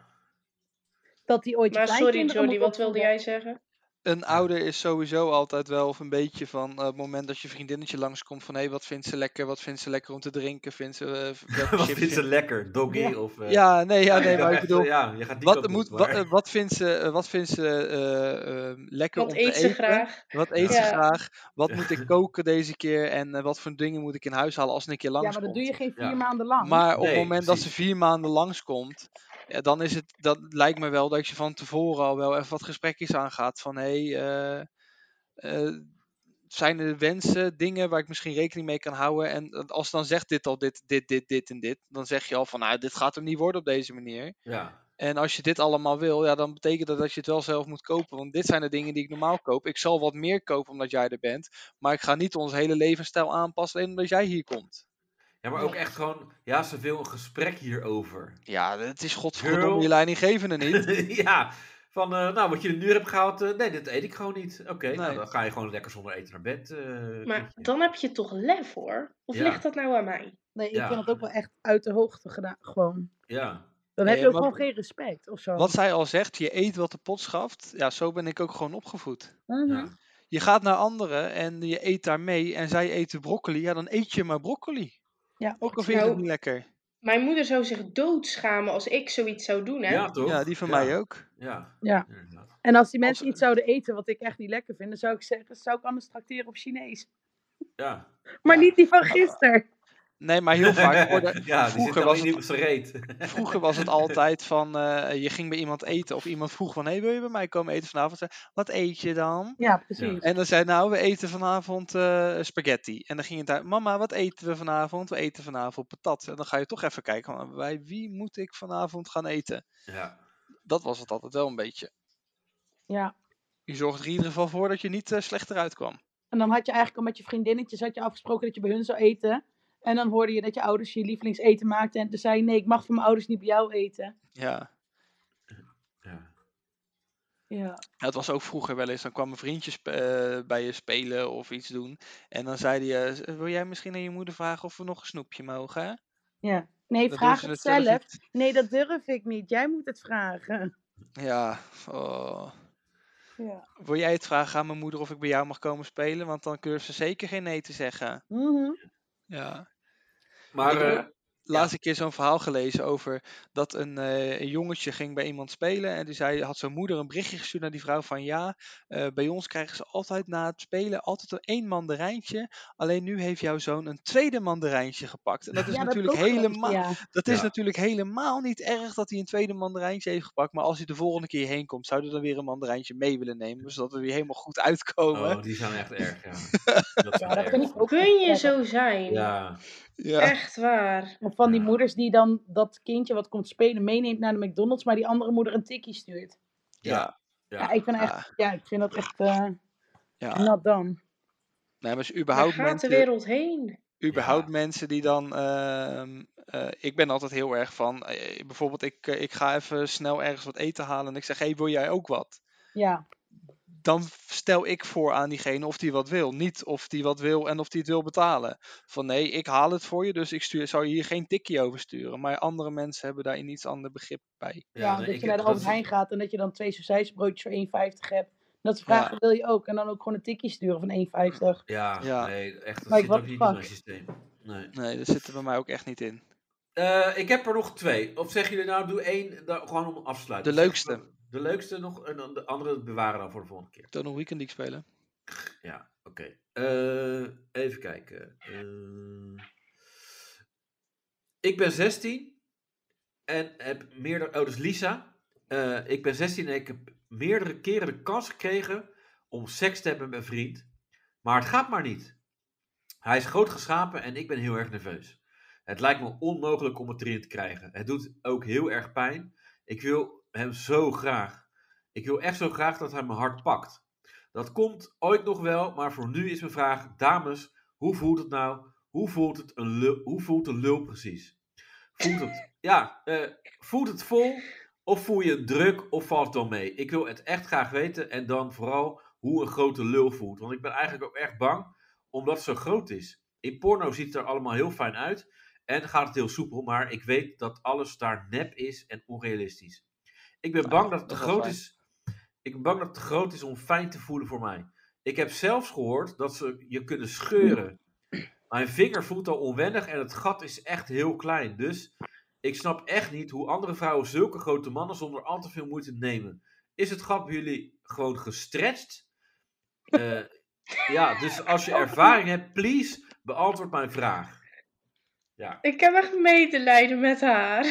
Dat die ooit je Maar sorry kleinkinderen Jody, moet wat wilde opvoeden. jij zeggen? Een ouder is sowieso altijd wel een beetje van uh, het moment dat je vriendinnetje langskomt van hé, hey, wat vindt ze lekker, wat vindt ze lekker om te drinken, vindt ze, uh, welke Wat chips vindt ze lekker? Doggy? Ja. Of, uh, Ja, nee, ja, nee, je maar gaat ik echt, bedoel, uh, ja, je gaat die wat, kant op, moet, maar- wat, uh, wat vindt ze, uh, wat vindt ze uh, uh, lekker Wat om eet te ze eten? graag? Wat eet Ja. ze graag? Wat Ja. moet ik koken deze keer? En uh, wat voor dingen moet ik in huis halen als ze een keer Ja, langskomt? maar dat doe je geen vier Ja. maanden lang. Maar op Nee, het moment dat precies. ze vier maanden langskomt, ja, dan is het, dat lijkt me wel dat je van tevoren al wel even wat gesprekjes aangaat. Van hé, hey, uh, uh, zijn er wensen, dingen waar ik misschien rekening mee kan houden? En als ze dan zegt dit al, dit, dit, dit, dit en dit, dan zeg je al van nou, dit gaat hem niet worden op deze manier. Ja. En als je dit allemaal wil, ja, dan betekent dat dat je het wel zelf moet kopen. Want dit zijn de dingen die ik normaal koop. Ik zal wat meer kopen omdat jij er bent. Maar ik ga niet ons hele levensstijl aanpassen alleen omdat jij hier komt. Ja, maar ook echt gewoon, ja, ze wil een gesprek hierover. Ja, het is godverdomme Girl. je leidinggevende niet. Ja, van, uh, nou, wat je er nu hebt gehaald, uh, nee, dit eet ik gewoon niet. Oké, okay, Nee. nou, dan ga je gewoon lekker zonder eten naar bed. Uh, Maar kindje. dan heb je toch lef, hoor? Of Ja. ligt dat nou aan mij? Nee, ik Ja. vind het ook wel echt uit de hoogte gedaan. Gewoon. Ja, Dan Nee, heb je ook wat- gewoon geen respect of zo. Wat zij al zegt, je eet wat de pot schaft. Ja, zo ben ik ook gewoon opgevoed. Mhm. Ja. Je gaat naar anderen en je eet daar mee en zij eten broccoli. Ja, dan eet je maar broccoli. Ja. Ook al vind je het Nou, niet lekker. Mijn moeder zou zich doodschamen als ik zoiets zou doen, hè? Ja, toch? Ja, die van Ja. mij ook. Ja, Ja. inderdaad. En als die Als- mensen iets zouden eten wat ik echt niet lekker vind, dan zou ik zeggen, zou ik anders trakteren op Chinees. Ja. Maar Ja. niet die van gisteren. Nee, maar heel vaak. Worden, ja, die zit vroeger, dan was niet het, op zijn reet. vroeger was het altijd van, eh, je ging bij iemand eten of iemand vroeg van, hey, wil je bij mij komen eten vanavond? Zei, wat eet je dan? Ja, precies. En dan zei nou, we eten vanavond eh, spaghetti. En dan ging het uit, mama, wat eten we vanavond? We eten vanavond patat. En dan ga je toch even kijken, van, bij wie moet ik vanavond gaan eten? Ja. Dat was het altijd wel een beetje. Ja. Je zorgt er in ieder geval voor dat je niet uh, slecht eruit kwam. En dan had je eigenlijk al met je vriendinnetjes had je afgesproken dat je bij hun zou eten. En dan hoorde je dat je ouders je lievelingseten maakten. En toen zei je, nee, ik mag van mijn ouders niet bij jou eten. Ja. Ja. Ja. Ja, het was ook vroeger wel eens, dan kwam een vriendje sp- eh, bij je spelen of iets doen. En dan zei hij, eh, wil jij misschien aan je moeder vragen of we nog een snoepje mogen? Hè? Ja. Nee, Dan vraag doen het ze het zelf zelf. niet. Nee, dat durf ik niet. Jij moet het vragen. Ja, oh. Ja. Wil jij het vragen aan mijn moeder of ik bij jou mag komen spelen? Want dan durft ze zeker geen nee te zeggen. Mhm. Ja. Maar, Ik heb eh, laatst een keer zo'n verhaal gelezen over dat een, eh, een jongetje ging bij iemand spelen. En die zei, had zijn moeder een berichtje gestuurd naar die vrouw van ja, eh, bij ons krijgen ze altijd na het spelen altijd een één mandarijntje. Alleen nu heeft jouw zoon een tweede mandarijntje gepakt. En dat is Ja, dat heb natuurlijk ik ook gelezen, helemaal... ja. Dat is Ja. natuurlijk helemaal niet erg dat hij een tweede mandarijntje heeft gepakt. Maar als hij de volgende keer heen komt, zou hij dan weer een mandarijntje mee willen nemen. Zodat we weer helemaal goed uitkomen. oh, die zijn echt erg, ja. Dat is Ja, wel dat erg. vind ik ook Kun echt je erg. zo zijn? Ja. Ja. Echt waar. Of van die Ja. moeders die dan dat kindje wat komt spelen meeneemt naar de McDonald's, maar die andere moeder een tikkie stuurt. Ja. Ja. Ja, ik vind, echt, Ja. ja, ik vind dat echt eh Ja. not done. Nee, maar is Waar überhaupt gaat de mensen... wereld heen? überhaupt Ja. mensen die dan. ehm, eh, ik ben altijd heel erg van. eh, bijvoorbeeld, ik, eh, ik ga even snel ergens wat eten halen. En ik zeg: hey, wil jij ook wat? Ja, Dan stel ik voor aan diegene of die wat wil. Niet of die wat wil en of die het wil betalen. Van nee, ik haal het voor je. Dus ik stuur, zou je hier geen tikkie over sturen. Maar andere mensen hebben daar een iets ander begrip bij. ja, nee, dat ik- je naar de dat Albert is- Heijn gaat en dat je dan twee sausijsbroodjes voor één vijftig hebt. Dat ze vragen, wil je ook? En dan ook gewoon een tikkie sturen van één vijftig. Ja, Ja. nee, echt, dat Maar zit what ook the niet in fuck? mijn systeem. Nee. Nee, dat zit er bij mij ook echt niet in. Eh, ik heb er nog twee. Of zeggen jullie nou, doe één, dan, gewoon om af te sluiten. De Zeg leukste. maar, De leukste nog, en dan de andere bewaren dan voor de volgende keer. Toen nog Weekend League spelen. Ja, oké. Eh, even kijken. Eh, ik ben zestien en heb meerdere... Oh, dus Lisa. Eh, ik ben zestien en ik heb meerdere keren de kans gekregen om seks te hebben met mijn vriend. Maar het gaat maar niet. Hij is groot geschapen en ik ben heel erg nerveus. Het lijkt me onmogelijk om het erin te krijgen. Het doet ook heel erg pijn. Ik wil hem zo graag. Ik wil echt zo graag dat hij mijn hart pakt. Dat komt ooit nog wel, maar voor nu is mijn vraag: dames, hoe voelt het nou? Hoe voelt het een lul, hoe voelt een lul precies? Voelt het, ja, eh, voelt het vol of voel je het druk of valt het wel mee? Ik wil het echt graag weten en dan vooral hoe een grote lul voelt. Want ik ben eigenlijk ook echt bang omdat het zo groot is. In porno ziet het er allemaal heel fijn uit en gaat het heel soepel, maar ik weet dat alles daar nep is en onrealistisch. Ik ben bang dat het te dat is wel groot fijn. is. Ik ben bang dat het te groot is om fijn te voelen voor mij. Ik heb zelfs gehoord dat ze je kunnen scheuren. Mijn vinger voelt al onwennig en het gat is echt heel klein. Dus ik snap echt niet hoe andere vrouwen zulke grote mannen zonder al te veel moeite nemen. Is het gat bij jullie gewoon gestretched? Eh, ja, dus als je ervaring hebt, please beantwoord mijn vraag. Ja. Ik heb echt medelijden met haar.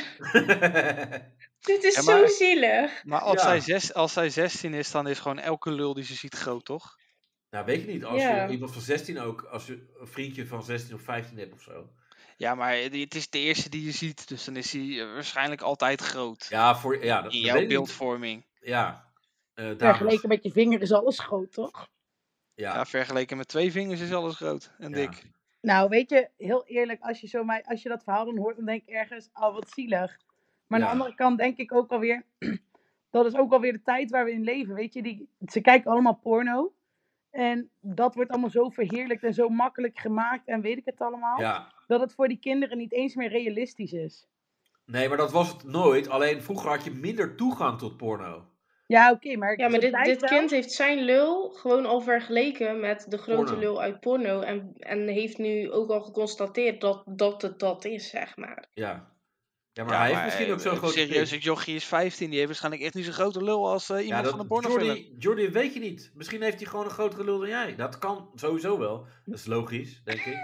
Dit is Ja, zo maar- zielig. Maar als, Ja. zij zes, als zij zestien is, dan is gewoon elke lul die ze ziet groot, toch? Nou, weet je niet. Als Ja. je iemand van zestien ook, als je een vriendje van zestien of vijftien hebt of zo. Ja, maar die- het is de eerste die je ziet. Dus dan is hij eh, waarschijnlijk altijd groot. Ja, voor, ja dat, In dat jouw weet ik niet. beeldvorming. Ja. eh dames. Vergeleken met je vinger is alles groot, toch? Ja. Ja. vergeleken met twee vingers is alles groot en Ja. dik. Nou, weet je, heel eerlijk, als je, zo mij, als je dat verhaal dan hoort, dan denk ik ergens, oh wat zielig. Maar aan Ja. de andere kant denk ik ook alweer, dat is ook alweer de tijd waar we in leven, weet je. Die, ze kijken allemaal porno. En dat wordt allemaal zo verheerlijkt en zo makkelijk gemaakt en weet ik het allemaal. Ja. Dat het voor die kinderen niet eens meer realistisch is. Nee, maar dat was het nooit. Alleen vroeger had je minder toegang tot porno. Ja, oké, maar... Ja, maar het dit, lijkt dit wel- kind heeft zijn lul gewoon al vergeleken met de grote Porno. lul uit porno. En, en heeft nu ook al geconstateerd dat, dat het dat is, zeg maar. Ja. Ja, maar Ja, hij heeft maar, misschien ook eh, zo'n grote serieus, pik. het jochie is vijftien. Die heeft waarschijnlijk echt niet zo'n grote lul als eh, iemand Ja, van een dat, pornofilm. Jordi, Jordi weet je niet. Misschien heeft hij gewoon een grotere lul dan jij. Dat kan sowieso wel. Dat is logisch, denk ik.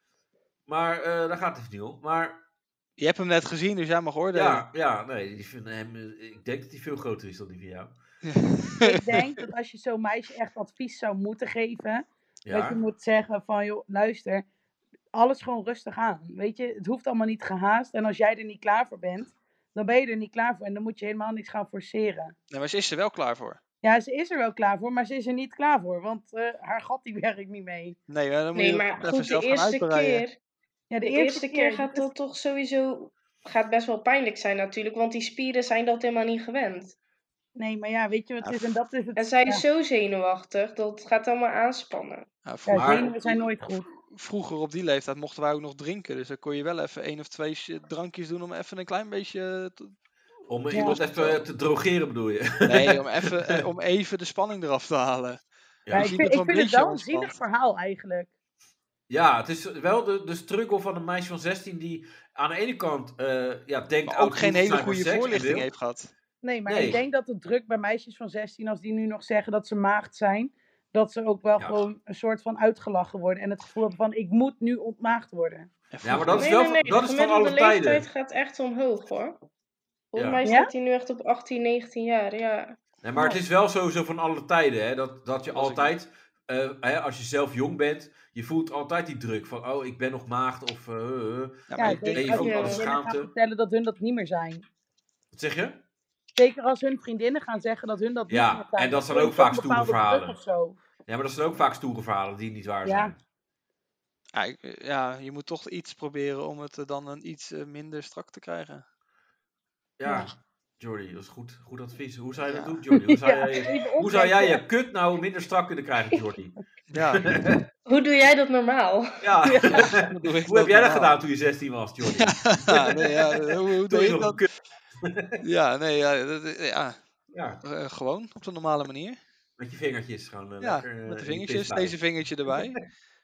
Maar eh, daar gaat het niet om. Maar Je hebt hem net gezien, dus jij mag oordelen. ja, ja nee, die vinden hem, eh, ik denk dat hij veel groter is dan die van jou. Ik denk dat als je zo'n meisje echt advies zou moeten geven, dat Ja, je moet zeggen van, joh, luister, alles gewoon rustig aan. Weet je, het hoeft allemaal niet gehaast. En als jij er niet klaar voor bent, dan ben je er niet klaar voor. En dan moet je helemaal niks gaan forceren. Nee, maar ze is er wel klaar voor. Ja, ze is er wel klaar voor, maar ze is er niet klaar voor. Want eh, haar gat die werkt niet mee. Nee, maar dan moet Nee, je maar even goed, de zelf gaan eerste uitbreiden. keer, Ja, de eerste keer gaat dat dat toch sowieso gaat best wel pijnlijk zijn natuurlijk. Want die spieren zijn dat helemaal niet gewend. Nee, maar ja, weet je wat het is? En dat is het. En zij ja. is zo zenuwachtig, dat het gaat allemaal aanspannen. Ja, Ja, vroeger, Maar- zenuwen zijn nooit goed. vroeger op die leeftijd mochten wij ook nog drinken. Dus dan kon je wel even één of twee sh- drankjes doen om even een klein beetje... te- om Ja. iemand even te drogeren bedoel je. Nee, om even, eh, om even de spanning eraf te halen. Ja, Ja, ik zie vind, het ik wel vind een het beetje wel een ontspant. zielig verhaal eigenlijk. ja, het is wel de, de struggle van een meisje van zestien die aan de ene kant eh, ja, denkt Maar oud ook geen genoeg te hele zijn voor goede seks en voorlichting wil. heeft gehad. Nee, maar Nee. ik denk dat de druk bij meisjes van zestien, als die nu nog zeggen dat ze maagd zijn, dat ze ook wel Ja. gewoon een soort van uitgelachen worden. En het gevoel hebben van, ik moet nu ontmaagd worden. En Ja, maar vroeger- dat is Nee, wel nee, van- nee, dat de is van gemiddelde alle tijden. leeftijd gaat echt omhoog, hoor. Volgens Ja. mij Ja? staat hij nu echt op achttien, negentien jaar, ja. Nee, maar het is wel sowieso van alle tijden, hè, dat, dat je Was ik altijd, eh, hè, als je zelf jong bent, je voelt altijd die druk van, oh, ik ben nog maagd, of, eh, eh, eh. Ja, Ja, maar ik zeker denk je als voelt je alle Ja. vriendinnen gaan schaamte. vertellen dat hun dat niet meer zijn. Wat zeg je? Zeker als hun vriendinnen gaan zeggen dat hun dat niet Ja, meer zijn. en dat zijn voel ook je toch vaak een stoere bepaalde druk verhalen. of zo. Ja, maar dat zijn ook vaak stoere verhalen die niet waar Ja. zijn. Ja, ik- ja, je moet toch iets proberen om het eh, dan een iets eh, minder strak te krijgen. Ja, Ja. Jordi, dat is goed, goed advies. Hoe zou je dat Ja. doen, Jordi? Hoe zou, Ja, jij, even hoe zou jij opletten. je kut nou minder strak kunnen krijgen, Jordi? Ja, Hoe doe jij dat normaal? Ja. doe ik Hoe heb dat jij dat normaal. gedaan toen je zestien was, Jordi? ja, nee, ja, hoe, hoe Toen deed je ik nog dat? een kut... Ja, nee, ja, dat- ja Ja, eh, gewoon op de normale manier. met je vingertjes gewoon. eh, Ja, lekker, eh, met de in die vingertjes, pisbuis. deze vingertje erbij.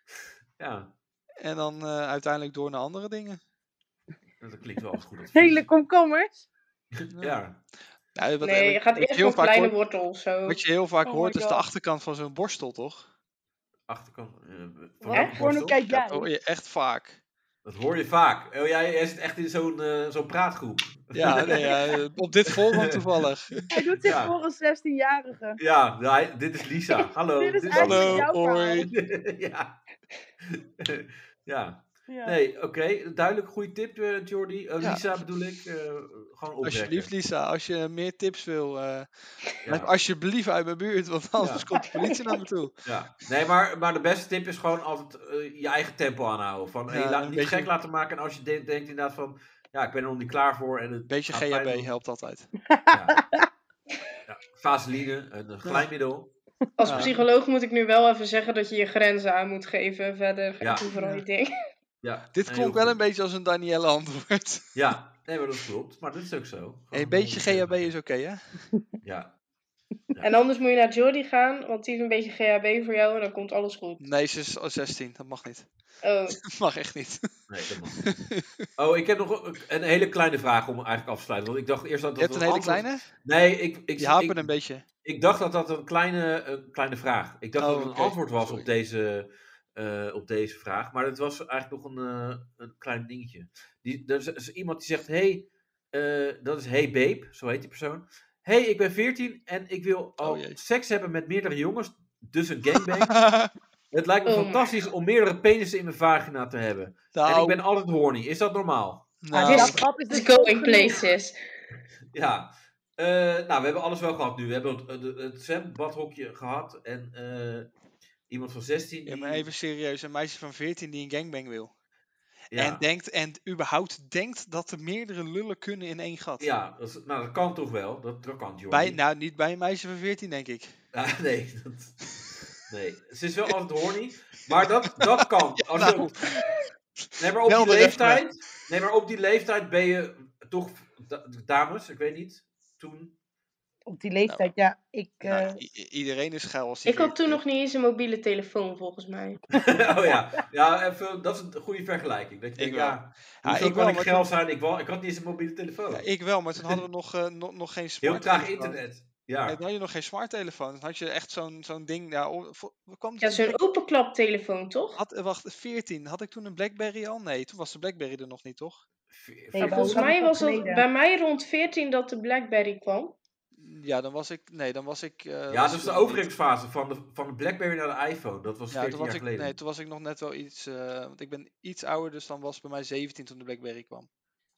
Ja, En dan eh, uiteindelijk door naar andere dingen. dat klinkt wel als goed advies. Hele komkommers. Ja, Ja, wat, Nee, je wat- gaat wat je eerst heel voor een vaak kleine hoort- wortel of zo. Wat je heel vaak Oh hoort my is de God. achterkant van zo'n borstel, toch? achterkant. eh, van Wat? welke Porno borstel? kijk Ja, jij. dat hoor je echt vaak. Dat hoor je vaak. Oh, jij, jij zit echt in zo'n eh, zo'n praatgroep. Ja, nee, ja, eh, op dit forum toevallig. Hij doet zich Ja. voor een zestienjarige. Ja, hij- dit is Lisa. Hallo. Dit is dit eigenlijk Hallo, jouw hoi. ja. ja. Ja. Nee, oké. Duidelijk, goede tip, eh, Jordi. Eh, Ja. Lisa bedoel ik. eh, gewoon opwekken. Alsjeblieft, Lisa, als je meer tips wil, eh blijf Ja. alsjeblieft uit mijn buurt, want anders Ja. komt de politie naar me toe. Ja. Nee, maar, maar de beste tip is gewoon altijd eh, je eigen tempo aanhouden. Van, hey, Ja, laat een niet beetje- gek laten maken. En als je denkt, denkt inderdaad van, ja, ik ben er nog niet klaar voor. En het Beetje gaat G H pijn B doen. helpt altijd. Ja. Ja. Vaseline, een eh, glijmiddel. Als Ja. psycholoog moet ik nu wel even zeggen dat je je grenzen aan moet geven. Verder Ja. doe vooral je ding. Ja. Dit nee, klonk heel wel goed. een beetje als een Danielle antwoord. Ja, nee, maar dat klopt. Maar dat is ook zo. Gewoon Een beetje gewoon, G H B is oké, hè? Ja. En anders moet je naar Jordi gaan, want die is een beetje G H B voor jou en dan komt alles goed. Nee, ze is al zestien, dat mag niet. Oh, Dat mag echt niet. Nee, dat mag niet. Oh, ik heb nog een, een hele kleine vraag om eigenlijk af te sluiten. Want ik dacht eerst dat Je dat hebt een hele antwoord- kleine? Nee, ik, ik, Je hapert ik, een beetje. ik dacht dat dat een kleine, een kleine vraag. Ik dacht Oh, dat het een oké. antwoord was Sorry. op deze, eh, op deze vraag. Maar het was eigenlijk nog een, eh, een klein dingetje. Die, er is, er is iemand die zegt: Hey, eh, dat is Hey Babe, zo heet die persoon. Hey, ik ben veertien en ik wil al Oh, jee. seks hebben met meerdere jongens. Dus een gangbang. Het lijkt me Oh my fantastisch om meerdere penissen in mijn vagina te hebben. En nou, ik ben altijd horny. Is dat normaal? nou, dat grap is it's dus going ook genoeg. places. Ja. Eh, nou, we hebben alles wel gehad nu. We hebben het, het, het zwembadhokje gehad. En eh, iemand van zestien. ja, Die, maar even serieus. Een meisje van veertien die een gangbang wil. ja, En denkt, en überhaupt denkt dat er meerdere lullen kunnen in één gat. ja dat, is- nou, dat kan toch wel. Dat, dat kan, Jordi. Bij, nou, niet bij een meisje van veertien, denk ik. Ja, nee, dat, nee. Ze is wel altijd horny. Maar dat, dat kan. Als nou. je, nee, maar op Meld die er even leeftijd. Nee, maar op die leeftijd ben je toch, da- dames, ik weet niet, toen... Op die leeftijd, ja. Ik, Nou, eh, i- i- iedereen is geil als die Ik had toen veertien nog niet eens een mobiele telefoon, volgens mij. oh ja, ja even, dat is een goede vergelijking. Dat je denkt, wel. ja, Ja, hoezo ik kan wel, ik maar geil toen- zijn? Ik, wa- ik had niet eens een mobiele is. telefoon. Ja, ik wel, maar toen hadden we nog, eh, nog, nog geen Heel smarttelefoon. traag internet. Ja. Nee, toen had je nog geen smarttelefoon. Dan had je echt zo'n zo'n ding. Ja, oh, vo- kwam Ja, die zo'n Black- openklaptelefoon, toch? had, eh, wacht, veertien. Had ik toen een Blackberry al? Nee, toen was de Blackberry er nog niet, toch? V- Nee, Maar maar volgens hoe lang mij is was dat het geleden? bij mij rond veertien dat de Blackberry kwam. Ja, dan was ik. Nee, dan was ik. eh, ja, was dat ik is de nog niet. overgangsfase van de, van de Blackberry naar de iPhone. Dat was Ja, veertien toen was jaar ik. geleden. Nee, toen was ik nog net wel iets. eh, want ik ben iets ouder, dus dan was het bij mij zeventien toen de Blackberry kwam.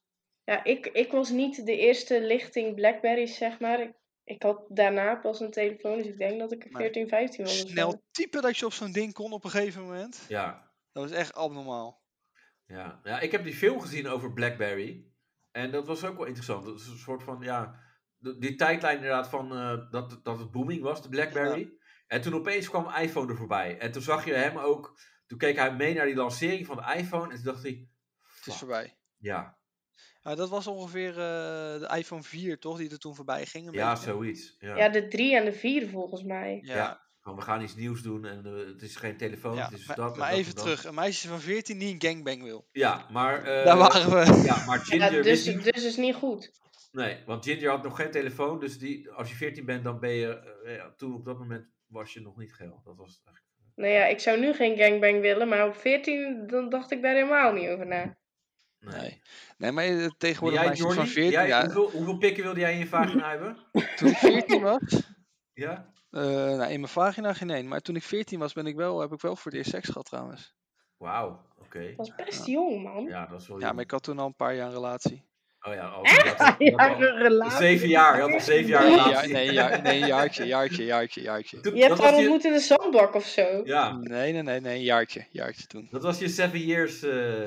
Ja, ik, ik was niet de eerste lichting Blackberries, zeg maar. Ik, ik had daarna pas een telefoon, dus ik denk dat ik Nee. veertien, vijftien was of zo. Snel typen dat je op zo'n ding kon op een gegeven moment. Ja, Dat was echt abnormaal. ja. ja, ik heb die film gezien over Blackberry. En dat was ook wel interessant. Dat is een soort van, ja... de- Die tijdlijn inderdaad van eh, dat, dat het booming was, de Blackberry. En toen opeens kwam iPhone er voorbij. En toen zag je hem ook... Toen keek hij mee naar die lancering van de iPhone. En toen dacht hij... Het is fuck, voorbij. Ja, Ja, dat was ongeveer eh, de iPhone vier, toch? Die er toen voorbij ging. Een ja, beetje. zoiets. Ja, Ja, de drie en de vier volgens mij. Ja. Ja. Van, we gaan iets nieuws doen en eh, het is geen telefoon, Ja, het is maar, dat en maar dat even en dat. terug. Een meisje van veertien die een gangbang wil. Ja, maar... eh, Daar waren we. Ja, maar Ginger Ja, wist dus, niet... dus is niet goed. Nee, want Ginger had nog geen telefoon, dus die, als je veertien bent, dan ben je... eh, ja, toen op dat moment was je nog niet geil. Dat was het eigenlijk. Nou ja, ik zou nu geen gangbang willen, maar op veertien dan dacht ik daar helemaal niet over na. Nee. Nee. Nee, maar eh, En tegenwoordig jij, meisjes van Jordi, veertien. jij, Ja, hoeveel, hoeveel pikken wilde jij in je vagina hebben? toen ik veertien was. Ja? eh, nou, in mijn vagina geen één. Maar toen ik veertien was, ben ik wel, heb ik wel voor het eerst seks gehad trouwens. Wauw, oké. Dat was best Ja. jong, man. Ja, dat is wel Ja, jong. maar ik had toen al een paar jaar een relatie. Oh ja, al, dat, dat, ja, al- een relatie. zeven jaar, je had al zeven jaar Nee, ja, relatie. nee, ja, nee, een jaartje, jaartje, jaartje, jaartje. Toen- Je hebt dat, haar was je, ontmoet in de zandbak of zo. ja, Nee, nee, nee, nee, een jaartje, jaartje toen. dat was je seven years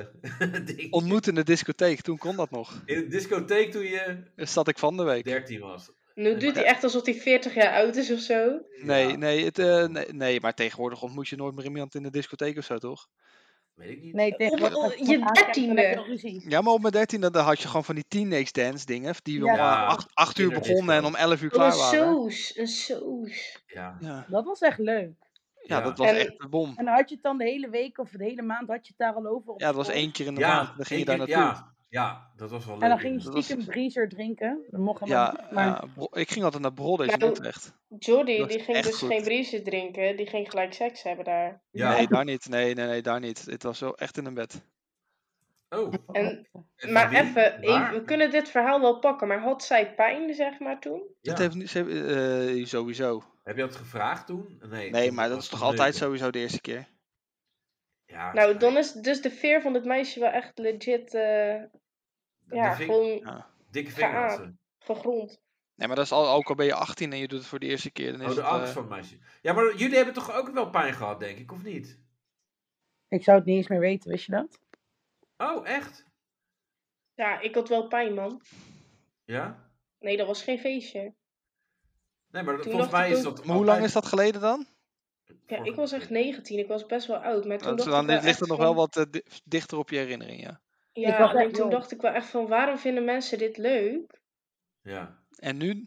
eh ding. Ontmoet in de discotheek, toen kon dat nog. In de discotheek toen je Dus zat ik van de week. dertien was. Nu doet hij echt alsof hij veertig jaar oud is of zo. Nee, Ja, nee, het, eh, nee, nee, maar tegenwoordig ontmoet je nooit meer iemand in de discotheek of zo, toch? weet ik niet. Nee, tegenwoordig Op- als op je je iemand aankijkt, dan heb je dertiende. al ruzie. Ja, maar op mijn dertiende dan had je gewoon van die teenage dance dingen. Die om Ja. Ja, eh, acht, acht uur kinderdisco. begonnen en om elf uur Oh, een klaar waren. soos. Een soos. Ja. Ja, Dat was echt leuk. ja, Ja. dat was En- echt een bom. En dan had je het dan de hele week of de hele maand had je het daar al over op Ja, dat was school. één keer in de Ja, maand. Dan ging je één daar keer- naartoe. ja, ja, dat was wel leuk. En dan ging je inderdaad. Dat was- stiekem breezer drinken. Dat mocht helemaal Ja, niet, maar ja, bro- ik ging altijd naar Brodders in Nou, Utrecht. Jordi, Dat die is ging echt dus goed. geen briesje drinken. Die ging gelijk seks hebben daar. Ja. Nee, daar niet. Nee, nee, nee, daar niet. Het was wel echt in een bed. Oh, En, en maar van wie? even, even, Waar? we kunnen dit verhaal wel pakken. Maar had zij pijn, zeg maar, toen? Ja. Het heeft nu, ze heeft- eh, sowieso. Heb je dat gevraagd toen? Nee, Nee, toen maar dat was is het toch altijd neuken. sowieso de eerste keer? Ja, Nou, dan is dus de veer van dit meisje wel echt legit, eh, de ja, ving- gewoon Ja. dikke vinger had ze. gegrond. Nee, maar dat is al, ook al ben je achttien en je doet het voor de eerste keer. Dan is Oh, de het, angst eh, van het meisje. Ja, maar jullie hebben toch ook wel pijn gehad, denk ik, of niet? ik zou het niet eens meer weten, wist je dat? Oh, echt? Ja, ik had wel pijn, man. Ja? Nee, dat was geen feestje. Nee, maar dat- Toen volgens dacht mij ik is ook- dat Maar hoe lang is dat geleden dan? Ja, ik was echt negentien. Ik was best wel oud. Maar toen Want dacht dan ik wel ligt echt het nog van- wel wat eh, di- dichter op je herinnering, ja. Ik Ja, was alleen echt toen jong. dacht ik wel echt van, waarom vinden mensen dit leuk? Ja. En nu?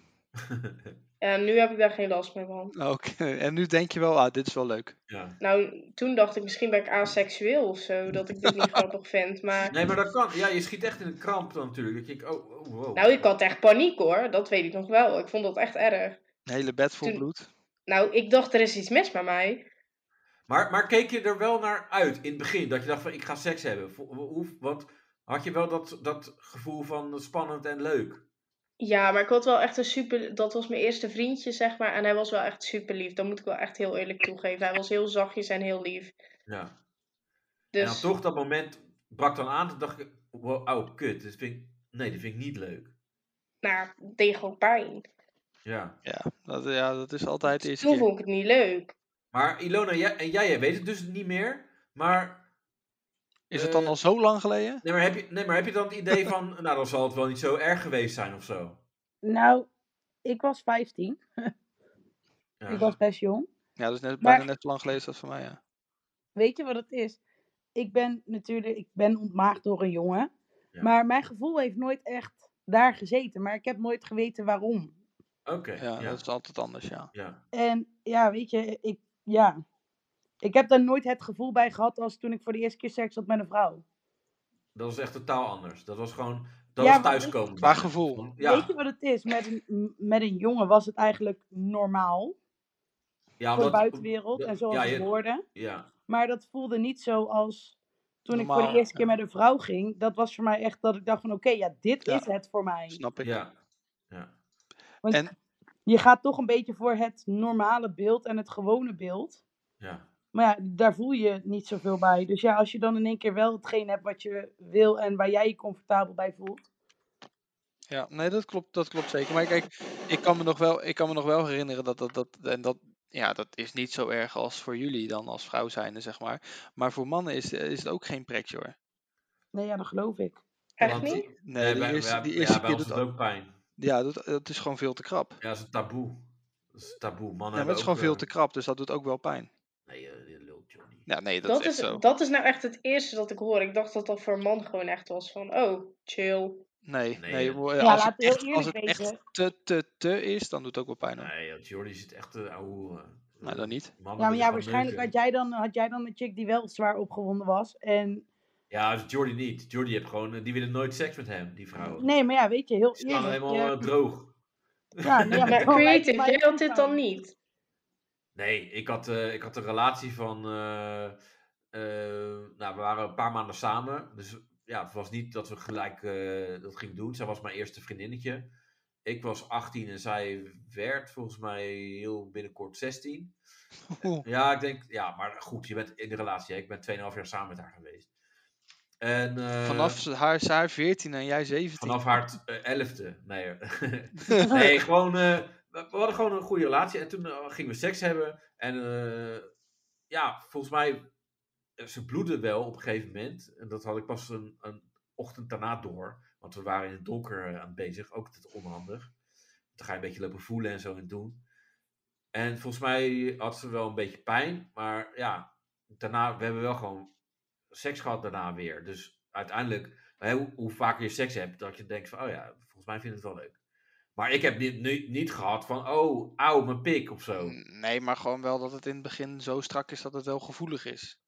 Ja, nu heb ik daar geen last meer van. Oké. En nu denk je wel, ah, dit is wel leuk. ja. Nou, toen dacht ik, misschien ben ik aseksueel of zo, dat ik dit niet grappig vind. Maar, Nee, maar dat kan. Ja, je schiet echt in de kramp dan natuurlijk. Dat je denkt, oh, oh, wow. nou, ik had echt paniek hoor. Dat weet ik nog wel. Ik vond dat echt erg. Een hele bed vol Toen- bloed. Nou, ik dacht, er is iets mis met mij. Maar, maar keek je er wel naar uit in het begin? Dat je dacht van, ik ga seks hebben? Vo- Hoe, want had je wel dat, dat gevoel van spannend en leuk? Ja, maar ik had wel echt een super... Dat was mijn eerste vriendje, zeg maar. En hij was wel echt super lief. Dat moet ik wel echt heel eerlijk toegeven. Hij was heel zachtjes en heel lief. Ja. En Dus... dan toch dat moment brak dan aan. Toen dacht ik, wow, oh, kut. Dit vind ik, nee, dit vind ik niet leuk. Nou, het deed gewoon pijn. Ja. Ja, dat, ja, dat is altijd de eerste Toen keer. vond ik het niet leuk. Maar Ilona, jij, en jij, jij weet het dus niet meer. Maar, Is het dan eh, al zo lang geleden? nee, maar, heb je, nee, maar heb je dan het idee van, nou dan zal het wel niet zo erg geweest zijn of zo? Nou, ik was vijftien. Ja. Ik was best jong. Ja, dat is net, Maar- bijna net zo lang geleden als voor mij, ja. Weet je wat het is? Ik ben natuurlijk, ik ben ontmaagd door een jongen. Ja. Maar mijn gevoel heeft nooit echt daar gezeten. Maar ik heb nooit geweten waarom. Oké, Ja, ja. dat is altijd anders, ja. ja. En ja, weet je, ik, ja. ik heb daar nooit het gevoel bij gehad als toen ik voor de eerste keer seks had met een vrouw. Dat was echt totaal anders. Dat was gewoon, dat Ja, was maar thuiskomen. Qua gevoel. Van, Weet Ja, je wat het is? Met een, met een jongen was het eigenlijk normaal. ja, Voor de omdat, buitenwereld dat- en zoals ja, het je- hoorde. ja, Maar dat voelde niet zo als toen ik voor Normaal, de eerste keer ja. met een vrouw ging. Dat was voor mij echt dat ik dacht van oké, ja, dit Ja. is het voor mij. Snap ik. ja, ja. Want En je gaat toch een beetje voor het normale beeld en het gewone beeld. ja. Maar ja, daar voel je niet zoveel bij. Dus ja, als je dan in één keer wel hetgeen hebt wat je wil en waar jij je comfortabel bij voelt. ja, nee, dat klopt, dat klopt zeker. Maar kijk, ik kan me nog wel, ik kan me nog wel herinneren dat dat, dat, en dat, ja, dat is niet zo erg als voor jullie dan als vrouw zijnde, zeg maar. Maar voor mannen is, is het ook geen pretje hoor. Nee, ja, dat geloof ik. Echt Want- niet? Nee, die bij, eerste, ja, die ja, eerste bij keer ons doet doet het ook pijn. ja, dat, dat is gewoon veel te krap. Ja, dat is een taboe. Dat is een taboe. Mannen Ja, maar hebben het is gewoon ook, veel eh, te krap, dus dat doet ook wel pijn. Nee, eh, je lult Johnny. Ja, nee, dat, Dat is echt is, zo. dat is nou echt het eerste dat ik hoor. Ik dacht dat dat voor een man gewoon echt was van, oh, chill. Nee, Nee, nee, eh, wo- Ja, als, laten het we heel echt, als eerlijk het echt wezen. te, te, te is, dan doet het ook wel pijn hoor. Nee, eh, Jordi zit echt te ouwe. Nou, dan niet. Mannen Ja, maar willen ja, gewoon waarschijnlijk neuken. had jij, dan, had jij dan een chick die wel zwaar opgewonden was. En Ja, dat is Jordi niet. Jordi heeft gewoon, eh, die willen nooit seks met hem, die vrouwen. nee, maar ja, weet je, heel Die staan eerlijk. helemaal je- eh, droog. ja, nee, ja, Maar gewoon lijkt creative, mij jij had ook dit fijn. dan niet? Nee, ik had, eh, ik had een relatie van. eh, eh, nou, we waren een paar maanden samen. Dus ja, het was niet dat we gelijk eh, dat gingen doen. Zij was mijn eerste vriendinnetje. Ik was achttien en zij werd volgens mij heel binnenkort zestien. Oeh. Ja, ik denk, ja, maar goed, je bent in de relatie. Hè? Ik ben twee komma vijf jaar samen met haar geweest. En, eh, Vanaf haar, ze haar veertien en jij zeventien. Vanaf haar eh, elfde. Nee, hoor. nee gewoon. eh, we we hadden gewoon een goede relatie. En toen eh, gingen we seks hebben. En eh, ja, volgens mij. eh, Ze bloedde wel op een gegeven moment. En dat had ik pas een, een ochtend daarna door. Want we waren in het donker eh, aan bezig. Ook altijd onhandig. Dan ga je een beetje lopen voelen en zo en doen. En volgens mij had ze wel een beetje pijn. Maar ja, daarna, we hebben wel gewoon seks gehad daarna weer. Dus uiteindelijk, hè, hoe, hoe vaker je seks hebt, dat je denkt van, oh ja, volgens mij vind ik het wel leuk. Maar ik heb niet, niet, niet gehad van, oh, auw, mijn pik of zo. Nee, maar gewoon wel dat het in het begin zo strak is dat het wel gevoelig is.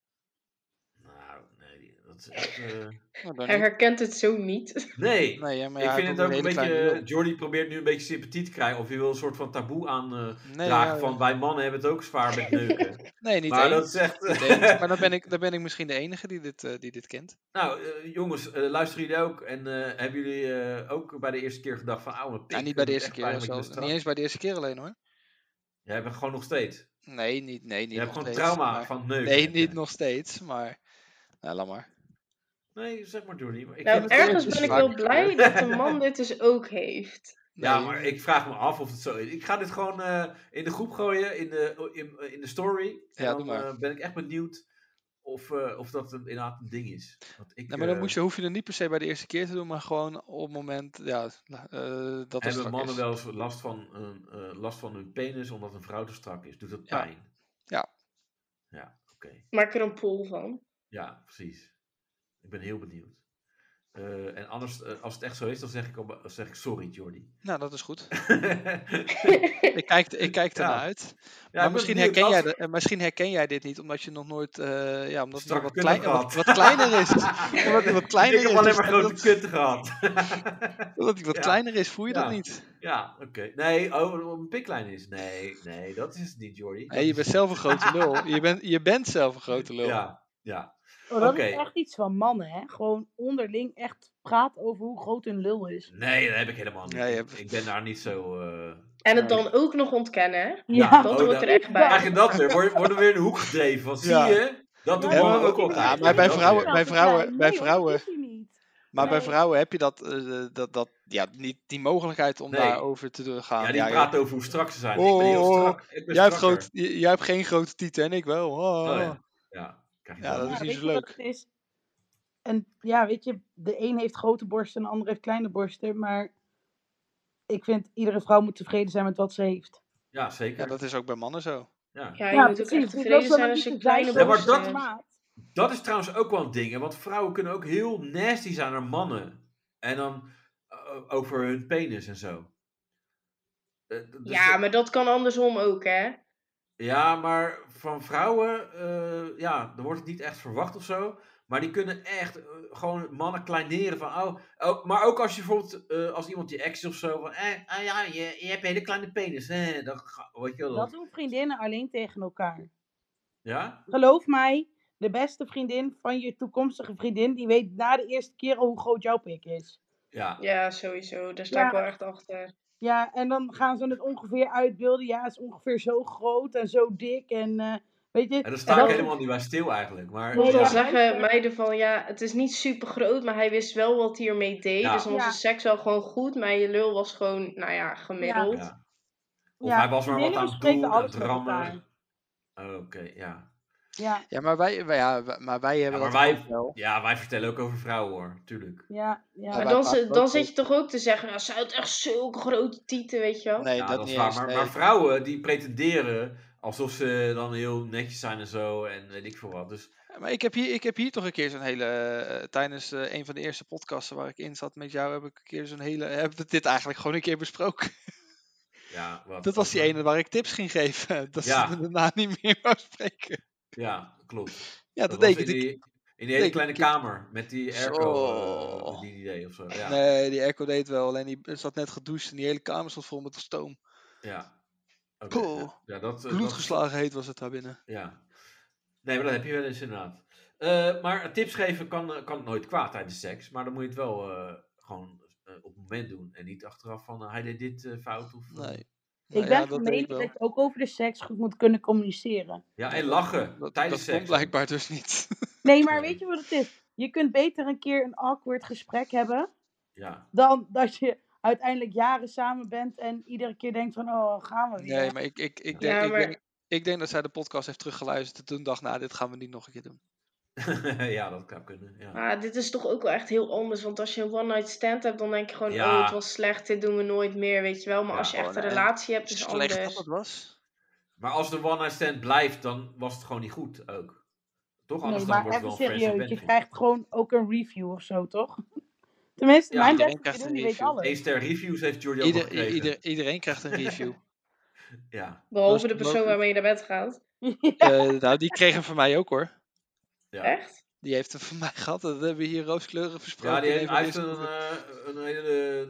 Nou, nee, dat is echt... eh, Nou, dan Hij niet. herkent het zo niet. Nee, Nee, hè, maar ik ja, vind hij het heeft ook een hele beetje... kleine lul. Jordi probeert nu een beetje sympathie te krijgen. Of je wil een soort van taboe aan eh, Nee, dragen ja, van, wij mannen hebben het ook zwaar met neuken. nee, niet maar eens. dat is echt... Niet eens. Maar dan ben, ik, dan ben ik misschien de enige die dit, eh, die dit kent. Nou, eh, jongens, eh, luisteren jullie ook? En eh, hebben jullie eh, ook bij de eerste keer gedacht van, auw, mijn pik? Ja, niet bij de dat eerste doet echt keer. pijn, want je Zelfs, bent niet eens bij de eerste keer alleen hoor. Jij hebt het gewoon nog steeds. Nee, niet, nee, niet Je hebt nog gewoon steeds. trauma maar- van neuken. Nee, heb niet jij. nog steeds. Maar, nou, laat maar. Nee, zeg maar Jordi. Maar ik Nou, vind het ergens wel- ben ik vaak wel blij dat de man dit dus ook heeft. Ja, Nee, maar ik vraag me af of het zo is. Ik ga dit gewoon eh, in de groep gooien, in de, in, in de story. En Ja, dan doe maar. eh, ben ik echt benieuwd of, eh, of dat een, inderdaad een ding is. Want ik, Nee, maar dan eh, moet je, hoef je er niet per se bij de eerste keer te doen, maar gewoon op het moment ja, eh, dat het hebben strak mannen is. wel eens last van, een, eh, last van hun penis omdat een vrouw te strak is? Doet dat Ja. pijn? Ja. Ja, oké. Maak er een poll van. Ja, precies. Ik ben heel benieuwd. Eh, en anders, eh, als het echt zo is, dan zeg ik, al- dan zeg ik sorry, Jordi. Nou, dat is goed. Ik kijk, ik kijk ernaar Ja. uit. Ja, ik maar ben misschien benieuwd. herken, jij Als- de, eh, misschien herken jij dit niet, omdat je nog nooit, eh, ja, omdat het Strakke wat, kut klein, heb wat, gehad. wat kleiner is. Omdat hij wat kleiner ik heb is. alleen dus maar grote dat- kutten gehad. Omdat hij wat Ja. kleiner is, voel je Ja. dat niet. Ja, oké. Nee, oh, omdat mijn pik klein is. Nee, nee, dat is het niet, Jordi. Nee, je bent zelf een grote lul. Je bent, je bent zelf een grote lul. Ja, ja. Oh, dat Oké. is echt iets van mannen, hè? Gewoon onderling echt praten over hoe groot hun lul is. Nee, dat heb ik helemaal niet. Ja, je hebt- Ik ben daar niet zo... eh, En het dan ook nog ontkennen, hè? Ja, Dat oh, hoort dat- er echt bij. Krijg je dat weer? Word- Worden we weer in de hoek gedreven? Want zie Ja. je, dat doen Ja, mannen maar- ook altijd. ja, maar bij Dat vrouwen- weer. bij vrouwen- bij vrouwen- Dat is hij niet. Maar bij Nee. vrouwen heb je dat, eh, dat, dat ja, niet die mogelijkheid om Nee. daarover te gaan. Ja, die Ja, praten over hoe strak ze zijn. Oh, ik ben heel oh, oh. strak. Ik ben jij, hebt strakker. groot, j- jij hebt geen grote tieten en ik wel. Oh, Oh, oh. ja. Ja, krijg je Ja, dat. dat is Ja, niet weet zo je wat leuk. het is? En ja, weet je, de een heeft grote borsten en de ander heeft kleine borsten. Maar ik vind iedere vrouw moet tevreden zijn met wat ze heeft. Ja, zeker. Ja, dat is ook bij mannen zo. Ja. Ja, je Ja, moet ook precies. echt Dus tevreden dat zijn is als wel je niet kleine te Ja, maar borsten dat- hebt. maat. Dat is trouwens ook wel een ding, hè, want vrouwen kunnen ook heel nasty zijn naar mannen. En dan uh, over hun penis en zo. Uh, dus Ja, dat- maar dat kan andersom ook, hè? Ja, maar van vrouwen, uh, ja, dan wordt het niet echt verwacht of zo. Maar die kunnen echt uh, gewoon mannen kleineren van, oh, oh, maar ook als je bijvoorbeeld, uh, als iemand je ex is of zo, van, eh, ah ja, je, je hebt een hele kleine penis, hè, dan ga, weet je wel. Dat doen vriendinnen alleen tegen elkaar. Ja? Geloof mij, de beste vriendin van je toekomstige vriendin, die weet na de eerste keer al hoe groot jouw pik is. Ja. Ja, sowieso. Daar sta Ja. ik wel echt achter. Ja, en dan gaan ze het ongeveer uitbeelden. Ja, het is ongeveer zo groot en zo dik en uh, weet je. En dan sta en ik dat- helemaal niet bij stil eigenlijk. Maar, Want dan Ja. zeggen meiden van, ja, het is niet super groot, maar hij wist wel wat hij ermee deed. Ja. Dus dan was Ja. de seks wel gewoon goed, maar je lul was gewoon, nou ja, gemiddeld. Ja. Of Ja, hij was maar wat vriendinnen aan het bespreken doen, aan alles het met rammen. elkaar. Oh, Oké, ja. Ja, Ja, maar wij, wij- ja, wij- maar wij Ja, hebben maar dat wij, ook wel. ja, wij vertellen ook over vrouwen hoor, tuurlijk. ja, ja. Maar wij dan, praten ze- ook dan zo. zit je toch ook te zeggen, nou, ze had echt zulke grote tieten, weet je wel. Nee, Ja, dat, dat is niet waar. eens. Maar, Nee. maar vrouwen die pretenderen alsof ze dan heel netjes zijn en zo en weet ik veel wat. Dus Maar ik heb hier, ik heb hier toch een keer zo'n hele. eh, tijdens eh, een van de eerste podcasten waar ik in zat met jou, heb ik een keer zo'n hele. Hebben we dit eigenlijk gewoon een keer besproken? ja, wat. Dat was die wat- ene waar ik tips ging geven. Dat Ja. ze me daarna niet meer wou spreken. Ja, klopt. Ja, Dat dat, was deed in ik. die, in die hele deed kleine ik- kamer met die airco Zo. eh, die die deed of zo. Ja, Nee, die airco deed wel. Alleen die zat net gedoucht en die hele kamer stond vol met stoom. ja. Oké, Poeh. ja. Ja, dat, eh, Bloed dat- geslagen heet was het daar binnen. Ja. Nee, maar dat heb je wel eens inderdaad. Eh, maar tips geven kan, eh, kan nooit kwaad tijdens seks. Maar dan moet je het wel eh, gewoon eh, op het moment doen. En niet achteraf van uh, hij deed dit uh, fout. Of, uh... Nee. Ik Nou ben ja, van dat deed ik mening wel. dat je ook over de seks goed moet kunnen communiceren. Ja, en lachen Dat, tijdens dat seks. kon blijkbaar dus niet. Nee, maar Nee. weet je wat het is? Je kunt beter een keer een awkward gesprek hebben, Ja. dan dat je uiteindelijk jaren samen bent en iedere keer denkt van, oh, gaan we weer. Nee, maar ik, ik, ik, denk, Ja, ik, maar- denk, ik denk dat zij de podcast heeft teruggeluisterd en toen dacht, nou, dit gaan we niet nog een keer doen. ja, dat kan kunnen. Ja. Maar dit is toch ook wel echt heel anders. Want als je een one-night stand hebt, dan denk je gewoon, Ja. oh, het was slecht, dit doen we nooit meer, weet je wel. Maar Ja. als je echt Oh, een nee. relatie hebt, is het Slecht anders. dat het was. Maar als de one night stand blijft, dan was het gewoon niet goed ook. Toch? Anders Nee, dan maar wordt het even wel een friends serieus, je benefit. krijgt gewoon ook een review of zo, toch? Tenminste, Ja, mijn iedereen beste krijgt vriendin een die weet review. alles. Eén ster reviews heeft Jordi ook nog Ieder, gekregen. ieder, iedereen krijgt een review. Ja. Behalve Dat de is persoon mogelijk. waarmee je naar bed gaat. Eh, nou, die kreeg hem van mij ook hoor. Ja. Echt? Die heeft hem van mij gehad. Dat hebben we hier rooskleurig besproken. Ja, die in heeft, een hij van heeft de een, eerste- eh, een hele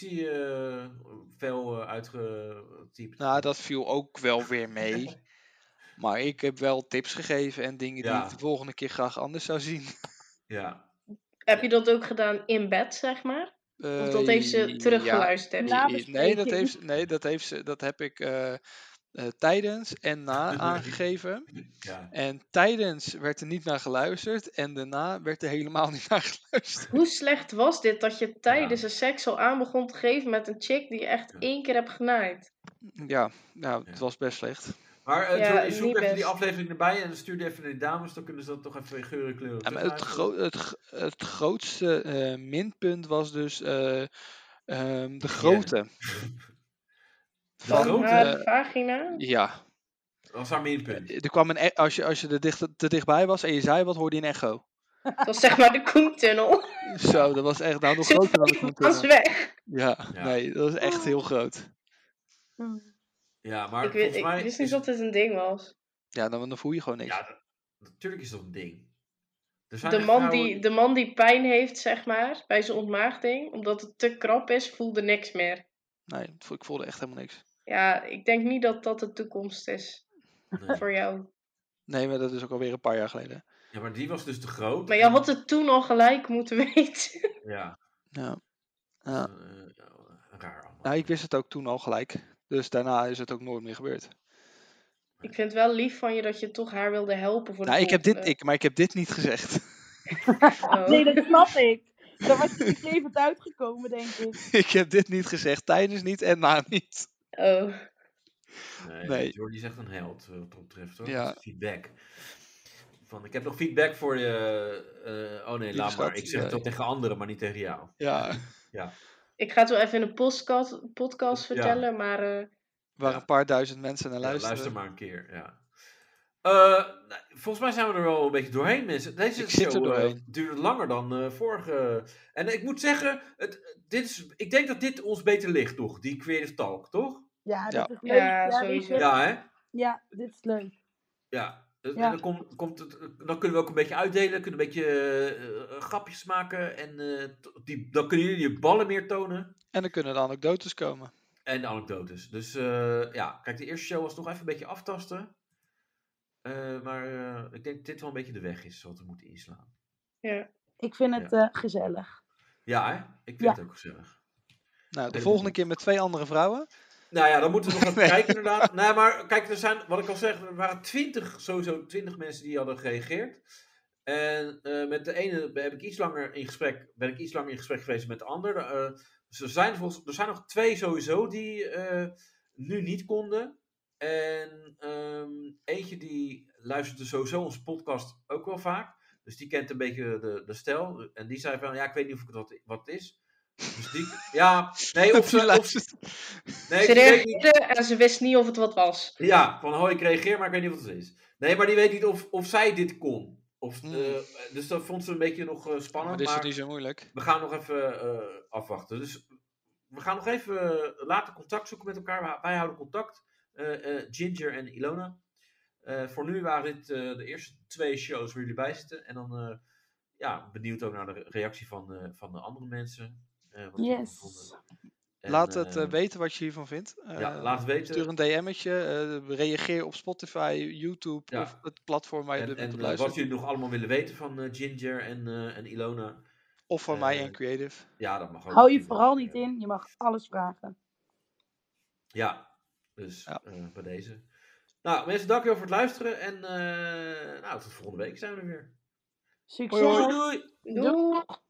notitievel uh, uitgetypt. Nou, dat viel ook wel weer mee. Maar ik heb wel tips gegeven en dingen die Ja. ik de volgende keer graag anders zou zien. Ja. Heb je dat ook gedaan in bed, zeg maar? Of dat Eh, heeft ze teruggeluisterd? ja, Na i- i- nee, dat bespreking. heeft, nee, dat heeft ze, dat heb ik eh, eh, tijdens en na aangegeven. Ja. En tijdens werd er niet naar geluisterd en daarna werd er helemaal niet naar geluisterd. Hoe slecht was dit dat je tijdens de seks al aan begon te geven met een chick die je echt Ja. één keer hebt genaaid? Ja, nou, het Ja. was best slecht. Maar uh, Ja, Jordi, zoek niet even die best. aflevering erbij en stuur die even naar die dames. Dan kunnen ze dat toch even geuren kleuren. Ja, maar het, gro- het, g- het grootste eh, minpunt was dus eh, ehm, de grootte. De Van grote haar vagina? Ja, was haar minpunt. er kwam een, e- als je, als je er dicht, te dichtbij was en je zei wat, hoorde je een echo. Dat was zeg maar de Koentunnel. Zo, dat was echt nou nog Ze groter dan de was Koentunnel. weg. Ja, Ja. nee, dat was echt heel groot. Ja, maar Ik, weet, volgens ik mij wist niet is- dat dit een ding was. Ja, dan, dan voel je gewoon niks. Ja, dat- natuurlijk is dat een ding. Er zijn De echt man, vrouwen die, de man die pijn heeft, zeg maar, bij zijn ontmaagding, omdat het te krap is, voelde niks meer. Nee, het voel- ik voelde echt helemaal niks. Ja, ik denk niet dat dat de toekomst is Nee. voor jou. Nee, maar dat is ook alweer een paar jaar geleden. Ja, maar die was dus te groot. Maar je had het toen al gelijk moeten weten. Ja, Ja. dat Ja. is, eh, ja, raar allemaal. Nou, ik wist het ook toen al gelijk. Dus daarna is het ook nooit meer gebeurd. Ik vind het wel lief van je dat je toch haar wilde helpen voor de Nou, ik heb dit, volgende. ik, maar ik heb dit niet gezegd. Oh. Nee, dat snap ik. Daar was je niet levend uitgekomen, denk ik. ik heb dit niet gezegd. Tijdens niet en na niet. Oh. Nee, Nee. Jordi is echt een held wat dat betreft hoor. Ja. Dat is feedback. Van, ik heb nog feedback voor je. eh, oh nee, Lieve laat maar. schat, Ik zeg het ja. wel tegen anderen, maar niet tegen jou. Ja, Ik ga het wel even in een podcast, podcast Ja. vertellen, maar eh, waar Ja. een paar duizend mensen naar Ja, luisteren. luister maar een keer. Ja. Uh, nou, volgens mij zijn we er wel een beetje doorheen, mensen. Deze Ik zit er show uh, doorheen. duurde langer dan uh, vorige. En ik moet zeggen, het, dit is, ik denk dat dit ons beter ligt, toch? Die Creative Talk, toch? Ja, Ja. dat is leuk. Ja, Ja, sowieso. weet je, Ja, hè? ja, dit is leuk. Ja. En Ja. dan, komt, komt het, dan kunnen we ook een beetje uitdelen, kunnen een beetje uh, uh, grapjes maken. En uh, t- die, dan kunnen jullie je ballen meer tonen. En dan kunnen de anekdotes komen. En de anekdotes. Dus uh, ja, kijk, de eerste show was nog even een beetje aftasten. Uh, maar uh, ik denk dat dit wel een beetje de weg is wat we moeten inslaan. Ja. Ik vind het Ja. uh, gezellig. Ja, hè? Ik vind Ja. het ook gezellig. Nou, de Helemaal volgende goed. keer met twee andere vrouwen. Nou ja, dan moeten we nog even Nee. kijken inderdaad. Nee, maar kijk, er zijn, wat ik al zeg, er waren twintig, sowieso twintig mensen die hadden gereageerd. En uh, met de ene heb ik iets langer in gesprek, ben ik iets langer in gesprek geweest met de ander. Uh, dus er zijn, volgens, er zijn nog twee sowieso die uh, nu niet konden. En um, eentje die luisterde sowieso onze podcast ook wel vaak. Dus die kent een beetje de, de stijl. En die zei van, ja, ik weet niet of het wat, wat is. Dus die, ja, nee, of Die ze... Of, luistert. nee, Ze die weet niet. reageerde en ze wist niet of het wat was. Ja, van hoi, ik reageer, maar ik weet niet wat het is. Nee, maar die weet niet of, of zij dit kon. Of, Hmm. uh, dus dat vond ze een beetje nog uh, Maar spannend. dit is Maar toch niet zo moeilijk. we gaan nog even uh, afwachten. Dus we gaan nog even uh, later contact zoeken met elkaar. Wij houden contact. Uh, uh, Ginger en Ilona. Uh, voor nu waren dit uh, de eerste twee shows waar jullie bij zitten. En dan uh, ja, benieuwd ook naar de reactie van, uh, van de andere mensen. Uh, wat die ervan Yes. vonden. En, Laat het uh, uh, weten wat je hiervan vindt. Uh, ja, laat het weten. Stuur een D M'tje. Uh, reageer op Spotify, YouTube Ja. of het platform waar je En, dit en moet uh, luisteren. wat jullie nog allemaal willen weten van uh, Ginger en, uh, en Ilona. Of van uh, mij en Creative. Ja, dat mag ook. Hou je natuurlijk. vooral niet in, je mag alles vragen. Ja, dus Ja. uh, bij deze. Nou, mensen, dankjewel voor het luisteren. En uh, nou, tot volgende week zijn we er weer. Succes! Hoi, hoi, doei! Doei!